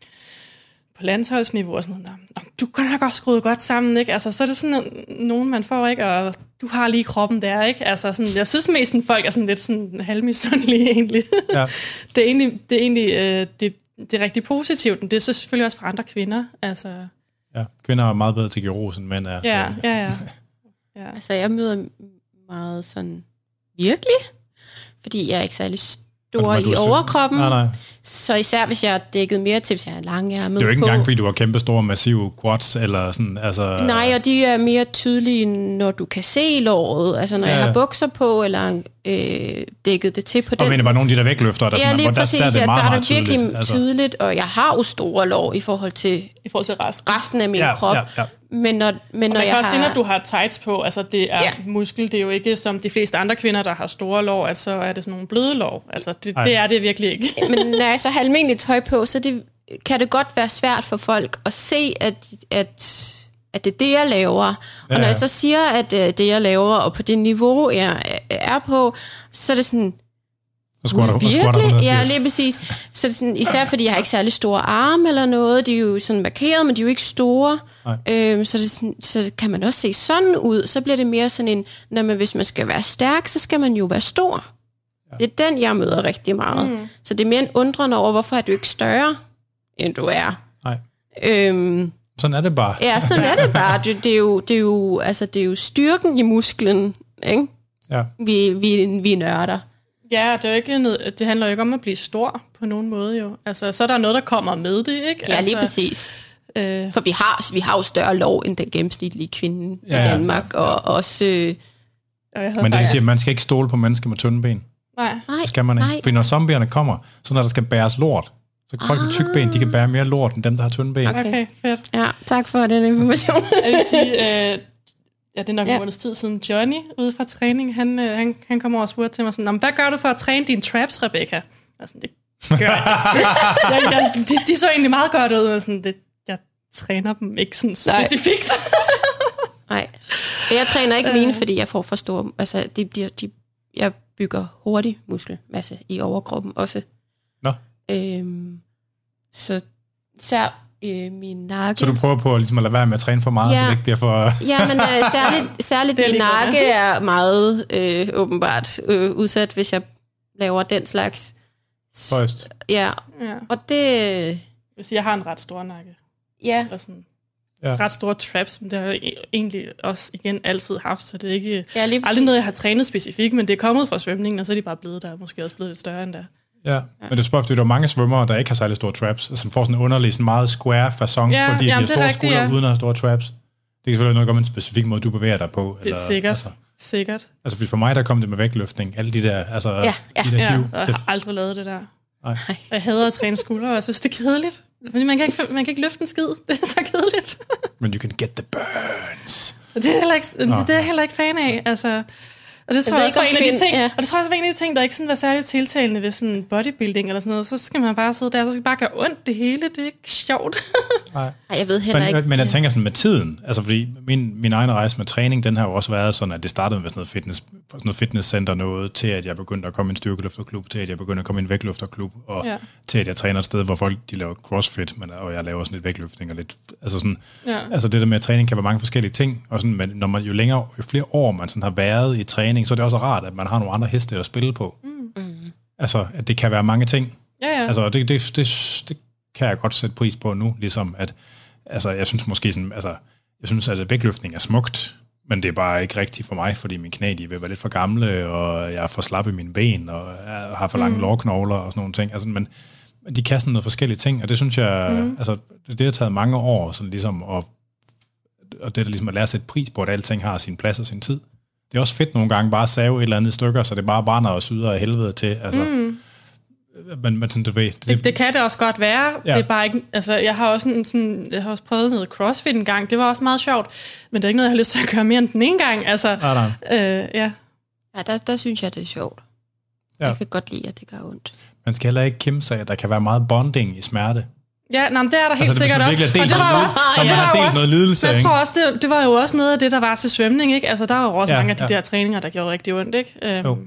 på landsholdsniveau, og sådan noget. Nå, du kan nok også skruet godt sammen, ikke? Altså, så er det sådan nogen, man får, ikke? Og du har lige kroppen der, ikke? Altså, sådan, jeg synes mest, at folk er sådan lidt sådan halvmisundelige, egentlig. Ja. det er egentlig, det, er egentlig øh, det, det er rigtig positivt, men det er så selvfølgelig også for andre kvinder. Altså. Ja, kvinder er meget bedre til at give ros, end mænd er. Ja, ja, ja, ja. Altså, jeg møder meget sådan virkelig, fordi jeg er ikke særlig stor i overkroppen. Nej, nej. Så især hvis jeg er dækket mere til, hvis jeg er langærmet. Det er jo ikke engang, fordi du har kæmpe store, massive quads, eller sådan, altså... Nej, og de er mere tydelige, når du kan se låret. Altså, når ja. jeg har bukser på, eller øh, dækket det til på den. Og men bare nogle af de der vægtløfter, der, ja, sådan, lige hvor præcis, der, der, er det meget, der er meget det virkelig tydeligt, altså. tydeligt, og jeg har jo store lår i forhold til, I forhold til resten. resten af min ja, krop. Ja, ja. Men når, men når og jeg kan har... også se, når du har tights på, altså det er ja. muskel, det er jo ikke som de fleste andre kvinder, der har store lår, altså er det sådan nogle bløde lår. Altså det, det er det virkelig ikke. Men når jeg så har almindeligt tøj på, så det, kan det godt være svært for folk at se, at, at, at det er det, jeg laver. Og ja, ja. når jeg så siger, at det er det, jeg laver, og på det niveau, jeg er på, så er det sådan... Squatter, virkelig? Ja, lige præcis. Så det er sådan, især fordi jeg har ikke særlig store arme eller noget. De er jo sådan markeret, men de er jo ikke store. Øhm, så, det sådan, så kan man også se sådan ud. Så bliver det mere sådan en, når man, hvis man skal være stærk, så skal man jo være stor. Ja. Det er den, jeg møder rigtig meget. Mm. Så det er mere en undrende over, hvorfor er du ikke større, end du er. Nej. Øhm, sådan er det bare. Ja, sådan er det bare. Det, det, er, jo, det, er, jo, altså, det er jo styrken i musklen, ikke? Ja. Vi, vi, vi nørder. Ja, det, er jo ikke noget, det handler jo ikke om at blive stor på nogen måde jo. Altså, så er der noget, der kommer med det, ikke? Ja, altså, lige præcis. Øh... For vi har, vi har jo større lov end den gennemsnitlige kvinde ja, i Danmark, og ja. også... Øh... Og Men det vil sige, at man skal ikke stole på mennesker med tynde ben. Nej. Det skal man ikke. Nej. For når zombierne kommer, så når der skal bæres lort, så kan folk med tykke ben, de kan bære mere lort, end dem, der har tynde ben. Okay, okay fedt. Ja, tak for den information. Jeg vil sige... Øh... Ja, det er nok ja. en måneds tid siden. Johnny, ude fra træning, han, øh, han, han kom over og spurgte til mig sådan, hvad gør du for at træne dine traps, Rebecca? Jeg sådan, det gør jeg. jeg, jeg de, de så egentlig meget godt ud, men sådan, det, jeg træner dem ikke sådan specifikt. Nej, jeg træner ikke mine, fordi jeg får for store, altså de bliver, de, jeg bygger hurtig muskelmasse i overkroppen også. Nå. Øhm, så især øh, min nakke. Så du prøver på ligesom at lade være med at træne for meget, ja. Så det ikke bliver for... Ja, men øh, særligt, særligt min nakke godt, ja. er meget øh, åbenbart øh, udsat, hvis jeg laver den slags. Først. Ja, ja. Og det... Hvis jeg har en ret stor nakke. Ja. Eller sådan ja. ret store traps, men det har jeg egentlig også igen altid haft, så det er ikke ja, aldrig noget, jeg har trænet specifikt, men det er kommet fra svømningen, og så er de bare blevet der, måske også blevet lidt større end der. Ja, ja. Men det spørger, fordi der er mange svømmere, der ikke har særlig store traps, som får sådan en underlig, sådan meget square facon, ja, fordi jamen, de har store rigtigt, skuldre ja. uden at have store traps. Det kan selvfølgelig noget gøre med en specifik måde, du bevæger dig på. Det er eller, sikkert, altså, sikkert. Altså for mig, der kom det med vægtløftning, alle de der, altså ja, ja. de der ja, hiv. Jeg har aldrig lavet det der. Nej. Jeg hader at træne skuldre, og jeg synes, det er kedeligt. Fordi man kan ikke, man kan ikke løfte en skid. Det er så kedeligt. Men you can get the burns. Det er, heller ikke, det, det er jeg heller ikke fan af. Altså, og det tror jeg også var en af de ting, ja. og det tror jeg også var en af de ting, der ikke sådan var særligt tiltalende ved sådan bodybuilding eller sådan noget. Så skal man bare sidde der, så skal det bare gøre ondt det hele. Det er ikke sjovt. Nej, jeg ved heller men, ikke. Men jeg tænker sådan med tiden, altså fordi min, min egen rejse med træning, den har jo også været sådan, at det startede med sådan noget fitness, sådan noget fitnesscenter noget, til at jeg begyndte at komme i en styrkeløfterklub, til at jeg begyndte at komme i en vægtløfterklub, og ja. til at jeg træner et sted, hvor folk de laver crossfit, men, og jeg laver sådan lidt vægtløftning og lidt, altså sådan, ja. altså det der med at træning kan være mange forskellige ting, og sådan, men når man jo længere, jo flere år man sådan har været i træning, så er det også rart, at man har nogle andre heste at spille på. Mm. Altså, at det kan være mange ting. Ja, ja. Altså, det, det, det, det kan jeg godt sætte pris på nu, ligesom at, altså, jeg synes måske sådan, altså, jeg synes, at vægtløftning er smukt, men det er bare ikke rigtigt for mig, fordi mine knæ, de vil være lidt for gamle, og jeg er for slap i mine ben, og jeg har for lange mm. lårknogler og sådan nogle ting. Altså, men de kan sådan noget forskellige ting, og det synes jeg, mm. altså, det har taget mange år, sådan ligesom, og, og det er ligesom at lære at sætte pris på, at alting har sin plads og sin tid. Det er også fedt nogle gange bare at save et eller andet stykker, så det bare brænder og syder af helvede til. Altså, mm. men, men sådan, du ved, det, det, det kan det også godt være. Ja. Det er bare ikke, altså, jeg har også en, sådan, jeg har også prøvet noget CrossFit en gang. Det var også meget sjovt, men det er ikke noget, jeg har lyst til at gøre mere end den ene gang. Altså, nej, nej. Øh, ja. Ja, der, der synes jeg, det er sjovt. Ja. Jeg kan godt lide, at det gør ondt. Man skal heller ikke kæmpe sig, at der kan være meget bonding i smerte. Ja, nej, det er der helt altså, sikkert også. Og det var også, og det var også, noget lidelse, jeg tror også, det, det var jo også noget af det, der var til svømning, ikke? Altså, der var jo også ja, mange af de ja. der træninger, der gjorde rigtig ondt, ikke? Um,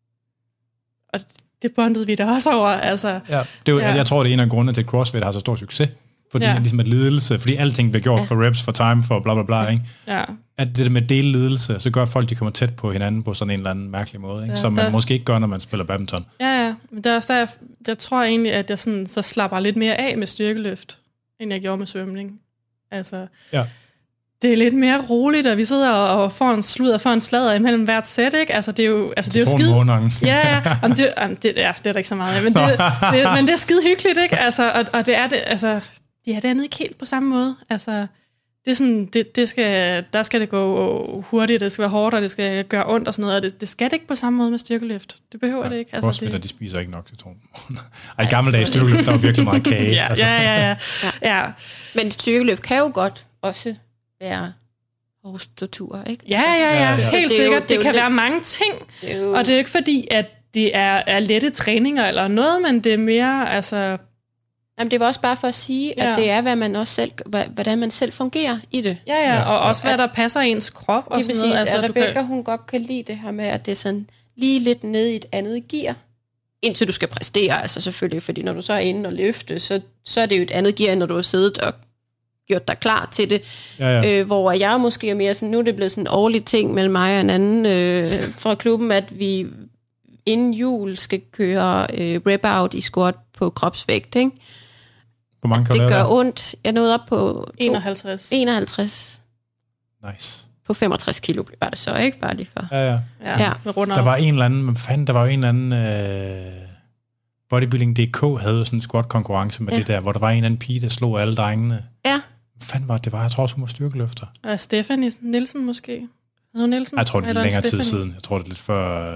og det bondede vi da også over, altså. Ja, det er jo, ja. Jeg tror, det er en af grundene til, at CrossFit har så stor succes. Fordi ja. det er ligesom et lidelse, fordi alting bliver gjort ja. for reps, for time, for bla bla bla, ikke? Ja. At det der med dele lidelse, så gør folk, de kommer tæt på hinanden på sådan en eller anden mærkelig måde, ikke? Ja, som man der... måske ikke gør, når man spiller badminton. Ja, ja. Men der, der, der tror jeg egentlig, at jeg sådan, så slapper lidt mere af med styrkeløft, end jeg gjorde med svømning. Altså, ja. det er lidt mere roligt, og vi sidder og får en slud og får en sladder imellem hvert sæt, ikke? Altså, det er jo, altså, det er jo skide... Ja, ja. Jamen, det, jamen, det, ja, det er der ikke så meget af, men det, det, men det er skide hyggeligt, ikke? Altså, og, og det er det, altså... Ja, det er andet ikke helt på samme måde. Altså, det er sådan, det, det skal, der skal det gå hurtigt, det skal være hårdt, og det skal gøre ondt og sådan noget, og det, det skal det ikke på samme måde med styrkeløft. Det behøver ja, det ikke. Altså, crossfitter, de spiser ikke nok citron. Ej, i gamle dage styrkeløft, der var virkelig meget kage. ja, altså. ja, ja, ja, ja. Men styrkeløft kan jo godt også være hård tortur, ikke? Ja, ja, ja, ja. Helt det sikkert. Jo, det, det kan lidt... være mange ting, det jo... og det er jo ikke fordi, at det er, er lette træninger eller noget, men det er mere, altså... Jamen, det var også bare for at sige, ja. at det er, hvad man også selv, hvordan man selv fungerer i det. Ja, ja, og også hvad der passer ens krop og sådan noget. Altså, Rebecca, kan... hun godt kan lide det her med, at det er sådan lige lidt ned i et andet gear, indtil du skal præstere, altså selvfølgelig, fordi når du så er inde og løfte, så, så er det jo et andet gear, når du har siddet og gjort dig klar til det. Ja, ja. Øh, hvor jeg måske er mere sådan, nu er det blevet sådan en årlig ting mellem mig og en anden øh, fra klubben, at vi inden jul skal køre øh, rep-out i squat på kropsvægt, ikke? Hvor mange kan det gør der? Ondt. Jeg nåede op på enoghalvtreds. enoghalvtreds. Nice. På femogtres kilo var det så, ikke? Bare lige for. Ja, ja. ja. ja. Der var en eller anden, men fanden, der var jo en eller anden øh, bodybuilding punktum d k havde sådan en squat-konkurrence med ja. det der, hvor der var en eller anden pige, der slog alle drengene. Ja. Hvad fanden var det? Det var, jeg tror også, hun var styrkeløfter. Og Stephanie Nielsen måske? Havde hun Nielsen? Jeg tror, det er længere tid siden. Jeg tror, det er lidt før...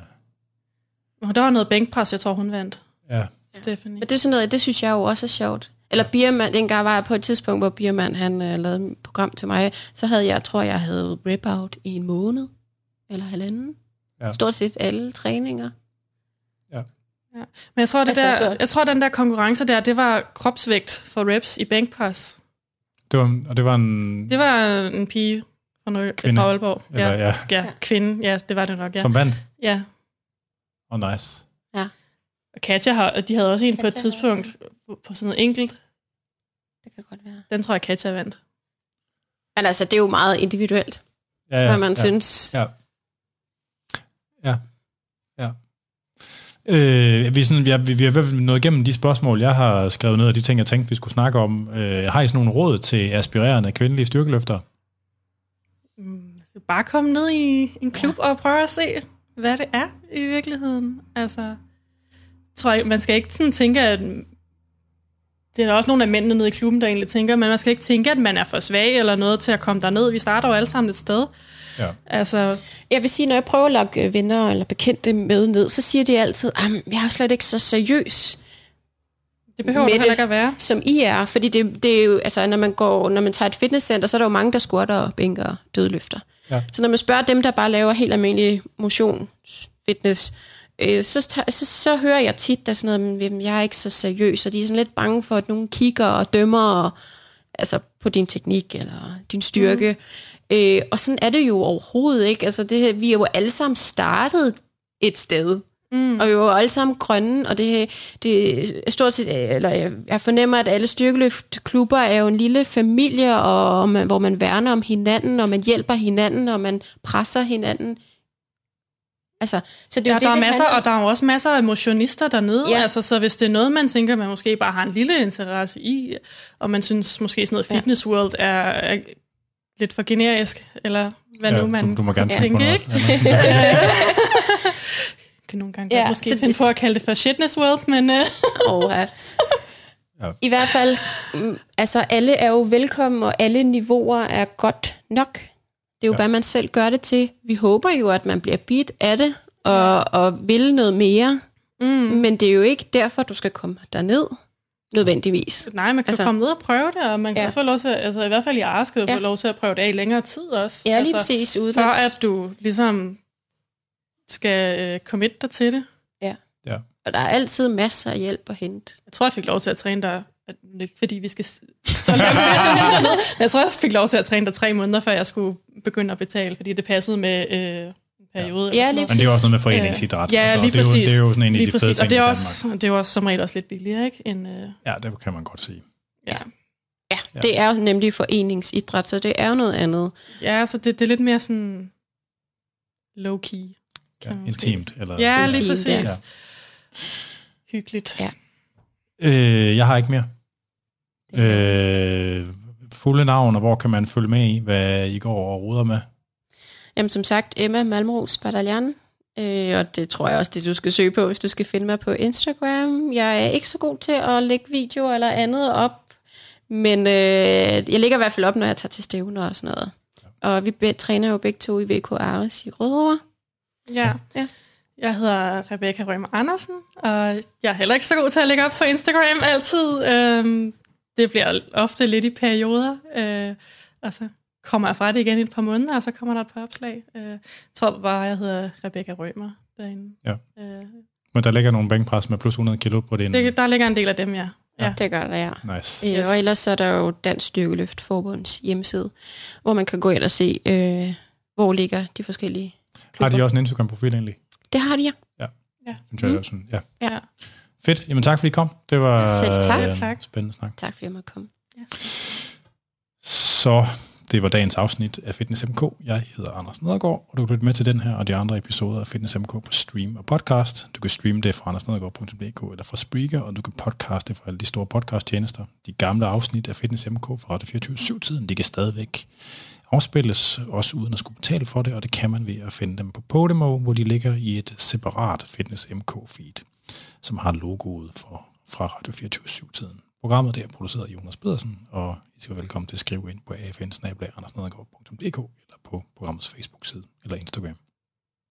Øh... Der var noget bænkpres, jeg tror, hun vandt. Ja. Stephanie. Men det er sådan noget, det synes jeg jo også er sjovt. Eller Biermann, dengang var jeg på et tidspunkt, hvor Biermann, han uh, lavede et program til mig, så havde jeg, tror jeg, havde rep-out i en måned, eller halvanden. Ja. Stort set alle træninger. Ja. ja. Men jeg tror, det altså, der, så... jeg tror, den der konkurrence der, det var kropsvægt for reps i bænkpres. Det var, og det var en... Det var en pige fra, Nø- fra Aalborg. Eller, ja. Ja. ja, kvinde. Ja, det var det nok, ja. Som vandt? Ja. Oh, nice. Ja. Og Katja, har, de havde også en Katja på et tidspunkt på, på sådan noget enkelt. Det kan godt være. Den tror jeg, Katja vandt. Men altså, det er jo meget individuelt, ja, ja, hvad man ja, synes. Ja, ja, ja. Øh, vi, sådan, vi, har, vi, vi har nået igennem de spørgsmål, jeg har skrevet ned, og de ting, jeg tænkte, vi skulle snakke om. Øh, har I sådan nogle råd til aspirerende kvindelige styrkeløftere? Mm, så bare komme ned i en klub ja. og prøve at se, hvad det er i virkeligheden. Altså, tror jeg, man skal ikke sådan tænke, at det er også nogle af mændene nede i klubben, der egentlig tænker, men man skal ikke tænke, at man er for svag eller noget til at komme derned. Vi starter jo alle sammen et sted. Ja. Altså, jeg vil sige, når jeg prøver at lokke venner eller bekendte med ned, så siger de altid, at vi har slet ikke så seriøs Det behøver med det heller ikke at være. Som I er, fordi det, det er jo, altså når man går, når man tager et fitnesscenter, så er der jo mange, der squatter, bænker og dødløfter. Ja. Så når man spørger dem, der bare laver helt almindelig motion, fitness, øh, så, så, så, så hører jeg tit, der sådan noget, men jeg er ikke så seriøs, og de er sådan lidt bange for, at nogen kigger og dømmer og, altså på din teknik eller din styrke. Mm. Øh, og sådan er det jo overhovedet ikke. Altså det, vi er jo alle sammen startet et sted. Mm. Og vi er jo alle sammen grønne, og det, det er stort set, eller jeg fornemmer, at alle styrkeløftklubber er jo en lille familie, og man, hvor man værner om hinanden, og man hjælper hinanden, og man presser hinanden. Altså, så det er ja, jo det, der er det masser, handler. og der er jo også masser af motionister dernede, ja. Altså, så hvis det er noget, man tænker, man måske bare har en lille interesse i, og man synes måske sådan noget Fitness World er, er lidt for generisk, eller hvad ja, nu man du, du må gerne tænke, ikke? Kan nogle gange ja, måske finde det... på at kalde det for Shitness World, men... Uh... oh, ja. Ja. I hvert fald, altså alle er jo velkommen, og alle niveauer er godt nok. Det er jo, ja. Hvad man selv gør det til. Vi håber jo, at man bliver bidt af det, og, og vil noget mere. Mm. Men det er jo ikke derfor, du skal komme derned, nødvendigvis. Nej, man kan altså, komme ned og prøve det, og man kan ja. Også få lov til, altså i hvert fald i Arsket, ja. Få lov til at prøve det af i længere tid også. Ja, lige altså, præcis. Udvendt. For at du ligesom skal uh, commit dig til det. Ja. ja. Og der er altid masser af hjælp at hente. Jeg tror, jeg fik lov til at træne dig, ikke fordi vi skal så langt med, men jeg tror også, jeg fik lov til at træne dig tre måneder, før jeg skulle begynde at betale, fordi det passede med øh, en periode. Ja, lige men det er også noget med foreningsidræt. Ja, altså, lige det er præcis. Jo, det er jo sådan en af de fede ting og det er i også, det er jo også som regel også lidt billigere, ikke? End, øh... Ja, det kan man godt sige. Ja. Ja, ja, det er jo nemlig foreningsidræt, så det er jo noget andet. Ja, så det, det er lidt mere sådan low-key. Ja, intimt. Eller ja, intimt, lige præcis. Ja. Hyggeligt. Ja. Øh, jeg har ikke mere. Øh, fulde navn, og hvor kan man følge med i, hvad I går og ruder med? Jamen som sagt, Emma Malmros Badaljan, øh, og det tror jeg også, det du skal søge på, hvis du skal finde mig på Instagram. Jeg er ikke så god til at lægge videoer eller andet op, men øh, jeg lægger i hvert fald op, når jeg tager til stævner og sådan noget. Ja. Og vi be- træner jo begge to i V K Ares i Rødovre. Ja. ja. Jeg hedder Rebecca Rømer Andersen, og jeg er heller ikke så god til at lægge op på Instagram altid. Øhm, det bliver ofte lidt i perioder, øh, og så kommer jeg fra det igen i et par måneder, og så kommer der et par opslag. Øh, jeg tror bare, jeg hedder Rebecca Rømer derinde. Ja. Øh. Men der ligger nogle bænkpres med plus hundrede kilo på det. det der ligger en del af dem, ja. Ja, ja. Det gør der, ja. Nice. Øh, yes. Og ellers så er der jo Dansk Styrkeløft Forbunds hjemmeside, hvor man kan gå ind og se, øh, hvor ligger de forskellige klubber. Har de også en Instagram-profil egentlig? Det har de, ja. Ja. Ja. Mm. Sådan, ja. ja. Fedt. Jamen tak, fordi I kom. Det var Selv tak. Øh, spændende snak. Tak, fordi jeg måtte komme. Ja. Så det var dagens afsnit af Fitness M K. Jeg hedder Anders Nedergaard, og du kan lytte med til den her og de andre episoder af Fitness M K på stream og podcast. Du kan streame det fra andersnedergaard punktum d k eller fra Spreaker, og du kan podcaste det fra alle de store podcasttjenester. De gamle afsnit af Fitness M K fra Radio fireogtyve syv-tiden, de kan stadigvæk afspilles, også uden at skulle betale for det, og det kan man ved at finde dem på Podimo, hvor de ligger i et separat Fitness M K-feed, som har logoet for, fra Radio fireogtyve syv-tiden. Programmet der er produceret af Jonas Pedersen, og I skal være velkommen til at skrive ind på a f n bindestreg andersnedergaard punktum d k eller på programmets Facebook-side eller Instagram.